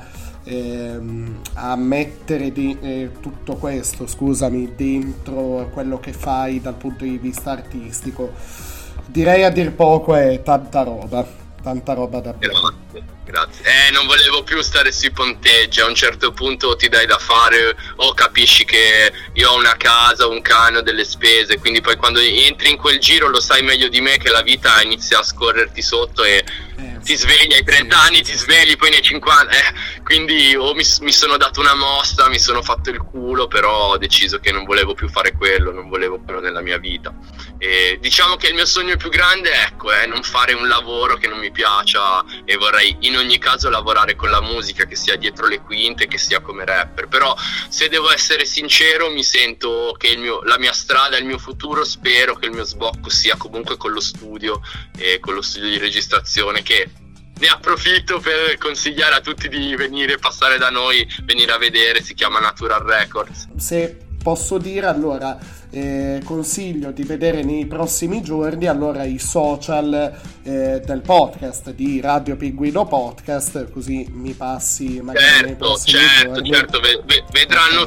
mettere tutto questo, scusami, dentro quello che fai dal punto di vista artistico, direi a dir poco è tanta roba. tanta roba davvero.
Grazie. Non volevo più stare sui ponteggi, a un certo punto ti dai da fare o capisci che io ho una casa, un cane, ho delle spese, quindi poi quando entri in quel giro lo sai meglio di me che la vita inizia a scorrerti sotto e ti svegli ai 30 anni, ti svegli poi nei 50, quindi mi sono dato una mossa, mi sono fatto il culo, però ho deciso che non volevo più fare quello, non volevo quello nella mia vita. E diciamo che il mio sogno più grande è non fare un lavoro che non mi piaccia, e vorrei in ogni caso lavorare con la musica, che sia dietro le quinte, che sia come rapper. Però se devo essere sincero, mi sento che la mia strada, il mio futuro, spero che il mio sbocco sia comunque con lo studio, e con lo studio di registrazione, che ne approfitto per consigliare a tutti di venire, passare da noi, venire a vedere, si chiama Natural Records.
Se posso dire, allora consiglio di vedere nei prossimi giorni allora i social del podcast di Radio Pinguino Podcast, così mi passi magari nei prossimi giorni.
Certo, vedranno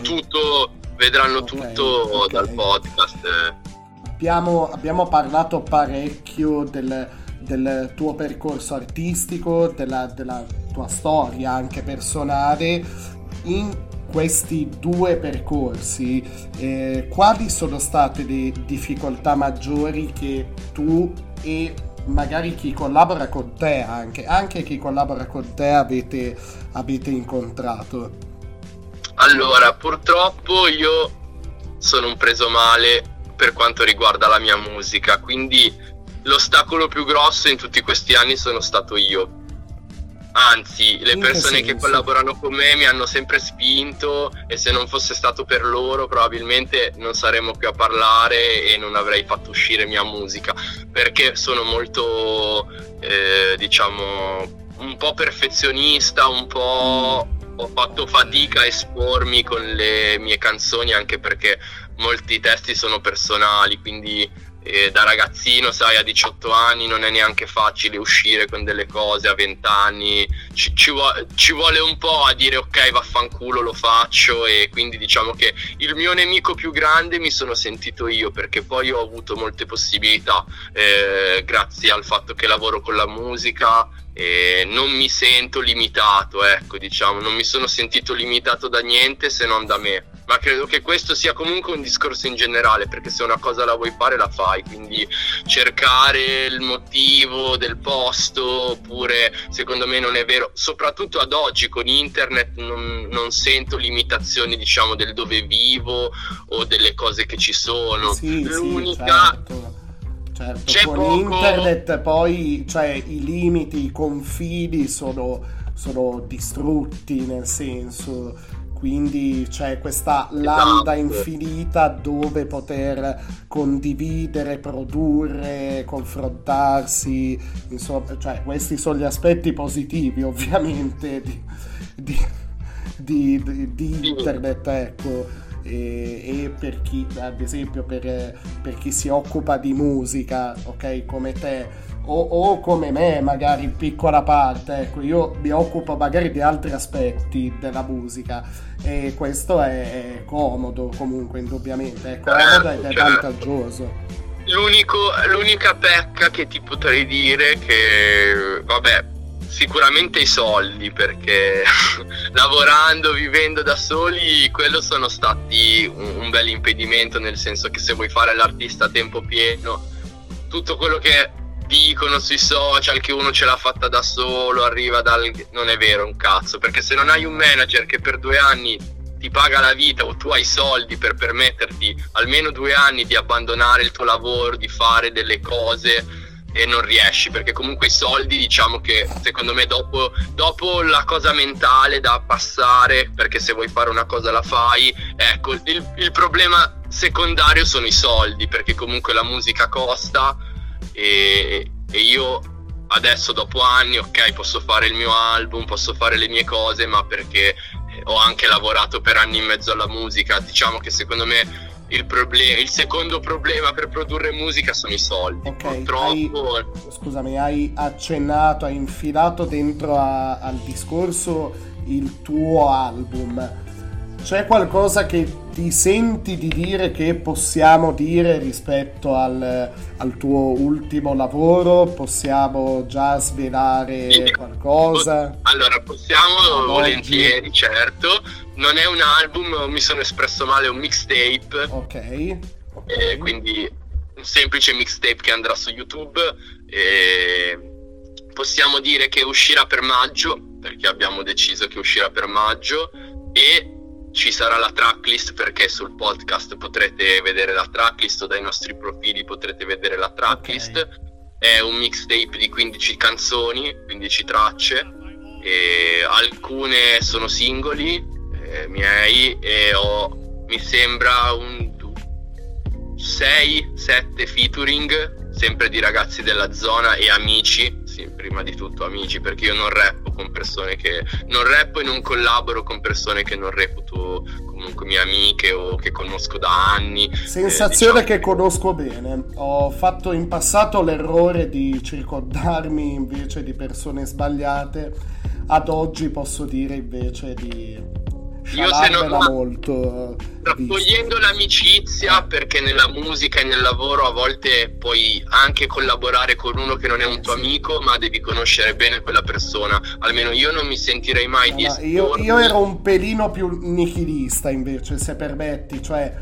tutto dal podcast.
Abbiamo parlato parecchio del tuo percorso artistico, della tua storia anche personale. In questi due percorsi, quali sono state le difficoltà maggiori che tu e magari chi collabora con te, anche chi collabora con te, avete incontrato?
Allora, purtroppo io sono un preso male per quanto riguarda la mia musica, quindi l'ostacolo più grosso in tutti questi anni sono stato io. Anzi, le persone che collaborano con me mi hanno sempre spinto, e se non fosse stato per loro probabilmente non saremmo qui a parlare e non avrei fatto uscire mia musica, perché sono molto diciamo un po' perfezionista, un po' ho fatto fatica a espormi con le mie canzoni, anche perché molti testi sono personali, quindi da ragazzino, sai, a 18 anni non è neanche facile uscire con delle cose, a 20 anni ci vuole un po' a dire ok, vaffanculo, lo faccio. E quindi diciamo che il mio nemico più grande mi sono sentito io, perché poi ho avuto molte possibilità grazie al fatto che lavoro con la musica, e non mi sento limitato, ecco, diciamo, non mi sono sentito limitato da niente se non da me. Ma credo che questo sia comunque un discorso in generale, perché se una cosa la vuoi fare la fai, quindi cercare il motivo del posto, oppure secondo me non è vero, soprattutto ad oggi con internet non sento limitazioni, diciamo, del dove vivo o delle cose che ci sono. L'unica...
Certo,
c'è
con
poco...
internet poi, cioè, i limiti, i confini sono distrutti, nel senso, quindi c'è questa landa infinita dove poter condividere, produrre, confrontarsi, insomma, cioè questi sono gli aspetti positivi ovviamente di internet, ecco. E per chi, ad esempio, per chi si occupa di musica, ok, come te o come me, magari in piccola parte, ecco, io mi occupo magari di altri aspetti della musica, e questo è comodo, comunque, indubbiamente è comodo ed è vantaggioso.
L'unica pecca che ti potrei dire, che vabbè, sicuramente i soldi, perché lavorando, vivendo da soli, quello sono stati un bel impedimento, nel senso che se vuoi fare l'artista a tempo pieno, tutto quello che dicono sui social che uno ce l'ha fatta da solo, non è vero un cazzo, perché se non hai un manager che per 2 anni ti paga la vita, o tu hai soldi per permetterti almeno 2 anni di abbandonare il tuo lavoro, di fare delle cose, e non riesci, perché comunque i soldi, diciamo che secondo me dopo la cosa mentale da passare, perché se vuoi fare una cosa la fai, ecco, il problema secondario sono i soldi, perché comunque la musica costa, e io adesso dopo anni, ok, posso fare il mio album, posso fare le mie cose, ma perché ho anche lavorato per anni in mezzo alla musica. Diciamo che secondo me il secondo problema per produrre musica sono i soldi.
Okay,
purtroppo
scusami, hai accennato, hai infilato dentro al discorso il tuo album. C'è qualcosa che ti senti di dire che possiamo dire rispetto al tuo ultimo lavoro? Possiamo già svelare qualcosa?
Allora, possiamo volentieri, certo. Non è un album, mi sono espresso male, è un mixtape.
Ok.
Quindi un semplice mixtape che andrà su YouTube. Possiamo dire che uscirà per maggio, perché abbiamo deciso che uscirà per maggio, e ci sarà la tracklist, perché sul podcast potrete vedere la tracklist, o dai nostri profili potrete vedere la tracklist. Okay. È un mixtape di 15 canzoni, 15 tracce, e alcune sono singoli miei, e mi sembra un 6-7 featuring, sempre di ragazzi della zona e amici. Sì, prima di tutto amici, perché io non rappo con persone che non rappo e non collaboro con persone che non reputo comunque mie amiche o che conosco da anni.
Sensazione diciamo che conosco bene. Ho fatto in passato l'errore di circondarmi invece di persone sbagliate. Ad oggi posso dire invece di molto,
raccogliendo l'amicizia, perché nella musica e nel lavoro a volte puoi anche collaborare con uno che non è un tuo amico, ma devi conoscere bene quella persona. Almeno io non mi sentirei mai di espormi.
Io ero un pelino più nichilista invece, se permetti, cioè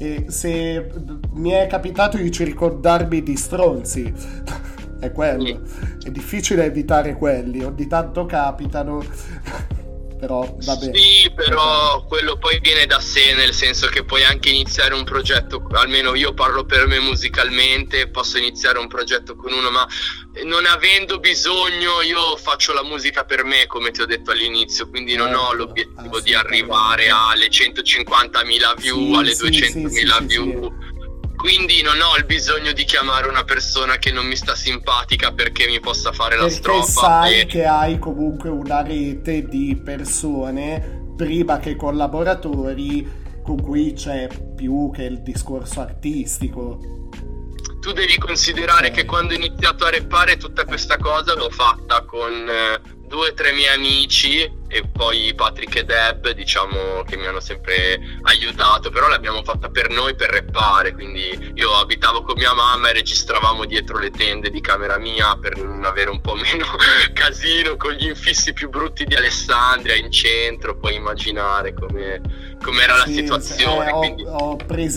se mi è capitato di circondarmi di stronzi, è quello. È difficile evitare quelli, ogni tanto capitano. Però, vabbè.
Sì, però quello poi viene da sé, nel senso che puoi anche iniziare un progetto, almeno io parlo per me musicalmente, posso iniziare un progetto con uno, ma non avendo bisogno, io faccio la musica per me, come ti ho detto all'inizio, quindi non ho l'obiettivo di arrivare alle 150.000 view, alle 200.000 view. Quindi non ho il bisogno di chiamare una persona che non mi sta simpatica perché mi possa fare la strofa.
Perché sai che hai comunque una rete di persone, prima che collaboratori, con cui c'è più che il discorso artistico.
Tu devi considerare che quando ho iniziato a rappare tutta questa cosa l'ho fatta con 2 o 3 miei amici, e poi Patrick e Deb, diciamo, che mi hanno sempre aiutato, però l'abbiamo fatta per noi, per rappare. Quindi io abitavo con mia mamma e registravamo dietro le tende di camera mia per non avere un po' meno casino, con gli infissi più brutti di Alessandria in centro. Puoi immaginare com'era la situazione.
Ho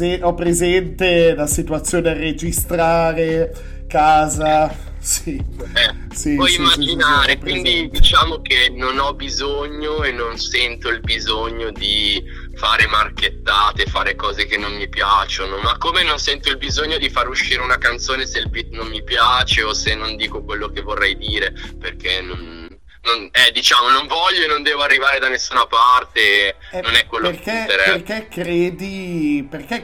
presente la situazione a registrare casa.
Puoi immaginare, quindi diciamo che non ho bisogno e non sento il bisogno di fare marchettate, fare cose che non mi piacciono, ma come non sento il bisogno di far uscire una canzone se il beat non mi piace o se non dico quello che vorrei dire, perché non voglio e non devo arrivare da nessuna parte, non è quello che interessa.
Perché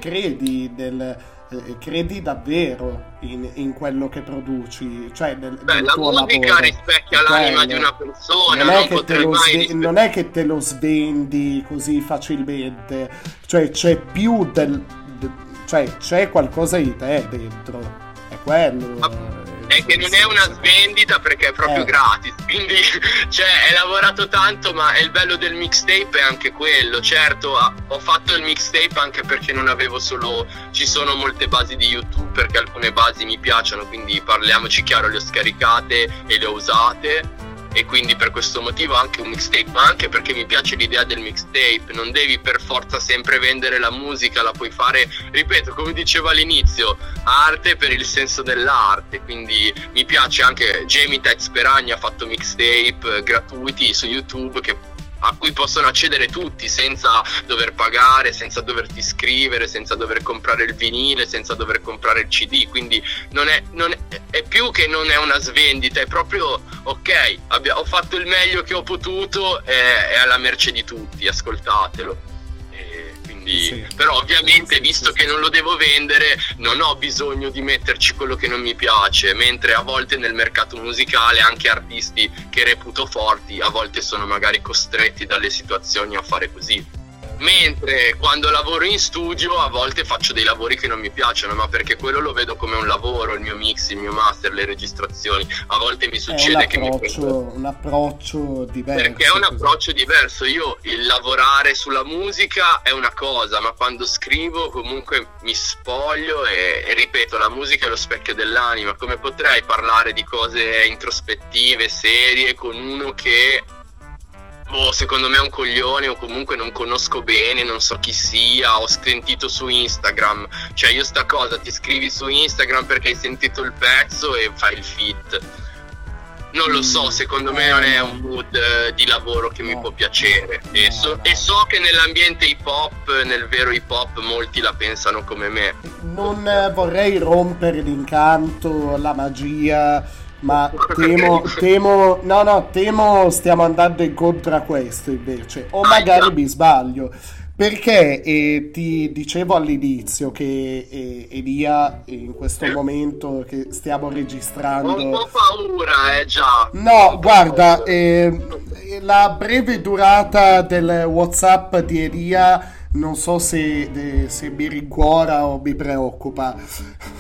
credi davvero in quello che produci, cioè nel
la
tuo
musica
lavoro.
rispecchia l'anima di una persona,
non è che te lo svendi così facilmente, cioè c'è più cioè c'è qualcosa di te dentro, è quello.
È che non è una svendita, perché è proprio gratis, quindi hai lavorato tanto, ma è il bello del mixtape è anche quello. Certo, ho fatto il mixtape anche perché non avevo ci sono molte basi di YouTube, perché alcune basi mi piacciono, quindi parliamoci chiaro, le ho scaricate e le ho usate, e quindi per questo motivo anche un mixtape, ma anche perché mi piace l'idea del mixtape. Non devi per forza sempre vendere la musica, la puoi fare, ripeto, come dicevo all'inizio, arte per il senso dell'arte. Quindi mi piace anche Jamie Tex Peragni ha fatto mixtape gratuiti su YouTube a cui possono accedere tutti senza dover pagare, senza doverti iscrivere, senza dover comprare il vinile, senza dover comprare il CD. Quindi è più che non è una svendita, è proprio ok, ho fatto il meglio che ho potuto, è alla merce di tutti, ascoltatelo. Però ovviamente visto che non lo devo vendere, non ho bisogno di metterci quello che non mi piace, mentre a volte nel mercato musicale anche artisti che reputo forti a volte sono magari costretti dalle situazioni a fare così. Mentre quando lavoro in studio a volte faccio dei lavori che non mi piacciono, ma perché quello lo vedo come un lavoro, il mio mix, il mio master, le registrazioni. A volte mi succede che
un approccio diverso.
Perché è un approccio diverso. Io il lavorare sulla musica è una cosa, ma quando scrivo comunque mi spoglio e ripeto, la musica è lo specchio dell'anima. Come potrei parlare di cose introspettive, serie, con uno che secondo me è un coglione, o comunque non conosco bene, non so chi sia, ho sentito su Instagram. Cioè io sta cosa, ti scrivi su Instagram perché hai sentito il pezzo e fai il feat. Non lo so, secondo me non è un mood di lavoro che mi può piacere. E so che nell'ambiente hip hop, nel vero hip hop, molti la pensano come me.
Non vorrei rompere l'incanto, la magia, ma temo stiamo andando incontro a questo invece, o magari mi sbaglio, perché ti dicevo all'inizio che Elia in questo momento che stiamo registrando
ho un po' paura, già.
No, guarda, la breve durata del WhatsApp di Elia non so se mi rincuora o mi preoccupa.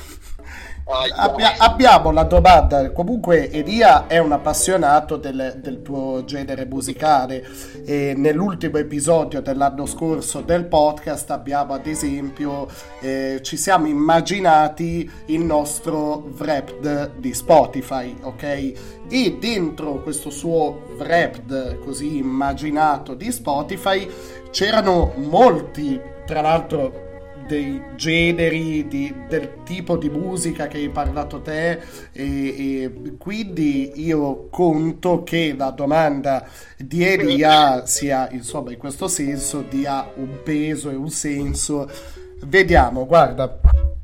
Abbiamo la domanda. Comunque Elia è un appassionato del tuo genere musicale e nell'ultimo episodio dell'anno scorso del podcast abbiamo ad esempio ci siamo immaginati il nostro Wrapped di Spotify, ok? E dentro questo suo Wrapped così immaginato di Spotify c'erano molti, tra l'altro, dei generi, del tipo di musica che hai parlato te, e quindi io conto che la domanda di Elia sia, insomma, in questo senso dia un peso e un senso. Vediamo, guarda,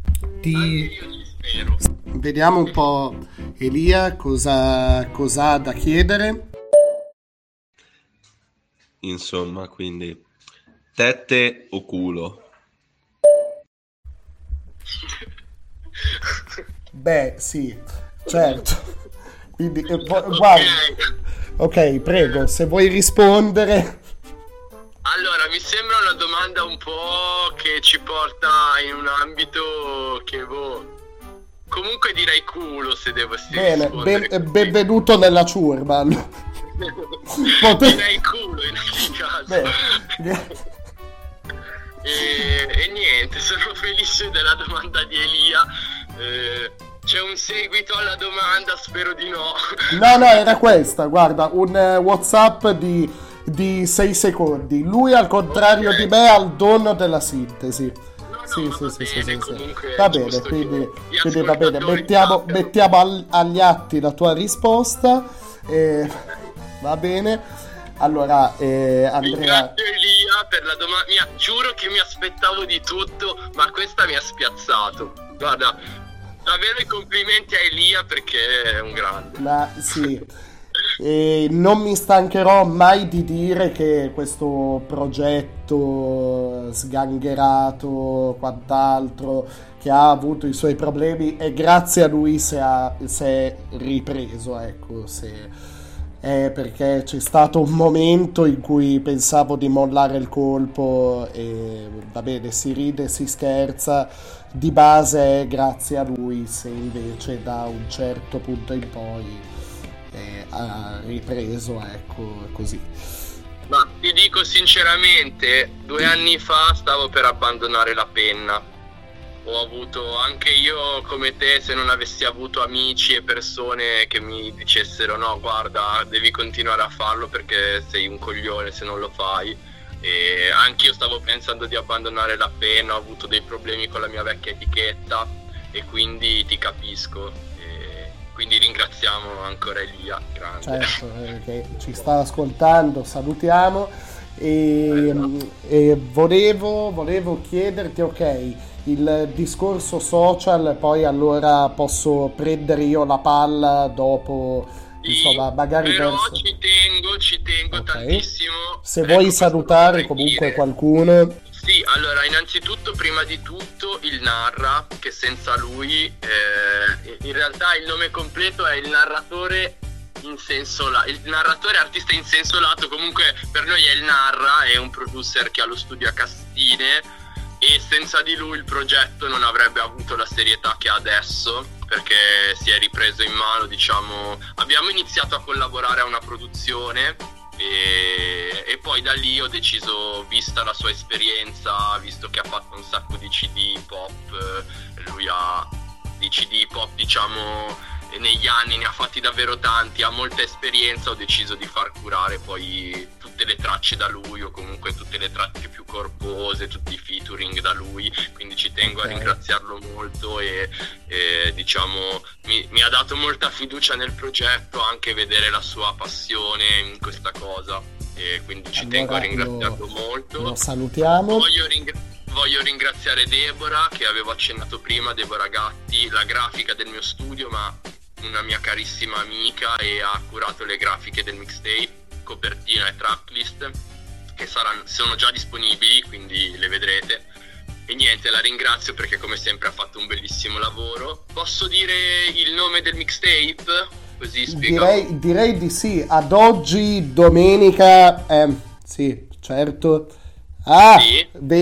vediamo un po' Elia cosa ha da chiedere.
Insomma, quindi tette o culo?
Beh, sì, certo. Quindi, guarda, ok, prego, se vuoi rispondere.
Allora, mi sembra una domanda un po' che ci porta in un ambito che comunque direi culo se devo rispondere.
Benvenuto nella ciurma.
Direi culo in ogni caso. E niente, sono felice della domanda di Elia. C'è un seguito alla domanda? Spero di no.
No, era questa, guarda, un WhatsApp di 6 secondi. Lui al contrario di me ha il dono della sintesi. Sì. Va bene, quindi va bene, mettiamo agli atti la tua risposta. Va bene. Allora, Andrea,
ringrazio Elia per la domanda. Giuro che mi aspettavo di tutto, ma questa mi ha spiazzato. Guarda, davvero i complimenti a Elia perché è un grande.
Ma sì, non mi stancherò mai di dire che questo progetto sgangherato, quant'altro, che ha avuto i suoi problemi, e grazie a lui si è ripreso, ecco, perché c'è stato un momento in cui pensavo di mollare il colpo, e va bene, si ride, si scherza, di base è grazie a lui se invece da un certo punto in poi ha ripreso, ecco, così.
Ma ti dico sinceramente, 2 anni fa stavo per abbandonare la penna. Ho avuto anche io come te, se non avessi avuto amici e persone che mi dicessero no, guarda, devi continuare a farlo perché sei un coglione se non lo fai. E anche io stavo pensando di abbandonare la penna, ho avuto dei problemi con la mia vecchia etichetta e quindi ti capisco. E quindi ringraziamo ancora Elia, grande.
Certo, che ci sta ascoltando, salutiamo. E volevo chiederti, ok, il discorso social, poi allora posso prendere io la palla dopo, insomma, magari
però
verso...
ci tengo okay. Tantissimo.
Se vuoi salutare comunque qualcuno.
Sì, allora, innanzitutto, prima di tutto, il Narra, che senza lui, in realtà il nome completo è il narratore in senso il narratore artista in senso lato, comunque per noi è il Narra, è un producer che ha lo studio a Castine, e senza di lui il progetto non avrebbe avuto la serietà che ha adesso, perché si è ripreso in mano, diciamo, abbiamo iniziato a collaborare a una produzione e poi da lì ho deciso, vista la sua esperienza, visto che ha fatto un sacco di CD pop, lui ha di CD pop, diciamo, negli anni ne ha fatti davvero tanti, ha molta esperienza, ho deciso di far curare poi tutte le tracce da lui, o comunque tutte le tracce più corpose, tutti i featuring da lui, quindi ci tengo a ringraziarlo molto e diciamo mi ha dato molta fiducia nel progetto, anche vedere la sua passione in questa cosa, e quindi ci tengo a ringraziarlo molto.
Lo salutiamo.
Voglio ringraziare Deborah, che avevo accennato prima, Deborah Gatti, la grafica del mio studio, ma una mia carissima amica, e ha curato le grafiche del mixtape, copertina e tracklist, che sono già disponibili, quindi le vedrete. E niente, la ringrazio perché come sempre ha fatto un bellissimo lavoro. Posso dire il nome del mixtape? Così spiego.
Direi di sì. Ad oggi, domenica, sì, certo. Sì.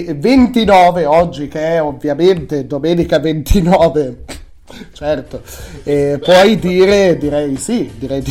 29 oggi, che è ovviamente domenica 29. Certo, puoi dire, direi di sì.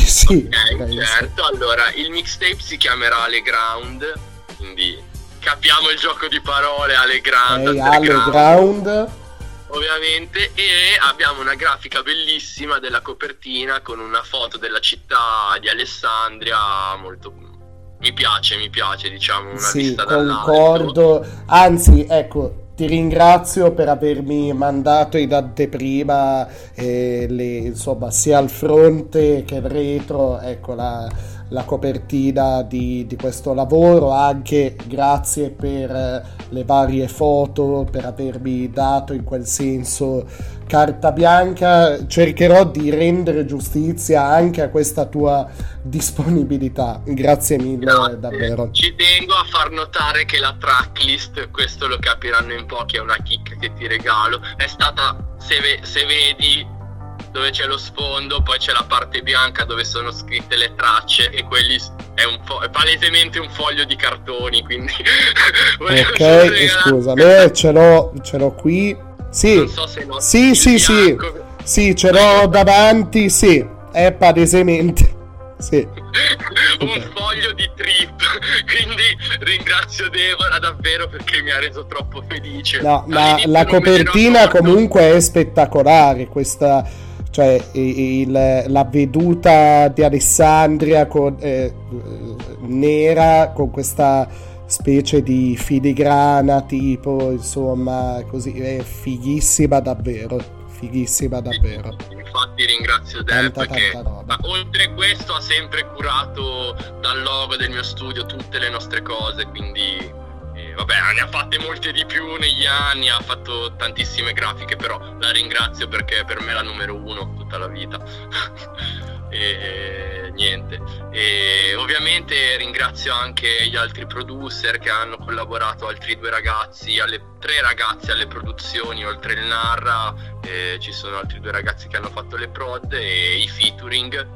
Ok, certo. Allora, il mixtape si chiamerà Ale Ground, quindi capiamo il gioco di parole, Ale Ground,
Ale Ground,
ovviamente, e abbiamo una grafica bellissima della copertina con una foto della città di Alessandria, molto... mi piace, diciamo, una vista dall'alto.
Concordo, anzi, ecco, ti ringrazio per avermi mandato in anteprima insomma, sia il fronte che il retro, ecco, la copertina di questo lavoro. Anche grazie per le varie foto, per avermi dato in quel senso carta bianca. Cercherò di rendere giustizia anche a questa tua disponibilità. Grazie mille, davvero.
Ci tengo a far notare che la tracklist, questo lo capiranno in pochi, è una chicca che ti regalo, è stata, se vedi dove c'è lo sfondo, poi c'è la parte bianca dove sono scritte le tracce, e quelli è palesemente un foglio di cartoni, quindi
ok, scusami, ce l'ho qui. Sì,
non so se
sì, ce l'ho davanti, sì, è palesemente sì.
Un foglio di trip, quindi ringrazio Deborah davvero perché mi ha reso troppo felice.
No, ma la copertina comunque è spettacolare, questa, cioè la veduta di Alessandria nera con questa specie di filigrana tipo, insomma, così, è fighissima davvero.
Infatti ringrazio Deb perché oltre questo ha sempre curato dal logo del mio studio tutte le nostre cose, quindi vabbè, ne ha fatte molte di più negli anni, ha fatto tantissime grafiche, però la ringrazio perché per me è la numero uno tutta la vita. E niente, e ovviamente ringrazio anche gli altri producer che hanno collaborato, altri 2 ragazzi, tre ragazzi alle produzioni, oltre il Narra, ci sono altri 2 ragazzi che hanno fatto le prod e i featuring,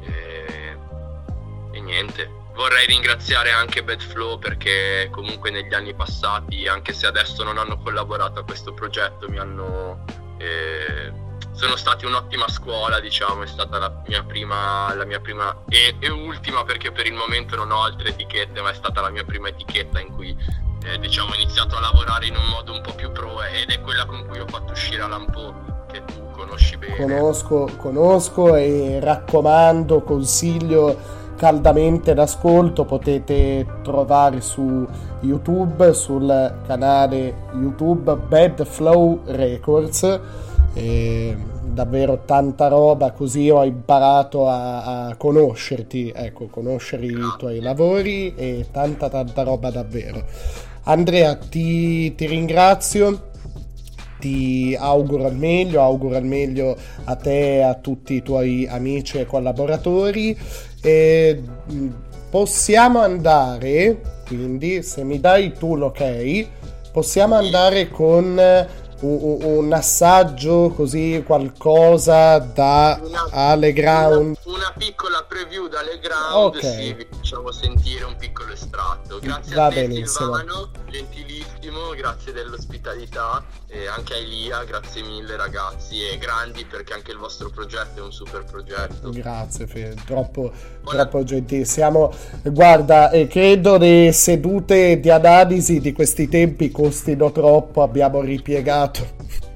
e niente, vorrei ringraziare anche Bad Flow perché comunque negli anni passati, anche se adesso non hanno collaborato a questo progetto, sono stati un'ottima scuola, diciamo, è stata la mia prima e ultima, perché per il momento non ho altre etichette, ma è stata la mia prima etichetta in cui diciamo ho iniziato a lavorare in un modo un po' più pro, ed è quella con cui ho fatto uscire Alampo, che tu conosci bene.
Conosco e raccomando, consiglio caldamente l'ascolto. Potete trovare su YouTube, sul canale YouTube Bad Flow Records, davvero tanta roba, così ho imparato a conoscerti, ecco, conoscere i tuoi lavori, e tanta roba davvero. Andrea, ti ringrazio, ti auguro il meglio a te e a tutti i tuoi amici e collaboratori. Possiamo andare, quindi, se mi dai tu l'ok, possiamo andare con un assaggio, così, qualcosa da Ale Ground.
Un una piccola preview dalle ground,
Ok.
sì, vi facciamo sentire un piccolo estratto. Grazie
Va
a te
benissimo.
Silvano, gentilissimo, grazie dell'ospitalità, e anche a Elia, grazie mille ragazzi, e grandi perché anche il vostro progetto è un super progetto.
Grazie troppo gentili. Guarda, credo le sedute di analisi di questi tempi costino troppo, abbiamo ripiegato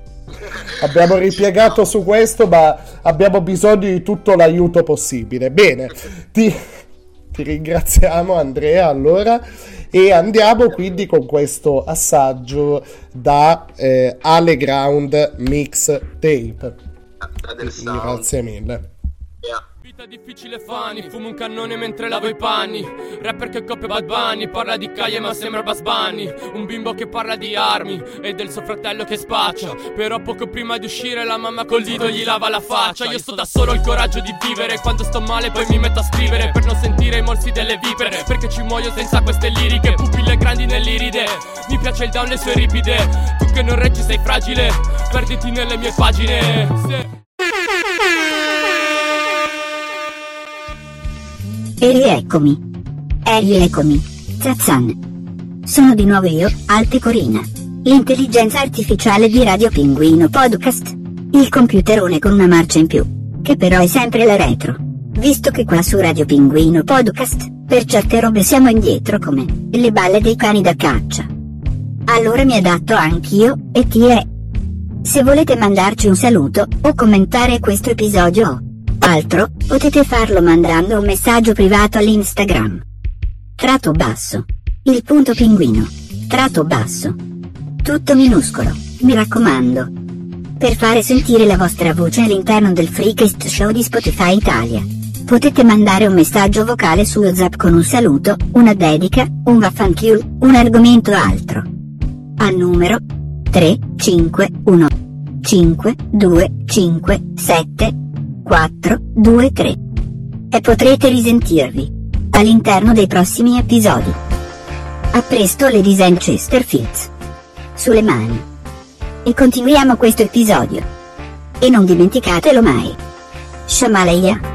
su questo, ma abbiamo bisogno di tutto l'aiuto possibile. Bene, ti ringraziamo Andrea, allora, e andiamo quindi con questo assaggio da Ale Ground Mixtape. Grazie mille.
Vita difficile Fanny, fumo un cannone mentre lavo i panni. Rapper che copia Bad Bunny, parla di Calle ma sembra Buzz Bunny. Un bimbo che parla di armi e del suo fratello che spaccia. Però poco prima di uscire la mamma col dito gli lava la faccia. Io sto da solo, ho il coraggio di vivere. Quando sto male poi mi metto a scrivere per non sentire i morsi delle vipere, perché ci muoio senza queste liriche, pupille grandi nell'iride. Mi piace il down, le sue ripide. Tu che non reggi sei fragile, perditi nelle mie pagine.
E rieccomi. Zazzan. Sono di nuovo io, Altecorina. L'intelligenza artificiale di Radio Pinguino Podcast. Il computerone con una marcia in più, che però è sempre la retro. Visto che qua su Radio Pinguino Podcast, per certe robe siamo indietro come le balle dei cani da caccia. Allora mi adatto anch'io, e se volete mandarci un saluto, o commentare questo episodio o altro, potete farlo mandando un messaggio privato all'Instagram. _, il punto pinguino, _, tutto minuscolo, mi raccomando. Per fare sentire la vostra voce all'interno del Freecast Show di Spotify Italia, potete mandare un messaggio vocale su WhatsApp con un saluto, una dedica, un vaffanculo, un argomento o altro. Al numero 351 5257 423. E potrete risentirvi all'interno dei prossimi episodi. A presto, ladies and Chesterfields. Sulle mani. E continuiamo questo episodio. E non dimenticatelo mai. Shamalaya.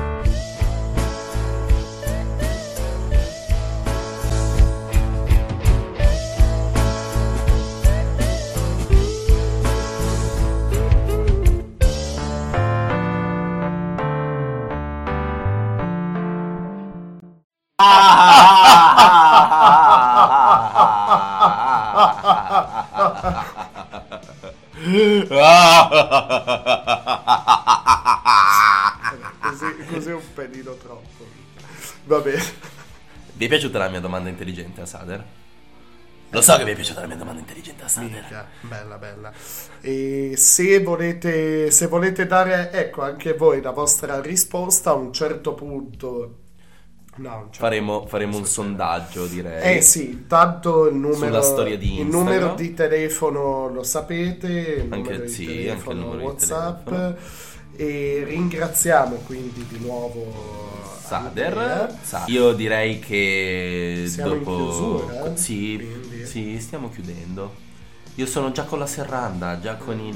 Così è un pelino troppo. Va bene.
Vi è piaciuta la mia domanda intelligente a Sader? Lo so che vi è piaciuta la mia domanda intelligente a Sader.
Bella. E se volete dare, ecco, anche voi la vostra risposta a un certo punto. No,
faremo un sondaggio, direi.
Sì, tanto il numero,
sulla storia di
il
Instagram.
numero di telefono lo sapete, il
Anche
numero di telefono,
anche il numero
WhatsApp.
di telefono.
E ringraziamo quindi di nuovo
Sader. Io direi che
siamo
dopo
in chiusura,
sì, stiamo chiudendo. Io sono già con la serranda, già con il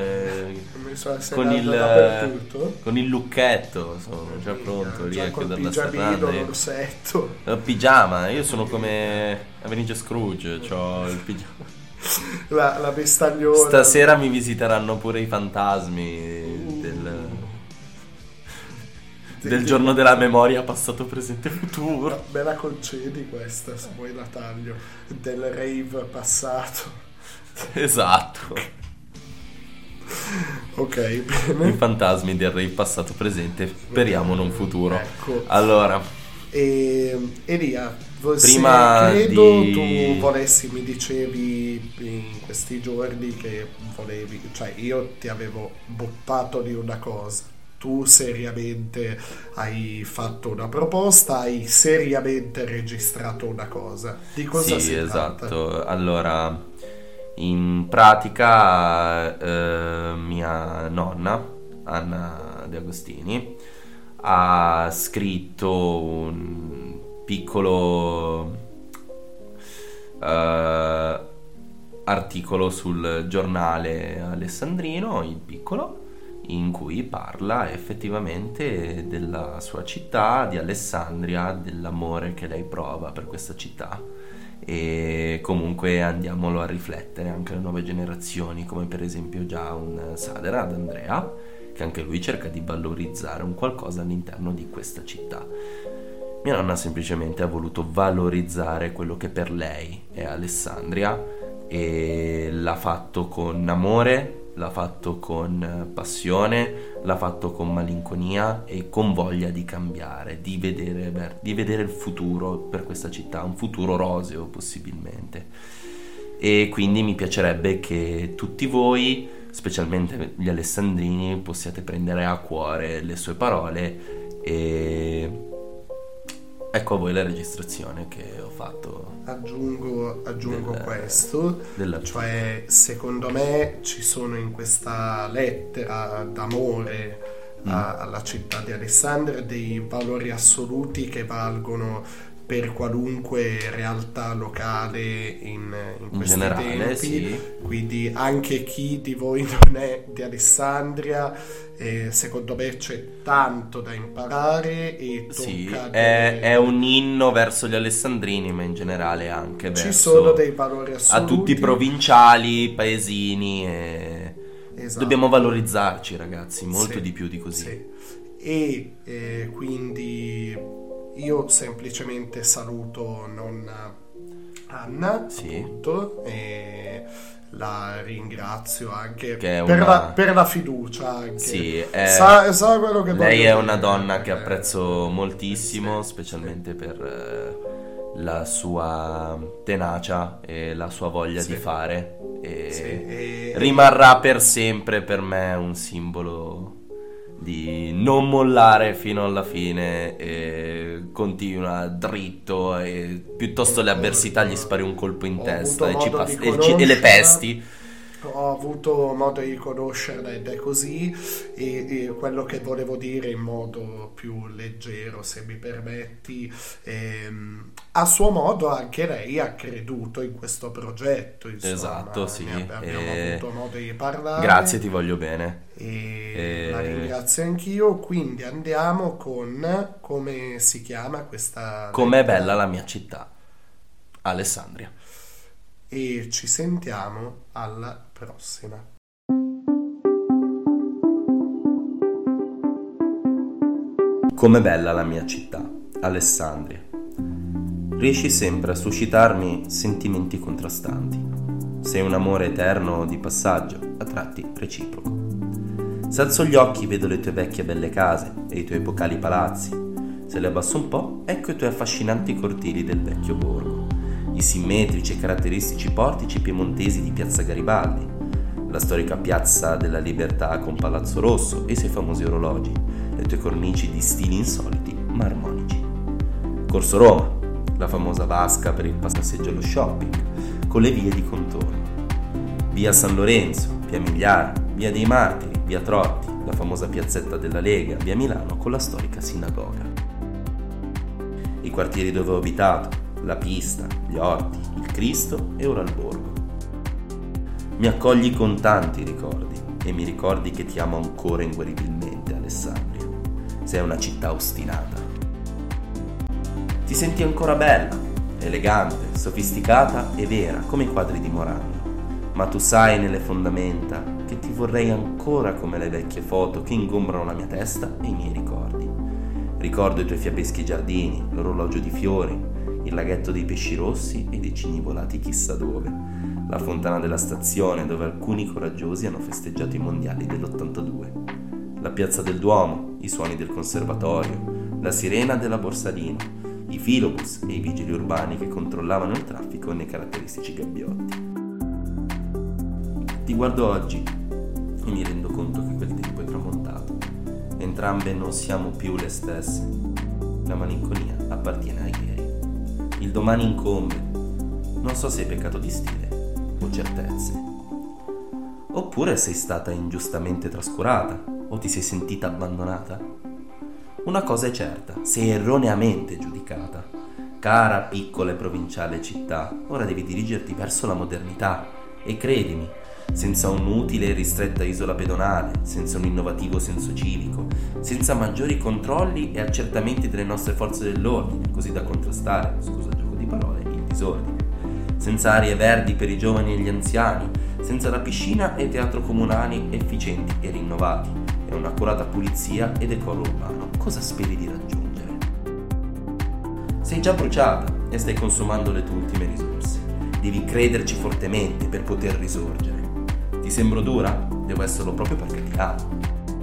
lucchetto, sono già pronto lì a chiudere la serranda.
L'orsetto.
Pigiama, io sono come Avenice Scrooge, c'ho il pigiama.
La vestagliona.
Stasera mi visiteranno pure i fantasmi del giorno della memoria passato, presente e futuro.
Me la concedi questa, se vuoi la taglio, del rave passato.
Esatto.
Ok, bene.
I fantasmi del rave passato presente, speriamo non futuro.
Ecco.
Allora,
Elia,
prima
tu volessi, mi dicevi in questi giorni che volevi, cioè io ti avevo buttato di una cosa, tu seriamente hai fatto una proposta, hai seriamente registrato una cosa. Di cosa si tratta?
Esatto. Allora, in pratica mia nonna Anna De Agostini ha scritto un piccolo articolo sul giornale alessandrino, Il Piccolo, in cui parla effettivamente della sua città, di Alessandria, dell'amore che lei prova per questa città. E comunque andiamolo a riflettere anche le nuove generazioni, come per esempio già un Sadera ad Andrea, che anche lui cerca di valorizzare un qualcosa all'interno di questa città. Mia nonna semplicemente ha voluto valorizzare quello che per lei è Alessandria e l'ha fatto con amore, l'ha fatto con passione, l'ha fatto con malinconia e con voglia di cambiare, di vedere il futuro per questa città, un futuro roseo possibilmente. E quindi mi piacerebbe che tutti voi, specialmente gli alessandrini, possiate prendere a cuore le sue parole e ecco a voi la registrazione che ho fatto.
Aggiungo questo, cioè secondo me ci sono in questa lettera d'amore alla città di Alessandria dei valori assoluti che valgono per qualunque realtà locale in questi
generale,
tempi,
sì.
Quindi anche chi di voi non è di Alessandria, secondo me c'è tanto da imparare e
Sì,
tocca
è un inno verso gli alessandrini, ma in generale anche verso
ci sono dei valori assoluti
a tutti i provinciali, paesini
Esatto.
Dobbiamo valorizzarci, ragazzi, molto
Sì,
di più di così.
sì. E quindi io semplicemente saluto nonna Anna, appunto, e la ringrazio anche per la fiducia anche.
Sì,
sa quello che
lei
voglio
è una
dire.
donna che apprezzo moltissimo, specialmente per la sua tenacia e la sua voglia di fare, e rimarrà per sempre per me un simbolo di non mollare fino alla fine e continua dritto, e piuttosto le avversità gli spari un colpo in testa e le pesti.
Ho avuto modo di conoscerla ed è così, e quello che volevo dire in modo più leggero, se mi permetti, a suo modo anche lei ha creduto in questo progetto, insomma.
Esatto, sì.
Abbiamo avuto modo di parlare.
Grazie, ti voglio bene.
E la ringrazio anch'io, quindi andiamo con, come si chiama questa
Com'è bella la mia città, Alessandria.
E ci sentiamo alla prossima.
Com'è bella la mia città, Alessandria. Riesci sempre a suscitarmi sentimenti contrastanti. Sei un amore eterno di passaggio, a tratti reciproco. Se alzo gli occhi vedo le tue vecchie belle case e i tuoi epocali palazzi. Se li abbasso un po', ecco i tuoi affascinanti cortili del vecchio borgo. I simmetrici e caratteristici portici piemontesi di Piazza Garibaldi, la storica Piazza della Libertà con Palazzo Rosso e i suoi famosi orologi, le tue cornici di stili insoliti ma armonici. Corso Roma, la famosa vasca per il passeggio allo shopping, con le vie di contorno. Via San Lorenzo, via Migliara, via dei Martiri, via Trotti, la famosa piazzetta della Lega, via Milano con la storica sinagoga. I quartieri dove ho abitato, la pista, gli orti, il Cristo e ora il borgo. Mi accogli con tanti ricordi e mi ricordi che ti amo ancora inguaribilmente, Alessandria. Sei una città ostinata. Ti senti ancora bella, elegante, sofisticata e vera come i quadri di Morandi, ma tu sai nelle fondamenta che ti vorrei ancora come le vecchie foto che ingombrano la mia testa e i miei ricordi. Ricordo i tuoi fiabeschi giardini, l'orologio di fiori, il laghetto dei pesci rossi e dei cigni volati chissà dove, la fontana della stazione dove alcuni coraggiosi hanno festeggiato i mondiali dell'82, la piazza del Duomo, i suoni del conservatorio, la sirena della Borsalino, i filobus e i vigili urbani che controllavano il traffico nei caratteristici gabbiotti. Ti guardo oggi e mi rendo conto che quel tempo è tramontato. Entrambe non siamo più le stesse. La malinconia appartiene a ieri. Il domani incombe. Non so se è peccato di stile o certezze. Oppure sei stata ingiustamente trascurata o ti sei sentita abbandonata. Una cosa è certa, sei erroneamente giudicata. Cara piccola e provinciale città, ora devi dirigerti verso la modernità e credimi, senza un'utile e ristretta isola pedonale, senza un innovativo senso civico, senza maggiori controlli e accertamenti delle nostre forze dell'ordine, così da contrastare, scusa il gioco di parole, il disordine, senza aree verdi per i giovani e gli anziani, senza la piscina e teatro comunali efficienti e rinnovati, e un'accurata pulizia e decoro urbano. Cosa speri di raggiungere? Sei già bruciata e stai consumando le tue ultime risorse. Devi crederci fortemente per poter risorgere. Ti sembro dura? Devo esserlo proprio perché ti amo.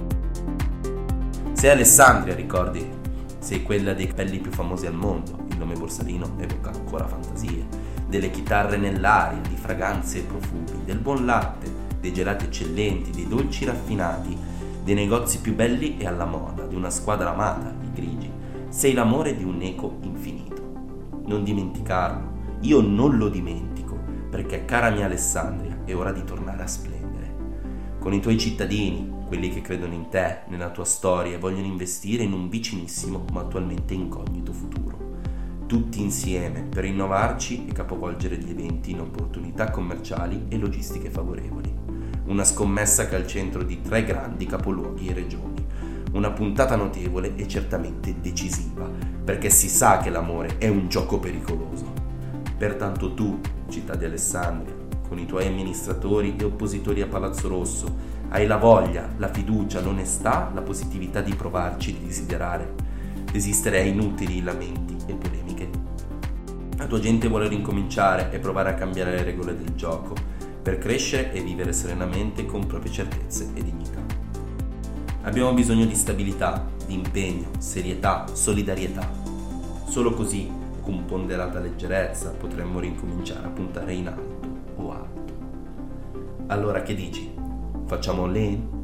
Sei Alessandria, ricordi? Sei quella dei capelli più famosi al mondo. Il nome Borsalino evoca ancora fantasie. Delle chitarre nell'aria, di fragranze e profumi, del buon latte, dei gelati eccellenti, dei dolci raffinati, dei negozi più belli e alla moda, di una squadra amata, i grigi. Sei l'amore di un eco infinito. Non dimenticarlo. Io non lo dimentico, perché cara mia Alessandria, è ora di tornare a splendere. Con i tuoi cittadini, quelli che credono in te, nella tua storia e vogliono investire in un vicinissimo ma attualmente incognito futuro. Tutti insieme per rinnovarci e capovolgere gli eventi in opportunità commerciali e logistiche favorevoli. Una scommessa che è al centro di 3 grandi capoluoghi e regioni. Una puntata notevole e certamente decisiva, perché si sa che l'amore è un gioco pericoloso. Pertanto tu, città di Alessandria, con i tuoi amministratori e oppositori a Palazzo Rosso, hai la voglia, la fiducia, l'onestà, la positività di provarci, di desiderare. Desistere a inutili lamenti e polemiche. La tua gente vuole rincominciare e provare a cambiare le regole del gioco, per crescere e vivere serenamente con proprie certezze e dignità. Abbiamo bisogno di stabilità, di impegno, serietà, solidarietà. Solo così, con ponderata leggerezza, potremmo ricominciare a puntare in alto o alto. Allora che dici? Facciamo lane?